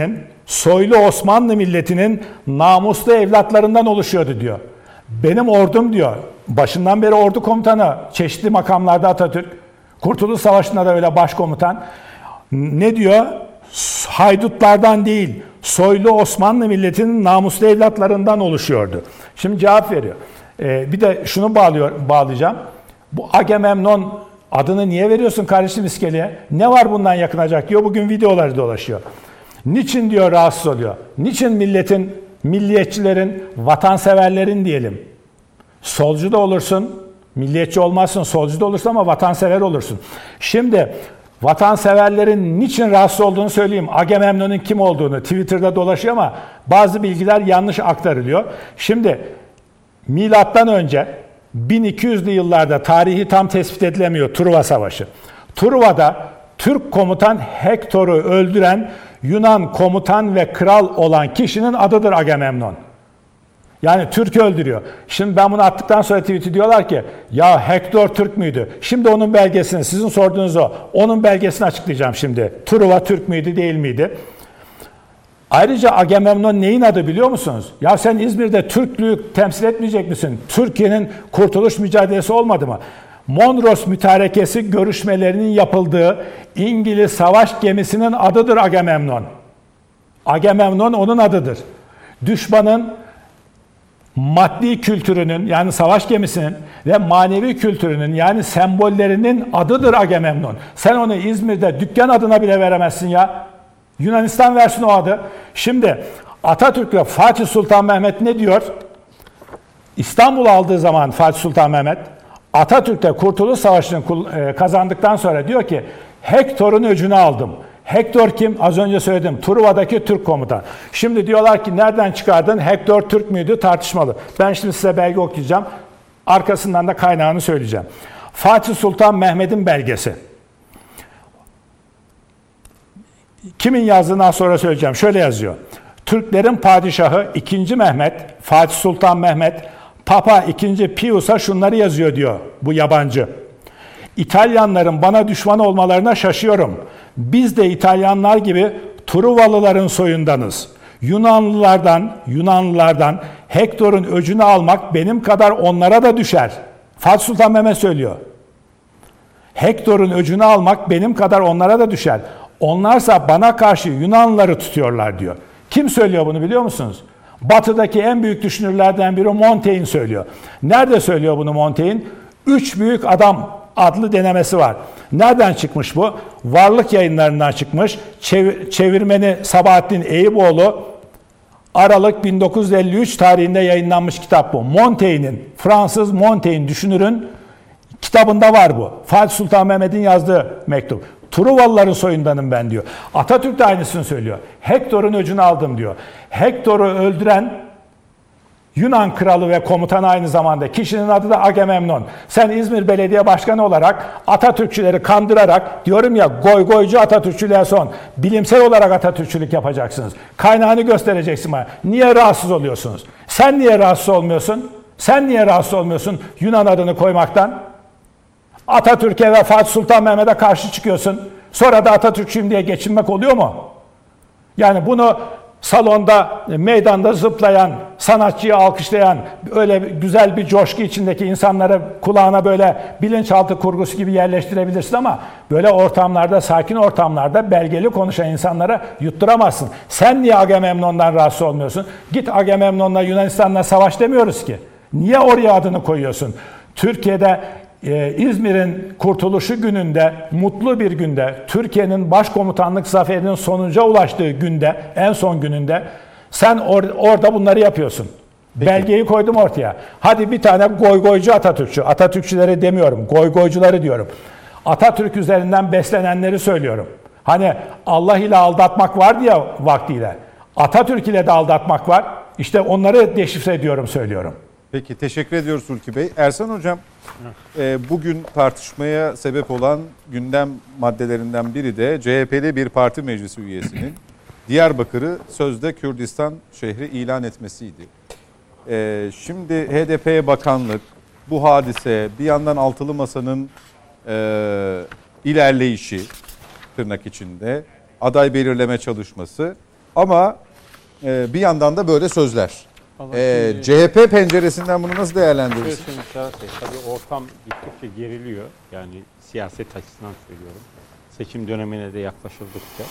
milletinin namuslu evlatlarından oluşuyordu diyor. Benim ordum diyor. Başından beri ordu komutanı, çeşitli makamlarda Atatürk. Kurtuluş Savaşı'nda da öyle başkomutan. Ne diyor? Haydutlardan değil, soylu Osmanlı milletinin namuslu evlatlarından oluşuyordu. Şimdi cevap veriyor. Bir de şunu bağlayacağım. Bu Agamemnon adını niye veriyorsun kardeşim iskeleye? Ne var bundan yakınacak diyor. Bugün videoları dolaşıyor. Niçin diyor rahatsız oluyor? Niçin milletin, milliyetçilerin, vatanseverlerin diyelim. Solcu da olursun, milliyetçi olmazsın, solcu da olursun ama vatansever olursun. Şimdi vatanseverlerin niçin rahatsız olduğunu söyleyeyim. Agamemnon'un kim olduğunu Twitter'da dolaşıyor ama bazı bilgiler yanlış aktarılıyor. Şimdi milattan önce 1200'lü yıllarda tarihi tam tespit edilemiyor Truva Savaşı. Truva'da Türk komutan Hektor'u öldüren Yunan komutan ve kral olan kişinin adıdır Agamemnon. Yani Türk öldürüyor. Şimdi ben bunu attıktan sonra tweet'i diyorlar ki ya Hektor Türk müydü? Şimdi onun belgesini, sizin sorduğunuz o. Onun belgesini açıklayacağım şimdi. Truva Türk müydü değil miydi? Ayrıca Agamemnon neyin adı biliyor musunuz? Ya sen İzmir'de Türklüğü temsil etmeyecek misin? Türkiye'nin kurtuluş mücadelesi olmadı mı? Mondros Mütarekesi görüşmelerinin yapıldığı İngiliz savaş gemisinin adıdır Agamemnon. Agamemnon onun adıdır. Düşmanın maddi kültürünün yani savaş gemisinin ve manevi kültürünün yani sembollerinin adıdır Agamemnon. Sen onu İzmir'de dükkan adına bile veremezsin ya. Yunanistan versin o adı. Şimdi Atatürk'le Fatih Sultan Mehmet ne diyor? İstanbul'u aldığı zaman Fatih Sultan Mehmet, Atatürk'le Kurtuluş Savaşı'nı kazandıktan sonra diyor ki Hektor'un öcünü aldım. Hektor kim? Az önce söyledim. Truva'daki Türk komutan. Şimdi diyorlar ki nereden çıkardın? Hektor Türk müydü? Tartışmalı. Ben şimdi size belge okuyacağım. Arkasından da kaynağını söyleyeceğim. Fatih Sultan Mehmet'in belgesi. Kimin yazdığını az sonra söyleyeceğim. Şöyle yazıyor. Türklerin padişahı 2. Mehmet, Fatih Sultan Mehmet, Papa 2. Pius'a şunları yazıyor diyor bu yabancı. İtalyanların bana düşman olmalarına şaşıyorum. Biz de İtalyanlar gibi Truvalıların soyundanız. Yunanlılardan Hektor'un öcünü almak benim kadar onlara da düşer. Fatih Sultan Mehmet söylüyor. Hektor'un öcünü almak benim kadar onlara da düşer. Onlarsa bana karşı Yunanlıları tutuyorlar diyor. Kim söylüyor bunu biliyor musunuz? Batı'daki en büyük düşünürlerden biri Montaigne söylüyor. Nerede söylüyor bunu Montaigne? 3 büyük adam adlı denemesi var. Nereden çıkmış bu? Varlık Yayınlarından çıkmış. Çevirmeni Sabahattin Eyüboğlu. Aralık 1953 tarihinde yayınlanmış kitap bu. Montaigne'in, Fransız Montaigne düşünürün kitabında var bu. Fatih Sultan Mehmet'in yazdığı mektup. Truvalıların soyundanım ben diyor. Atatürk de aynısını söylüyor. Hektor'un öcünü aldım diyor. Hektor'u öldüren Yunan kralı ve komutanı aynı zamanda. Kişinin adı da Agamemnon. Sen İzmir Belediye Başkanı olarak Atatürkçüleri kandırarak, diyorum ya, goygoycu Atatürkçülüğe son. Bilimsel olarak Atatürkçülük yapacaksınız. Kaynağını göstereceksin bana. Niye rahatsız oluyorsunuz? Sen niye rahatsız olmuyorsun? Sen niye rahatsız olmuyorsun Yunan adını koymaktan? Atatürk'e ve Fatih Sultan Mehmet'e karşı çıkıyorsun. Sonra da Atatürkçüyüm diye geçinmek oluyor mu? Yani bunu salonda, meydanda zıplayan, sanatçıyı alkışlayan, öyle güzel bir coşku içindeki insanları kulağına böyle bilinçaltı kurgusu gibi yerleştirebilirsin ama böyle ortamlarda, sakin ortamlarda belgeli konuşan insanlara yutturamazsın. Sen niye Agamemnon'dan rahatsız olmuyorsun? Git Agamemnon'la Yunanistan'la savaş demiyoruz ki. Niye oraya adını koyuyorsun? Türkiye'de İzmir'in kurtuluşu gününde, mutlu bir günde, Türkiye'nin başkomutanlık zaferinin sonuca ulaştığı günde, en son gününde sen orada bunları yapıyorsun. Peki. Belgeyi koydum ortaya. Hadi bir tane goygoycu Atatürkçü, Atatürkçüleri demiyorum, goygoycuları diyorum. Atatürk üzerinden beslenenleri söylüyorum. Hani Allah ile aldatmak vardı ya vaktiyle, Atatürk ile de aldatmak var. İşte onları deşifre ediyorum, söylüyorum. Peki, teşekkür ediyoruz Hulki Bey. Ersan Hocam, bugün tartışmaya sebep olan gündem maddelerinden biri de CHP'li bir parti meclisi üyesinin Diyarbakır'ı sözde Kürdistan şehri ilan etmesiydi. Şimdi HDP'ye bakanlık, bu hadise, bir yandan Altılı Masa'nın ilerleyişi, tırnak içinde, aday belirleme çalışması ama bir yandan da böyle sözler. CHP penceresinden bunu nasıl değerlendiriyorsunuz? Tabii ortam gittikçe geriliyor. Yani siyaset açısından söylüyorum. Seçim dönemine de yaklaşıldıkça.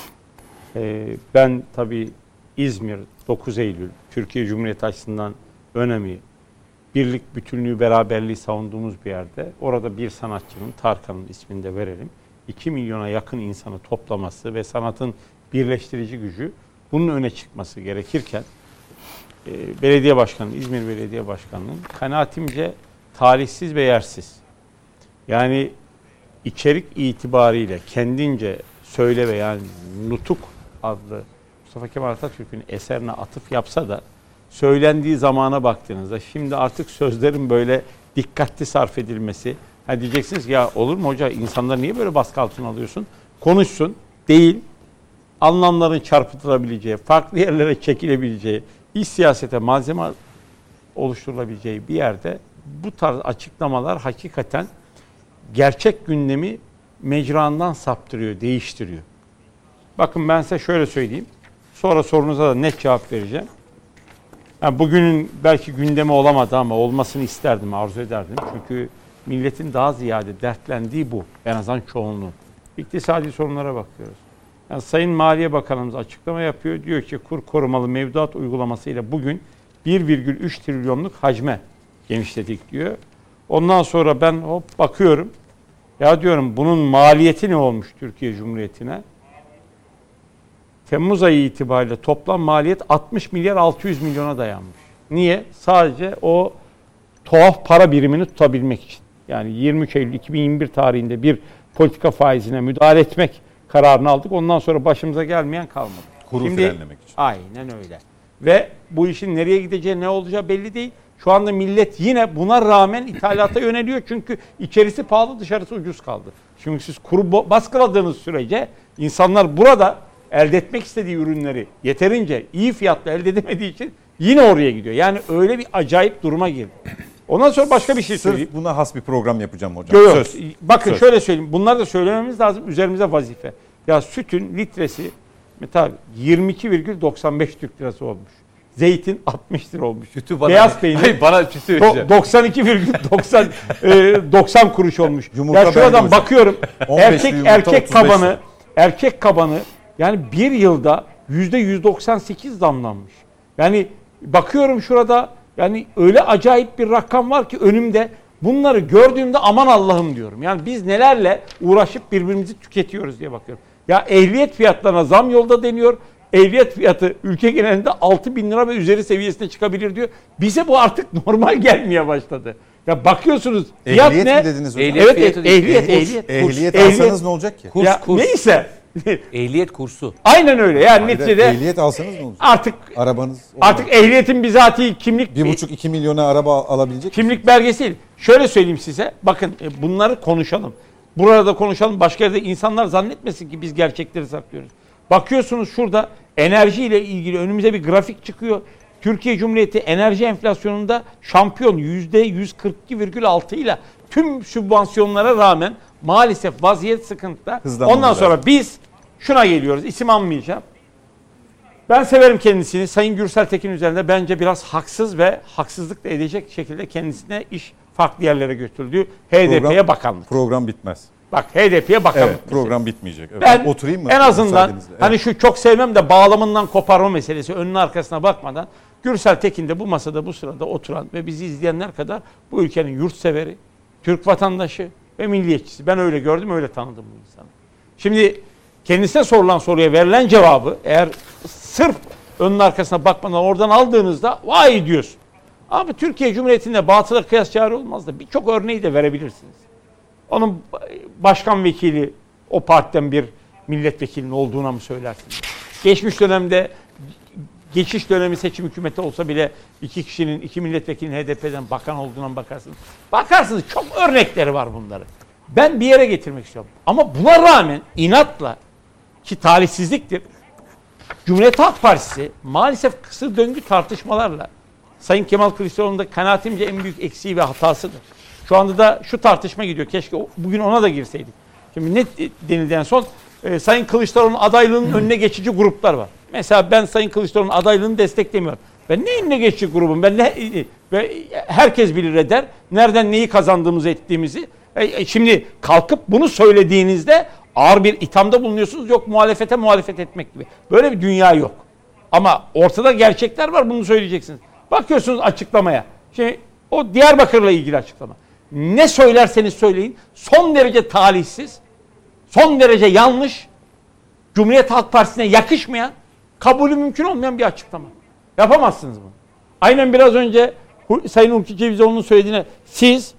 Ben tabii İzmir 9 Eylül Türkiye Cumhuriyeti açısından önemi, birlik, bütünlüğü, beraberliği savunduğumuz bir yerde orada bir sanatçının, Tarkan'ın ismini de verelim, 2 milyona yakın insanı toplaması ve sanatın birleştirici gücü bunun öne çıkması gerekirken belediye başkanı, İzmir Belediye Başkanı'nın kanaatimce talihsiz ve yersiz. Yani içerik itibariyle kendince söyle ve yani Nutuk adlı Mustafa Kemal Atatürk'ün eserine atıf yapsa da söylendiği zamana baktığınızda şimdi artık sözlerin böyle dikkatli sarf edilmesi. Ha diyeceksiniz ki ya olur mu hoca, insanları niye böyle baskı altına alıyorsun? Konuşsun. Değil. Anlamların çarpıtılabileceği, farklı yerlere çekilebileceği, iç siyasete malzeme oluşturulabileceği bir yerde bu tarz açıklamalar hakikaten gerçek gündemi mecrandan saptırıyor, değiştiriyor. Bakın ben size şöyle söyleyeyim. Sonra sorunuza da net cevap vereceğim. Yani bugünün belki gündemi olamadı ama olmasını isterdim, arzu ederdim. Çünkü milletin daha ziyade dertlendiği bu. En azından çoğunluğu. İktisadi sorunlara bakıyoruz. Yani Sayın Maliye Bakanımız açıklama yapıyor. Diyor ki kur korumalı mevduat uygulamasıyla bugün 1,3 trilyonluk hacme genişledik diyor. Ondan sonra ben bakıyorum. Ya diyorum bunun maliyeti ne olmuş Türkiye Cumhuriyeti'ne? Temmuz ayı itibariyle toplam maliyet 60 milyar 600 milyona dayanmış. Niye? Sadece o tuhaf para birimini tutabilmek için. Yani 23 Eylül 2021 tarihinde bir politika faizine müdahale etmek kararını aldık. Ondan sonra başımıza gelmeyen kalmadı. Kuru frenlemek için. Aynen öyle. Ve bu işin nereye gideceği, ne olacağı belli değil. Şu anda millet yine buna rağmen ithalata yöneliyor. Çünkü içerisi pahalı, dışarısı ucuz kaldı. Çünkü siz kuru baskıladığınız sürece insanlar burada elde etmek istediği ürünleri yeterince iyi fiyatla elde edemediği için yine oraya gidiyor. Yani öyle bir acayip duruma girdi. Ondan sonra başka bir şey söyleyeyim. Sırf buna has bir program yapacağım hocam. Yok. Söz. Bakın Söz. şöyle söyleyeyim. Bunları da söylememiz lazım. Üzerimize vazife. Ya sütün litresi tabii 22,95 Türk lirası olmuş. Zeytin 60 lira olmuş. Sütü bana, beyaz peynir. Hayır, bana sütü vereceğim. 92,90 kuruş olmuş. Yumurta Ya şuradan bence hocam. bakıyorum. 15'li yumurta, Erkek kabanı yani bir yılda %198 zamlanmış. Yani bakıyorum şurada, yani öyle acayip bir rakam var ki önümde. Bunları gördüğümde aman Allah'ım diyorum. Yani biz nelerle uğraşıp birbirimizi tüketiyoruz diye bakıyorum. Ya ehliyet fiyatlarına zam yolda deniyor. Ehliyet fiyatı ülke genelinde 6.000 lira ve üzeri seviyesine çıkabilir diyor. Bize bu artık normal gelmeye başladı. Ya bakıyorsunuz fiyat Ehliyet ne? mi dediniz hocam? Ehliyet Evet, fiyatı değil. Ehliyet Ehliyet. alsanız ne olacak ki? Kurs, Ya kurs. neyse. Ehliyet kursu. Aynen öyle. Yani Hayır, neticede ehliyet alsanız ne olacak? artık Arabanız ehliyetin bizatihi kimlik 1,5-2 milyona araba alabilecek. kimlik belgesi değil. Şöyle söyleyeyim size. Bakın bunları konuşalım. Burada konuşalım. Başka yerde insanlar zannetmesin ki biz gerçekleri saklıyoruz. Bakıyorsunuz şurada enerji ile ilgili önümüze bir grafik çıkıyor. Türkiye Cumhuriyeti enerji enflasyonunda şampiyon %142,6 ile tüm sübvansiyonlara rağmen maalesef vaziyet sıkıntıda. Hızlanmamız Ondan sonra lazım. biz şuna geliyoruz. İsim anmayacağım. Ben severim kendisini. Sayın Gürsel Tekin üzerinde bence biraz haksız ve haksızlık da edecek şekilde kendisine iş farklı yerlere götürüldüğü HDP'ye bakanlık. Program bitmez. Bak HDP'ye bakanlık. Evet, program bitmeyecek. Evet. Ben oturayım mı? en azından Müsaadenizle. Evet. hani şu çok sevmem de bağlamından koparma meselesi, önüne arkasına bakmadan Gürsel Tekin de bu masada bu sırada oturan ve bizi izleyenler kadar bu ülkenin yurtseveri, Türk vatandaşı ve milliyetçisi. Ben öyle gördüm, öyle tanıdım bu insanı. Şimdi kendisine sorulan soruya verilen cevabı eğer sırf önüne arkasına bakmadan oradan aldığınızda vay diyorsun. Abi Türkiye Cumhuriyeti'nde batıla kıyas çare olmaz da birçok örneği de verebilirsiniz. Onun başkan vekili o partiden bir milletvekilinin olduğuna mı söylersiniz? Geçmiş dönemde geçiş dönemi seçim hükümeti olsa bile iki milletvekilinin HDP'den bakan olduğuna mı bakarsınız? Bakarsınız, çok örnekleri var bunları. Ben bir yere getirmek istiyorum. Ama buna rağmen inatla, ki talihsizliktir, Cumhuriyet Halk Partisi maalesef kısır döngü tartışmalarla Sayın Kemal Kılıçdaroğlu'nun da kanaatimce en büyük eksiği ve hatasıdır. Şu anda da şu tartışma gidiyor. Keşke bugün ona da girseydik. Şimdi ne denildi en son? Sayın Kılıçdaroğlu'nun adaylığının önüne geçici gruplar var. Mesela ben Sayın Kılıçdaroğlu'nun adaylığını desteklemiyorum. Ben ne önüne geçici grubum? Ve herkes bilir eder. Nereden neyi kazandığımızı ettiğimizi. Şimdi kalkıp bunu söylediğinizde ağır bir ithamda bulunuyorsunuz. Yok muhalefete muhalefet etmek gibi. Böyle bir dünya yok. Ama ortada gerçekler var, bunu söyleyeceksiniz. Bakıyorsunuz açıklamaya. Şimdi o Diyarbakır'la ilgili açıklama. Ne söylerseniz söyleyin son derece talihsiz, son derece yanlış, Cumhuriyet Halk Partisi'ne yakışmayan, kabulü mümkün olmayan bir açıklama. Yapamazsınız bunu. Aynen biraz önce Sayın Hulki Cevizoğlu'nun söylediğine, siz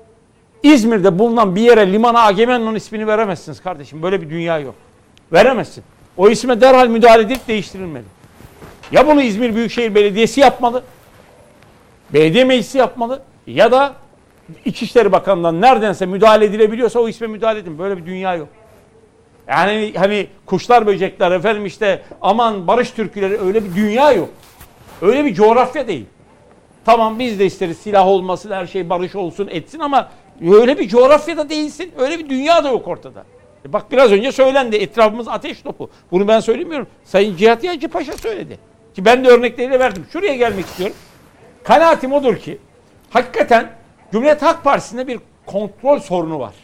İzmir'de bulunan bir yere limana Agamemnon ismini veremezsiniz kardeşim. Böyle bir dünya yok. Veremezsin. O isme derhal müdahale edip değiştirilmeli. Ya bunu İzmir Büyükşehir Belediyesi yapmalı, belediye meclisi yapmalı ya da İçişleri Bakanlığı'ndan neredense müdahale edilebiliyorsa o isme müdahale edin. Böyle bir dünya yok. Yani hani kuşlar böcekler efendim işte aman barış türküleri, öyle bir dünya yok. Öyle bir coğrafya değil. Tamam biz de isteriz silah olmasın, her şey barış olsun etsin ama öyle bir coğrafyada değilsin. Öyle bir dünya da yok ortada. Bak biraz önce söylendi, etrafımız ateş topu. Bunu ben söylemiyorum. Sayın Cihat Yaycı Paşa söyledi. Ki ben de örnekleriyle verdim. Şuraya gelmek istiyorum. Kanaatim odur ki hakikaten Cumhuriyet Halk Partisi'nde bir kontrol sorunu var.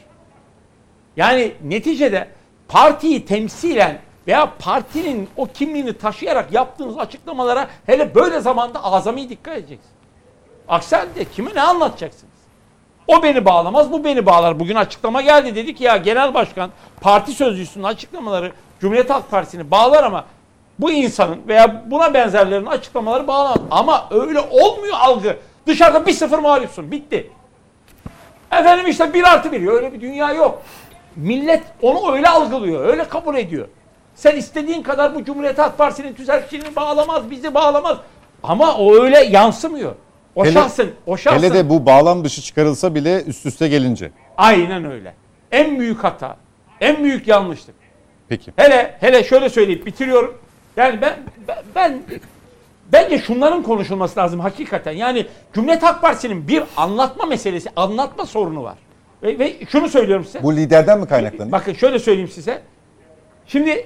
Yani neticede partiyi temsilen veya partinin o kimliğini taşıyarak yaptığınız açıklamalara hele böyle zamanda azami dikkat edeceksiniz. Aksi halde kime ne anlatacaksınız? O beni bağlamaz, bu beni bağlar. Bugün açıklama geldi, dedi ki ya genel başkan parti sözcüsünün açıklamaları Cumhuriyet Halk Partisi'ni bağlar ama bu insanın veya buna benzerlerinin açıklamaları bağlamaz. Ama öyle olmuyor algı. Dışarıda 1-0 mağlupsun. Bitti. Efendim işte 1+1. Öyle bir dünya yok. Millet onu öyle algılıyor. Öyle kabul ediyor. Sen istediğin kadar bu Cumhuriyet Halk Partisi'nin tüzelçiliğini bağlamaz, bizi bağlamaz. Ama o öyle yansımıyor. O şahsın. Hele de bu bağlam dışı çıkarılsa bile üst üste gelince. Aynen öyle. En büyük hata, en büyük yanlışlık. Peki. Hele şöyle söyleyip bitiriyorum. Yani ben bence şunların konuşulması lazım hakikaten. Yani Cumhuriyet Halk Partisi'nin bir anlatma meselesi, anlatma sorunu var. Ve şunu söylüyorum size. Bu liderden mi kaynaklanıyor? Bakın şöyle söyleyeyim size. Şimdi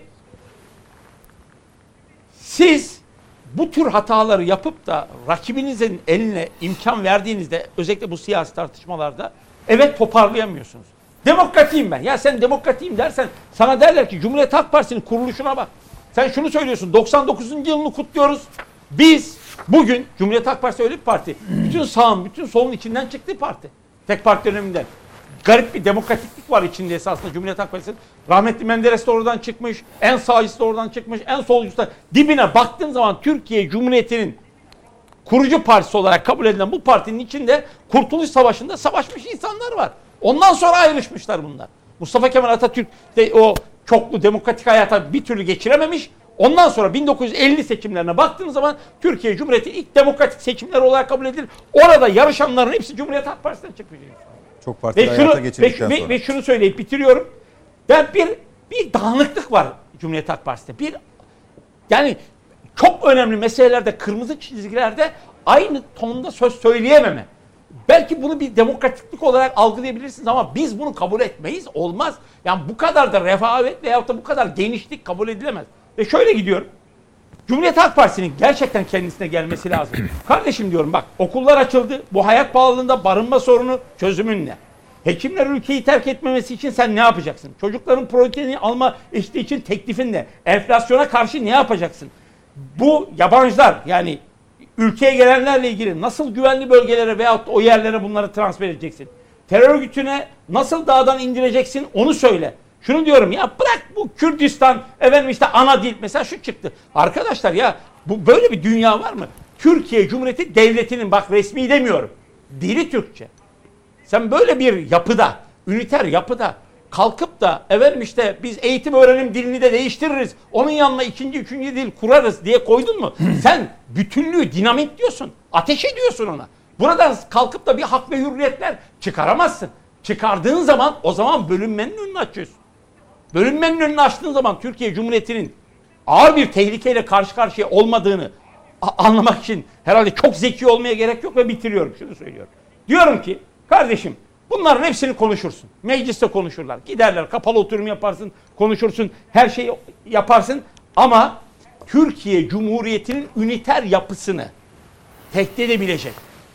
siz bu tür hataları yapıp da rakibinizin eline imkan verdiğinizde, özellikle bu siyasi tartışmalarda, evet, toparlayamıyorsunuz. Demokratiyim ben. Ya sen demokratiyim dersen sana derler ki Cumhuriyet Halk Partisi'nin kuruluşuna bak. Sen şunu söylüyorsun, 99. yılını kutluyoruz. Biz bugün Cumhuriyet Halk Partisi öyle bir parti. Bütün sağın, bütün solun içinden çıktığı parti. Tek parti döneminden. Garip bir demokratiklik var içinde esasında Cumhuriyet Halk Partisi'nin. Rahmetli Menderes de oradan çıkmış, en sağcısı da oradan çıkmış, en solcusu da. Dibine baktığın zaman Türkiye Cumhuriyeti'nin kurucu partisi olarak kabul edilen bu partinin içinde Kurtuluş Savaşı'nda savaşmış insanlar var. Ondan sonra ayrışmışlar bunlar. Mustafa Kemal Atatürk de o çoklu demokratik hayata bir türlü geçirememiş. Ondan sonra 1950 seçimlerine baktığınız zaman Türkiye Cumhuriyeti ilk demokratik seçimler olarak kabul edilir. Orada yarışanların hepsi Cumhuriyet Halk Partisi'nden çıkmış. Çok partili hayata geçirdikten sonra. Ve şunu söyleyip bitiriyorum. Ben bir dağınıklık var Cumhuriyet Halk Partisi'nde. Yani çok önemli meselelerde, kırmızı çizgilerde aynı tonda söz söyleyememe. Belki bunu bir demokratiklik olarak algılayabilirsiniz ama biz bunu kabul etmeyiz. Olmaz. Yani bu kadar da refavet veyahut da bu kadar genişlik kabul edilemez. Ve şöyle gidiyorum. Cumhuriyet Halk Partisi'nin gerçekten kendisine gelmesi lazım. Kardeşim diyorum, bak, okullar açıldı. Bu hayat pahalılığında barınma sorunu çözümün ne? Hekimler ülkeyi terk etmemesi için sen ne yapacaksın? Çocukların proteini alma işte için teklifin ne? Enflasyona karşı ne yapacaksın? Bu yabancılar, yani ülkeye gelenlerle ilgili nasıl güvenli bölgelere veyahut o yerlere bunları transfer edeceksin? Terör örgütüne nasıl dağdan indireceksin, onu söyle. Şunu diyorum ya, bırak bu Kürdistan, efendim işte ana dil, mesela şu çıktı. Arkadaşlar ya, bu böyle bir dünya var mı? Türkiye Cumhuriyeti Devleti'nin, bak resmi demiyorum, dili Türkçe. Sen böyle bir yapıda, üniter yapıda kalkıp da efendim işte biz eğitim öğrenim dilini de değiştiririz, onun yanına ikinci, üçüncü dil kurarız diye koydun mu? Sen bütünlüğü dinamit diyorsun, ateş ediyorsun ona. Buradan kalkıp da bir hak ve hürriyetler çıkaramazsın. Çıkardığın zaman o zaman bölünmenin önünü açıyorsun. Bölünmenin önünü açtığın zaman Türkiye Cumhuriyeti'nin ağır bir tehlikeyle karşı karşıya olmadığını anlamak için herhalde çok zeki olmaya gerek yok ve bitiriyorum. Şunu söylüyorum. Diyorum ki kardeşim, bunların hepsini konuşursun. Mecliste konuşurlar. Giderler, kapalı oturum yaparsın, konuşursun, her şeyi yaparsın. Ama Türkiye Cumhuriyeti'nin üniter yapısını tehdit edebilecek,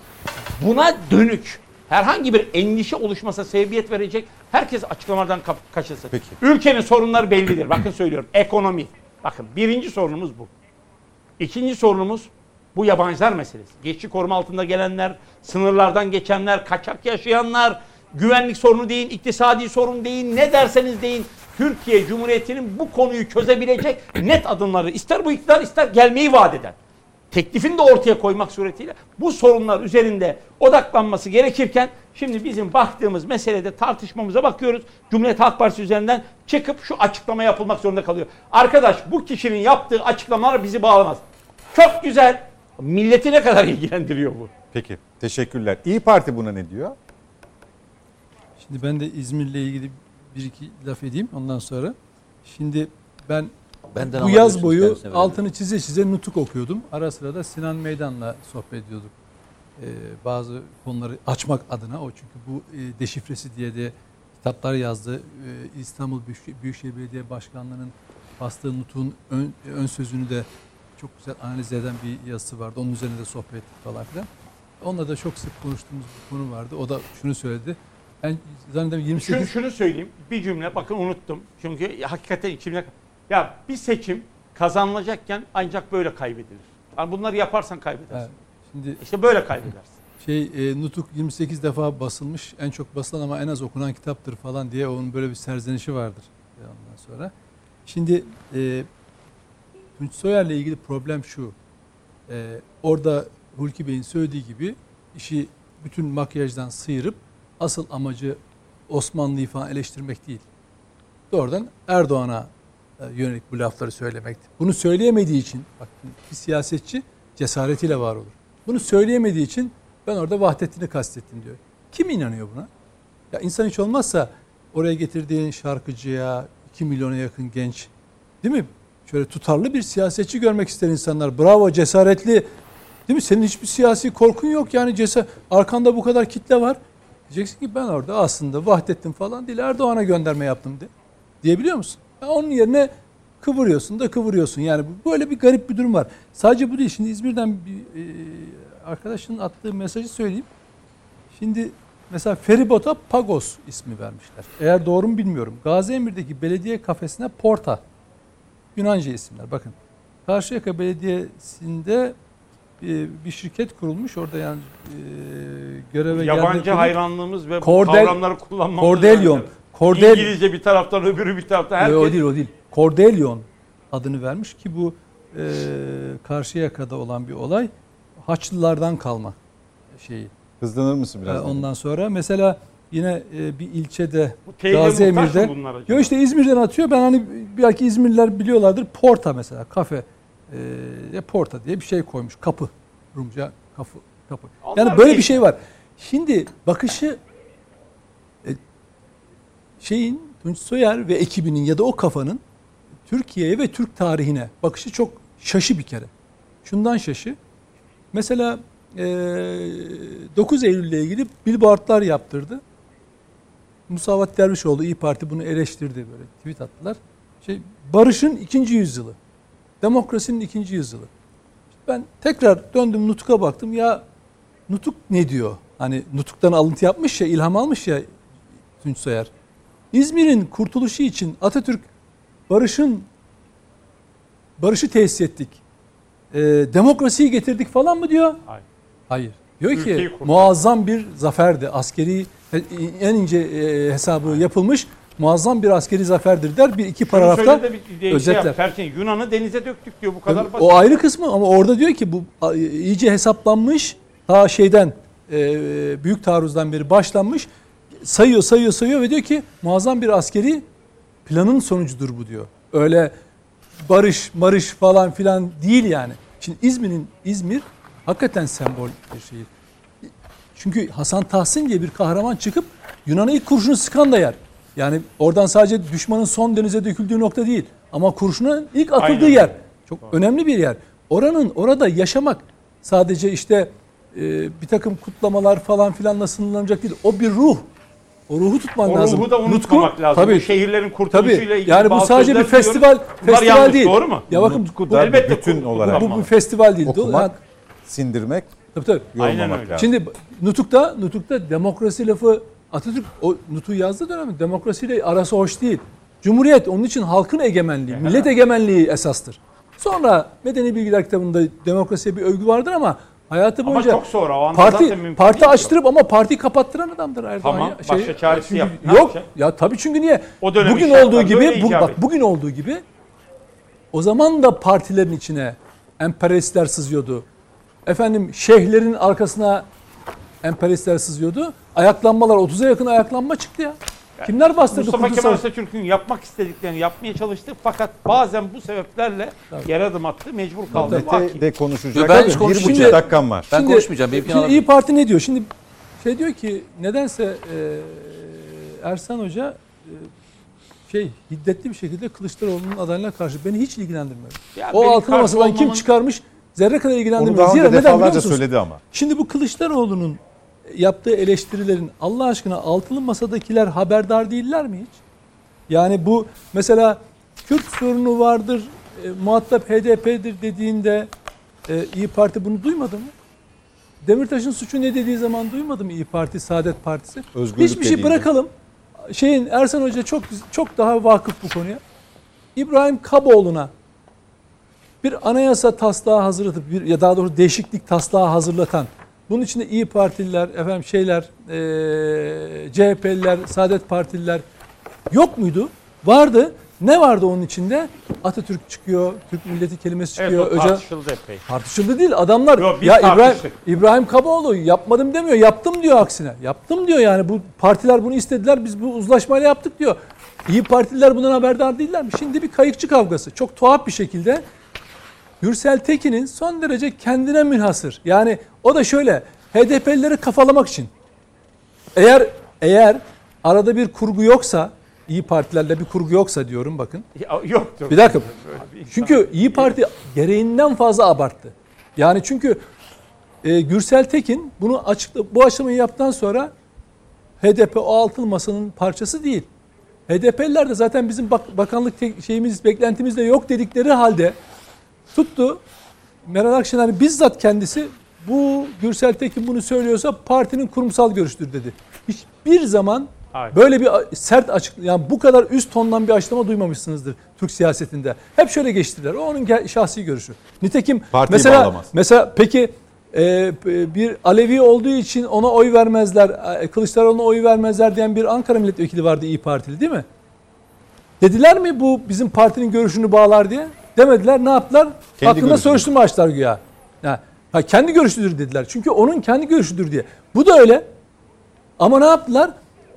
buna dönük herhangi bir endişe oluşmasa sebebiyet verecek herkes açıklamadan kaçınsın. Peki. Ülkenin sorunları bellidir. Bakın söylüyorum. Ekonomi. Bakın birinci sorunumuz bu. İkinci sorunumuz bu yabancılar meselesi. Geçici koruma altında gelenler, sınırlardan geçenler, kaçak yaşayanlar, güvenlik sorunu deyin, iktisadi sorun deyin, ne derseniz deyin. Türkiye Cumhuriyeti'nin bu konuyu çözebilecek net adımları, ister bu iktidar ister gelmeyi vaat eden, teklifini de ortaya koymak suretiyle bu sorunlar üzerinde odaklanması gerekirken şimdi bizim baktığımız meselede tartışmamıza bakıyoruz. Cumhuriyet Halk Partisi üzerinden çıkıp şu açıklama yapılmak zorunda kalıyor. Arkadaş, bu kişinin yaptığı açıklamalar bizi bağlamaz. Çok güzel. Milleti ne kadar ilgilendiriyor bu? Peki, teşekkürler. İYİ Parti buna ne diyor? Şimdi ben de İzmir'le ilgili bir iki laf edeyim ondan sonra. Şimdi ben Benden bu yaz alabilirsiniz boyu kendisine verelim. altını çize çize nutuk okuyordum. Ara sıra da Sinan Meydan'la sohbet ediyorduk. Bazı konuları açmak adına, o çünkü bu deşifresi diye de kitaplar yazdı. İstanbul Büyükşehir Belediye Başkanlığı'nın bastığı nutuğun ön sözünü de çok güzel analiz eden bir yazısı vardı. Onun üzerine de sohbet ettik falan filan. Onunla da çok sık konuştuğumuz bir konu vardı. O da şunu söyledi. Ben zannederim 28... Şunu söyleyeyim. Bir cümle, bakın unuttum. Çünkü hakikaten içimde... Ya bir seçim kazanılacakken ancak böyle kaybedilir. Yani bunları yaparsan kaybedersin. Evet, şimdi İşte böyle kaybedersin. Nutuk 28 defa basılmış, en çok basılan ama en az okunan kitaptır falan diye onun böyle bir serzenişi vardır ondan sonra. Şimdi Tunç Soyer'le ilgili problem şu. Orada Hulki Bey'in söylediği gibi işi bütün makyajdan sıyırıp asıl amacı Osmanlı'yı falan eleştirmek değil. Doğrudan Erdoğan'a yönelik bu lafları söylemekti. Bunu söyleyemediği için, bak bir siyasetçi cesaretiyle var olur. Bunu söyleyemediği için ben orada Vahdettin'i kastettim diyor. Kim inanıyor buna? Ya insan hiç olmazsa oraya getirdiğin şarkıcıya 2 milyona yakın genç, değil mi? Şöyle tutarlı bir siyasetçi görmek ister insanlar. Bravo, cesaretli. Değil mi? Senin hiçbir siyasi korkun yok yani, arkanda bu kadar kitle var. Diyeceksin ki ben orada aslında Vahdettin falan değil, Erdoğan'a gönderme yaptım diyebiliyor musun? Onun yerine kıvırıyorsun. Yani böyle bir garip bir durum var. Sadece bu değil. Şimdi İzmir'den bir arkadaşın attığı mesajı söyleyeyim. Şimdi mesela feribota Pagos ismi vermişler. Eğer doğru mu bilmiyorum. Gaziemir'deki belediye kafesine Porta. Yunanca isimler. Bakın. Karşıyaka Belediyesi'nde bir şirket kurulmuş. Orada yani göreve yabancı hayranlığımız ve bu kavramları kullanmamız. Cordelion. İngilizce bir taraftan, öbürü bir taraftan. Herkes... O değil. Cordelion adını vermiş ki bu Karşıyaka'da olan bir olay. Haçlılardan kalma şeyi. Hızlanır mısın biraz? Ondan sonra mesela yine bir ilçede Gaziemir'de. Yok işte İzmir'den atıyor. Ben hani belki İzmirliler biliyorlardır. Porta mesela kafe. Porta diye bir şey koymuş. Kapı. Rumca kapı. Yani böyle bir şey var. Şimdi bakışı Tunç Soyer ve ekibinin ya da o kafanın Türkiye'ye ve Türk tarihine bakışı çok şaşı bir kere. Şundan şaşı. Mesela 9 Eylül ile ilgili billboardlar yaptırdı. Musavat Dervişoğlu İYİ Parti bunu eleştirdi, böyle tweet attılar. Barış'ın 2. yüzyılı. Demokrasinin 2. yüzyılı. Ben tekrar döndüm Nutuk'a baktım. Ya Nutuk ne diyor? Hani Nutuk'tan alıntı yapmış ya, ilham almış ya Tunç Soyer. İzmir'in kurtuluşu için Atatürk barışı tesis ettik. Demokrasiyi getirdik falan mı diyor? Hayır. Diyor ki muazzam bir zaferdi. Askeri en ince hesabı yapılmış muazzam bir askeri zaferdir der. Bir iki paragrafta özetler. Yunan'ı denize döktük diyor, bu kadar basit. O ayrı kısmı ama orada diyor ki bu iyice hesaplanmış. Ta Büyük Taarruz'dan beri başlanmış. Sayıyor ve diyor ki muazzam bir askeri planın sonucudur bu diyor. Öyle barış falan filan değil yani. Şimdi İzmir hakikaten sembol bir şehir. Çünkü Hasan Tahsin diye bir kahraman çıkıp Yunan'a ilk kurşunu sıkan da yer. Yani oradan sadece düşmanın son denize döküldüğü nokta değil. Ama kurşunun ilk atıldığı yer. Çok önemli bir yer. Orada yaşamak sadece işte bir takım kutlamalar falan filanla sınırlanacak değil. O bir ruh. O ruhu tutman lazım. O ruhu da unutmamak lazım. Tabii. Bu şehirlerin kurtuluşuyla ilgili yani bu sadece bir festival yanlış, değil. Doğru mu? Ya bakın elbette bütün olarak. Bu bir festival değil. Okumak, sindirmek, tabii. yormamak lazım. Şimdi Nutuk'ta demokrasi lafı Atatürk o Nutuk'u yazdığı dönemde demokrasiyle arası hoş değil. Cumhuriyet onun için halkın egemenliği, millet egemenliği esastır. Sonra Medeni Bilgiler kitabında demokrasiye bir övgü vardır ama hayatı boyunca çok sonra, parti açtırıp ama partiyi kapattıran adamdır Erdoğan. Tamam, başka çaresi yap. Yok ya tabii, çünkü niye? Bugün olduğu gibi o zaman da partilerin içine emperyalistler sızıyordu. Efendim şeyhlerin arkasına emperyalistler sızıyordu. Ayaklanmalar, 30'a yakın ayaklanma çıktı ya. Kimler bastırdı? Mustafa Kemal Atatürk'ün yapmak istediklerini yapmaya çalıştı. Fakat bazen bu sebeplerle yer adım attı. Mecbur kaldı. De konuşacak. Ben 1,5 dakikam var. Ben konuşmayacağım. Şimdi İYİ Parti ne diyor? Şimdi diyor ki nedense Ersan Hoca hiddetli bir şekilde Kılıçdaroğlu'nun adaylığına karşı beni hiç ilgilendirmiyor. O altılı masadan kim çıkarmış zerre kadar ilgilendirmiyor. Onu daha önce defalarca söyledi ama. Şimdi bu Kılıçdaroğlu'nun yaptığı eleştirilerin Allah aşkına altılı masadakiler haberdar değiller mi hiç? Yani bu mesela Kürt sorunu vardır, muhatap HDP'dir dediğinde İYİ Parti bunu duymadı mı? Demirtaş'ın suçu ne dediği zaman duymadı mı İYİ Parti, Saadet Partisi? Özgürlük hiçbir şey bırakalım. Ersan Hoca çok daha vakıf bu konuya. İbrahim Kaboğlu'na bir anayasa taslağı hazırlatıp ya daha doğrusu değişiklik taslağı hazırlatan, bunun içinde İYİ Partililer, CHP'liler, Saadet Partililer yok muydu? Vardı. Ne vardı onun içinde? Atatürk çıkıyor, Türk milleti kelimesi çıkıyor. Evet, o tartışıldı epey. Tartışıldı değil. Adamlar Yok, biz ya tartıştık. İbrahim Kaboğlu yapmadım demiyor. Yaptım diyor aksine. Yaptım diyor yani. Bu partiler bunu istediler. Biz bu uzlaşmayla yaptık diyor. İyi Partililer bundan haberdar değiller mi? Şimdi bir kayıkçı kavgası. Çok tuhaf bir şekilde Gürsel Tekin'in son derece kendine münhasır. Yani o da şöyle HDP'lileri kafalamak için. Eğer arada bir kurgu yoksa, İyi Partilerle bir kurgu yoksa diyorum bakın. Ya, yoktur. Bir dakika. Çünkü İyi Parti gereğinden fazla abarttı. Yani çünkü Gürsel Tekin bunu bu açıklamayı yaptıktan sonra HDP o altılı masanın parçası değil. HDP'liler de zaten bizim bakanlık beklentimiz de yok dedikleri halde tuttu. Meral Akşener bizzat kendisi bu Gürsel Tekin bunu söylüyorsa partinin kurumsal görüşüdür dedi. Hiçbir zaman böyle bir sert yani bu kadar üst tondan bir açıklama duymamışsınızdır Türk siyasetinde. Hep şöyle geçtiler. O onun şahsi görüşü. Nitekim mesela peki bir Alevi olduğu için ona oy vermezler, Kılıçdaroğlu'na oy vermezler diyen bir Ankara milletvekili vardı İyi Partili değil mi? Dediler mi bu bizim partinin görüşünü bağlar diye? Demediler. Ne yaptılar? Hakkında soruşturma açtılar güya. Yani, kendi görüşüdür dediler. Çünkü onun kendi görüşüdür diye. Bu da öyle. Ama ne yaptılar?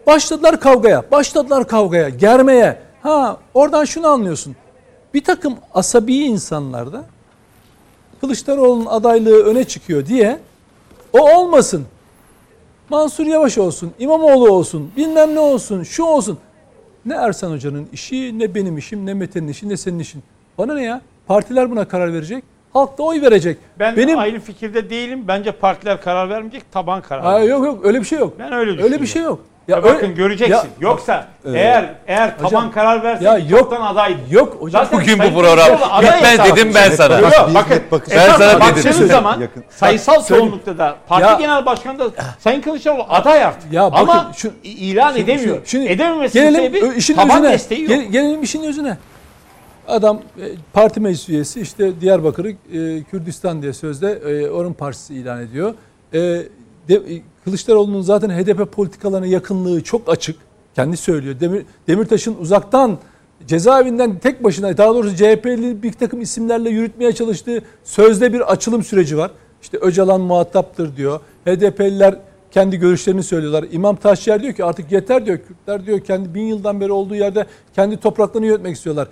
Başladılar kavgaya, germeye. Oradan şunu anlıyorsun. Bir takım asabi insanlarda Kılıçdaroğlu'nun adaylığı öne çıkıyor diye o olmasın. Mansur Yavaş olsun, İmamoğlu olsun, bilmem ne olsun, şu olsun. Ne Ersan Hoca'nın işi, ne benim işim, ne Mete'nin işi, ne senin işin. Bana ne ya? Partiler buna karar verecek. Halk da oy verecek. Ben aynı fikirde değilim. Bence partiler karar vermeyecek, taban karar verecek. Yok öyle bir şey yok. Ben öyle düşünüyorum. Öyle bir şey yok. Ya bakın göreceksin. Yoksa eğer taban karar verse çoktan aday. Yok hocam. Zaten bugün bu program bitmez dedim ben sana. Bakın ben sana baktığınız zaman sayısal çoğunlukta da parti genel başkanı da Sayın Kılıçdaroğlu aday artık. Ama ilan edemiyor. Edememesinin sebebi taban desteği yok. Gelelim işin özüne. Adam parti meclis üyesi işte Diyarbakır'ı Kürdistan diye sözde onun partisi ilan ediyor. Kılıçdaroğlu'nun zaten HDP politikalarına yakınlığı çok açık. Kendi söylüyor. Demirtaş'ın uzaktan cezaevinden tek başına daha doğrusu CHP'li bir takım isimlerle yürütmeye çalıştığı sözde bir açılım süreci var. İşte Öcalan muhataptır diyor. HDP'liler kendi görüşlerini söylüyorlar. İmam Taşyer diyor ki artık yeter diyor. Kürtler diyor kendi 1000 yıldan beri olduğu yerde kendi topraklarını yönetmek istiyorlar.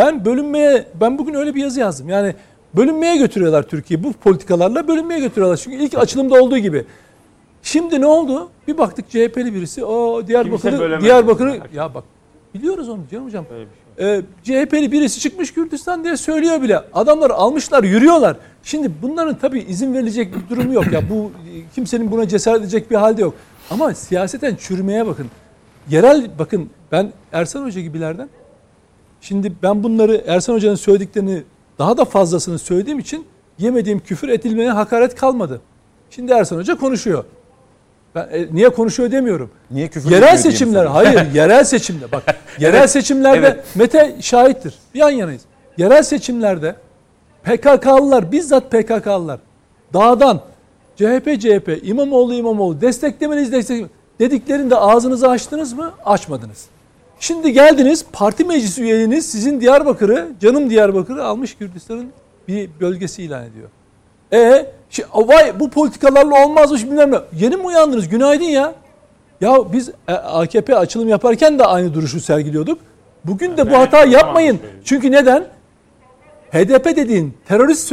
Ben bugün öyle bir yazı yazdım. Yani bölünmeye götürüyorlar Türkiye'yi. Bu politikalarla bölünmeye götürüyorlar. Çünkü ilk açılımda olduğu gibi. Şimdi ne oldu? Bir baktık CHP'li birisi Diyarbakır'ı ya bak biliyoruz onu canım hocam. CHP'li birisi çıkmış Kürdistan diye söylüyor bile. Adamlar almışlar, yürüyorlar. Şimdi bunların tabii izin verilecek bir durumu yok ya. Bu kimsenin buna cesaret edecek bir halde yok. Ama siyaseten çürümeye bakın. Bakın ben Ersan Hoca gibilerden şimdi ben bunları Ersan Hoca'nın söylediklerini daha da fazlasını söylediğim için yemediğim küfür edilmeye hakaret kalmadı. Şimdi Ersan Hoca konuşuyor. Ben niye konuşuyor demiyorum. Niye küfür yerel seçimler, yerel seçimde bak. Yerel seçimlerde evet. Mete şahittir. Bir yan yanayız. Yerel seçimlerde PKK'lılar, bizzat PKK'lılar dağdan CHP, İmamoğlu desteklemeniz dediklerinde ağzınızı açtınız mı? Açmadınız. Şimdi geldiniz parti meclis üyeliğiniz sizin canım Diyarbakır'ı almış Kürdistan'ın bir bölgesi ilan ediyor. Vay bu politikalarla olmazmış bilmem ne. Yeni mi uyandınız? Günaydın ya. Ya biz AKP açılım yaparken de aynı duruşu sergiliyorduk. Bugün de bu hatayı yapmayın. Çünkü neden? HDP dediğin terörist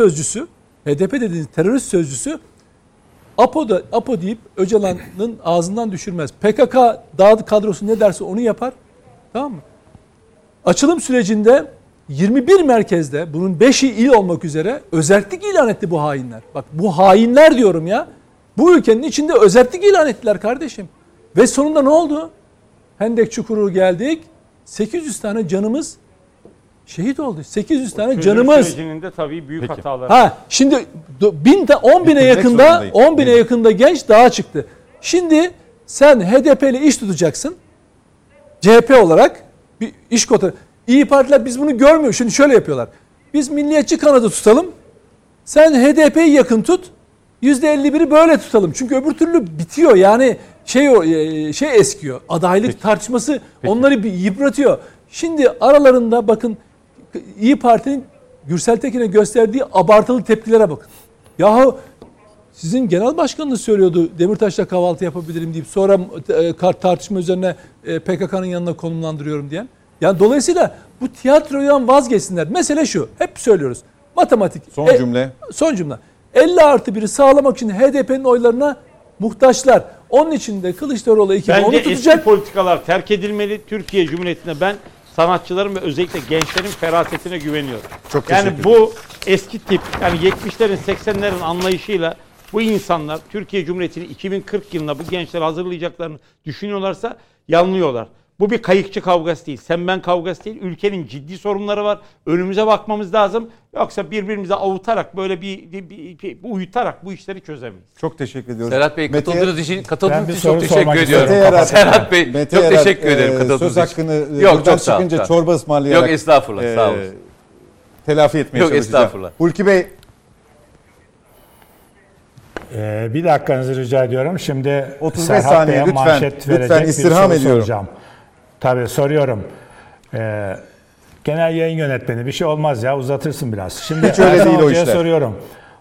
sözcüsü APO deyip Öcalan'ın ağzından düşürmez. PKK dağıt kadrosu ne derse onu yapar. Tamam mı? Açılım sürecinde 21 merkezde bunun 5'i il olmak üzere özellik ilan etti bu hainler. Bak bu hainler diyorum ya. Bu ülkenin içinde özellik ilan ettiler kardeşim. Ve sonunda ne oldu? Hendek Çukuru geldik. 800 tane canımız şehit oldu. 800 tane canımız. Sürecinin de tabii büyük hataları. Şimdi 10 bine yakında genç dağa çıktı. Şimdi sen HDP'li iş tutacaksın. CHP olarak bir iş kota. İyi Partiler biz bunu görmüyor. Şimdi şöyle yapıyorlar. Biz milliyetçi kanadı tutalım. Sen HDP'yi yakın tut. %51'i böyle tutalım. Çünkü öbür türlü bitiyor. Yani şey eskiyor. Adaylık tartışması onları bir yıpratıyor. Şimdi aralarında bakın İyi Parti'nin Gürsel Tekin'e gösterdiği abartılı tepkilere bakın. Yahu sizin genel başkanınız söylüyordu Demirtaş'la kahvaltı yapabilirim deyip sonra tartışma üzerine PKK'nın yanına konumlandırıyorum diyen. Yani dolayısıyla bu tiyatrodan vazgeçsinler. Mesele şu. Hep söylüyoruz. Matematik. Son cümle. Son cümle. 50+1'i sağlamak için HDP'nin oylarına muhtaçlar. Onun için de Kılıçdaroğlu ekibi Bence onu eski tutacak. politikalar terk edilmeli. Türkiye Cumhuriyeti'nde ben sanatçıların ve özellikle gençlerin ferasetine güveniyorum. Çok Yani teşekkür bu eski tip yani 70'lerin 80'lerin anlayışıyla bu insanlar Türkiye Cumhuriyeti'ni 2040 yılında bu gençler hazırlayacaklarını düşünüyorlarsa yanılıyorlar. Bu bir kayıkçı kavgası değil. Sen ben kavgası değil. Ülkenin ciddi sorunları var. Önümüze bakmamız lazım. Yoksa birbirimize avutarak böyle bir uyutarak bu işleri çözemeyiz. Çok teşekkür ediyoruz. Serhat Bey Mete'ye- katıldığınız bir için soru çok teşekkür sormak ediyorum. Mete Yarar- Serhat Bey Mete çok Yarar, teşekkür ederim katıldığınız söz için. hakkını Yok, buradan çok sağ olun, çıkınca sağ olun. çorba ısmarlayarak Yok estağfurullah sağ olun. telafi etmeye Yok, çalışacağım. estağfurullah. Hulki Bey, Bir dakikanızı rica ediyorum. Şimdi 35 Serhat saniye Bey'e lütfen, manşet lütfen verecek bir istirham soru ediyorum. soracağım. Tabii soruyorum. Genel yayın yönetmeni bir şey olmaz ya uzatırsın biraz. Şimdi Hiç öyle Ersan değil o Hoca'ya işler. soruyorum.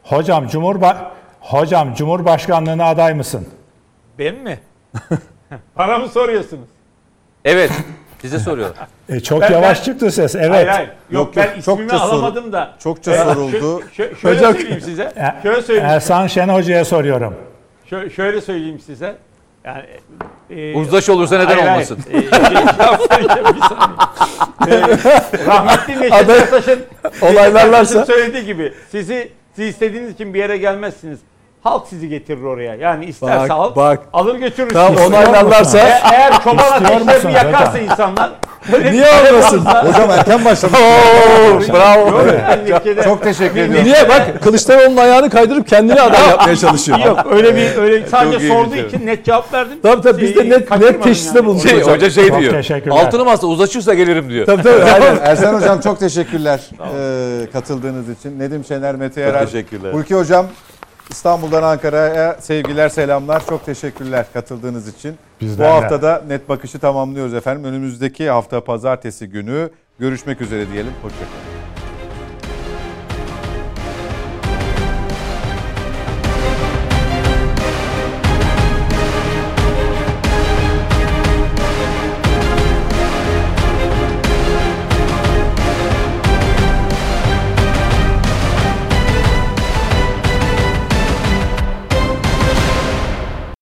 Hocam Cumhurbaşkanlığına aday mısın? Ben mi? Bana mı soruyorsunuz? Evet size soruyorum. Çok Ben- yavaş ben- çıktı ses. Evet. Hayır hayır. Yok, ben çokça ismimi soru- alamadım da. çokça soruldu. Şöyle Hocam- söyleyeyim size. Şöyle söyleyeyim. Ersan Şen Hoca'ya soruyorum. Şöyle söyleyeyim size. Yani Uzlaş olursa neden hayır, olmasın? Bir saniye. Rahmetli Neşet Ertaş'ın olaylarlarsa- söylediği gibi siz istediğiniz için bir yere gelmezsiniz. Halk sizi getirir oraya. Yani isterse halk alır götürür sizi. onaylarlarsa- Eğer çoban İstiyor ateşlerini musunuz yakarsa hocam? insanlar Niye olmasın? Hocam erken başladık. Bravo. Çok teşekkür ediyorum. Niye? Bak Kılıçdaroğlu'nun ayağını kaydırıp kendini aday yapmaya çalışıyor. Yok öyle sadece iyi sorduğu bir şey. için net cevap verdim. Tabii biz de net Kaçırmadım teşhiste yani. bulunduk. Hoca Çok diyor. teşekkürler. Altını masa uzlaşırsa gelirim diyor. Tabii aynen. Ersan Hocam çok teşekkürler katıldığınız için. Nedim Şener, Mete Yarar. teşekkürler. Hulki Hocam İstanbul'dan Ankara'ya sevgiler, selamlar. Çok teşekkürler katıldığınız için. Bizden Bu de. haftada Net Bakış'ı tamamlıyoruz efendim. Önümüzdeki hafta pazartesi günü görüşmek üzere diyelim. Hoşçakalın.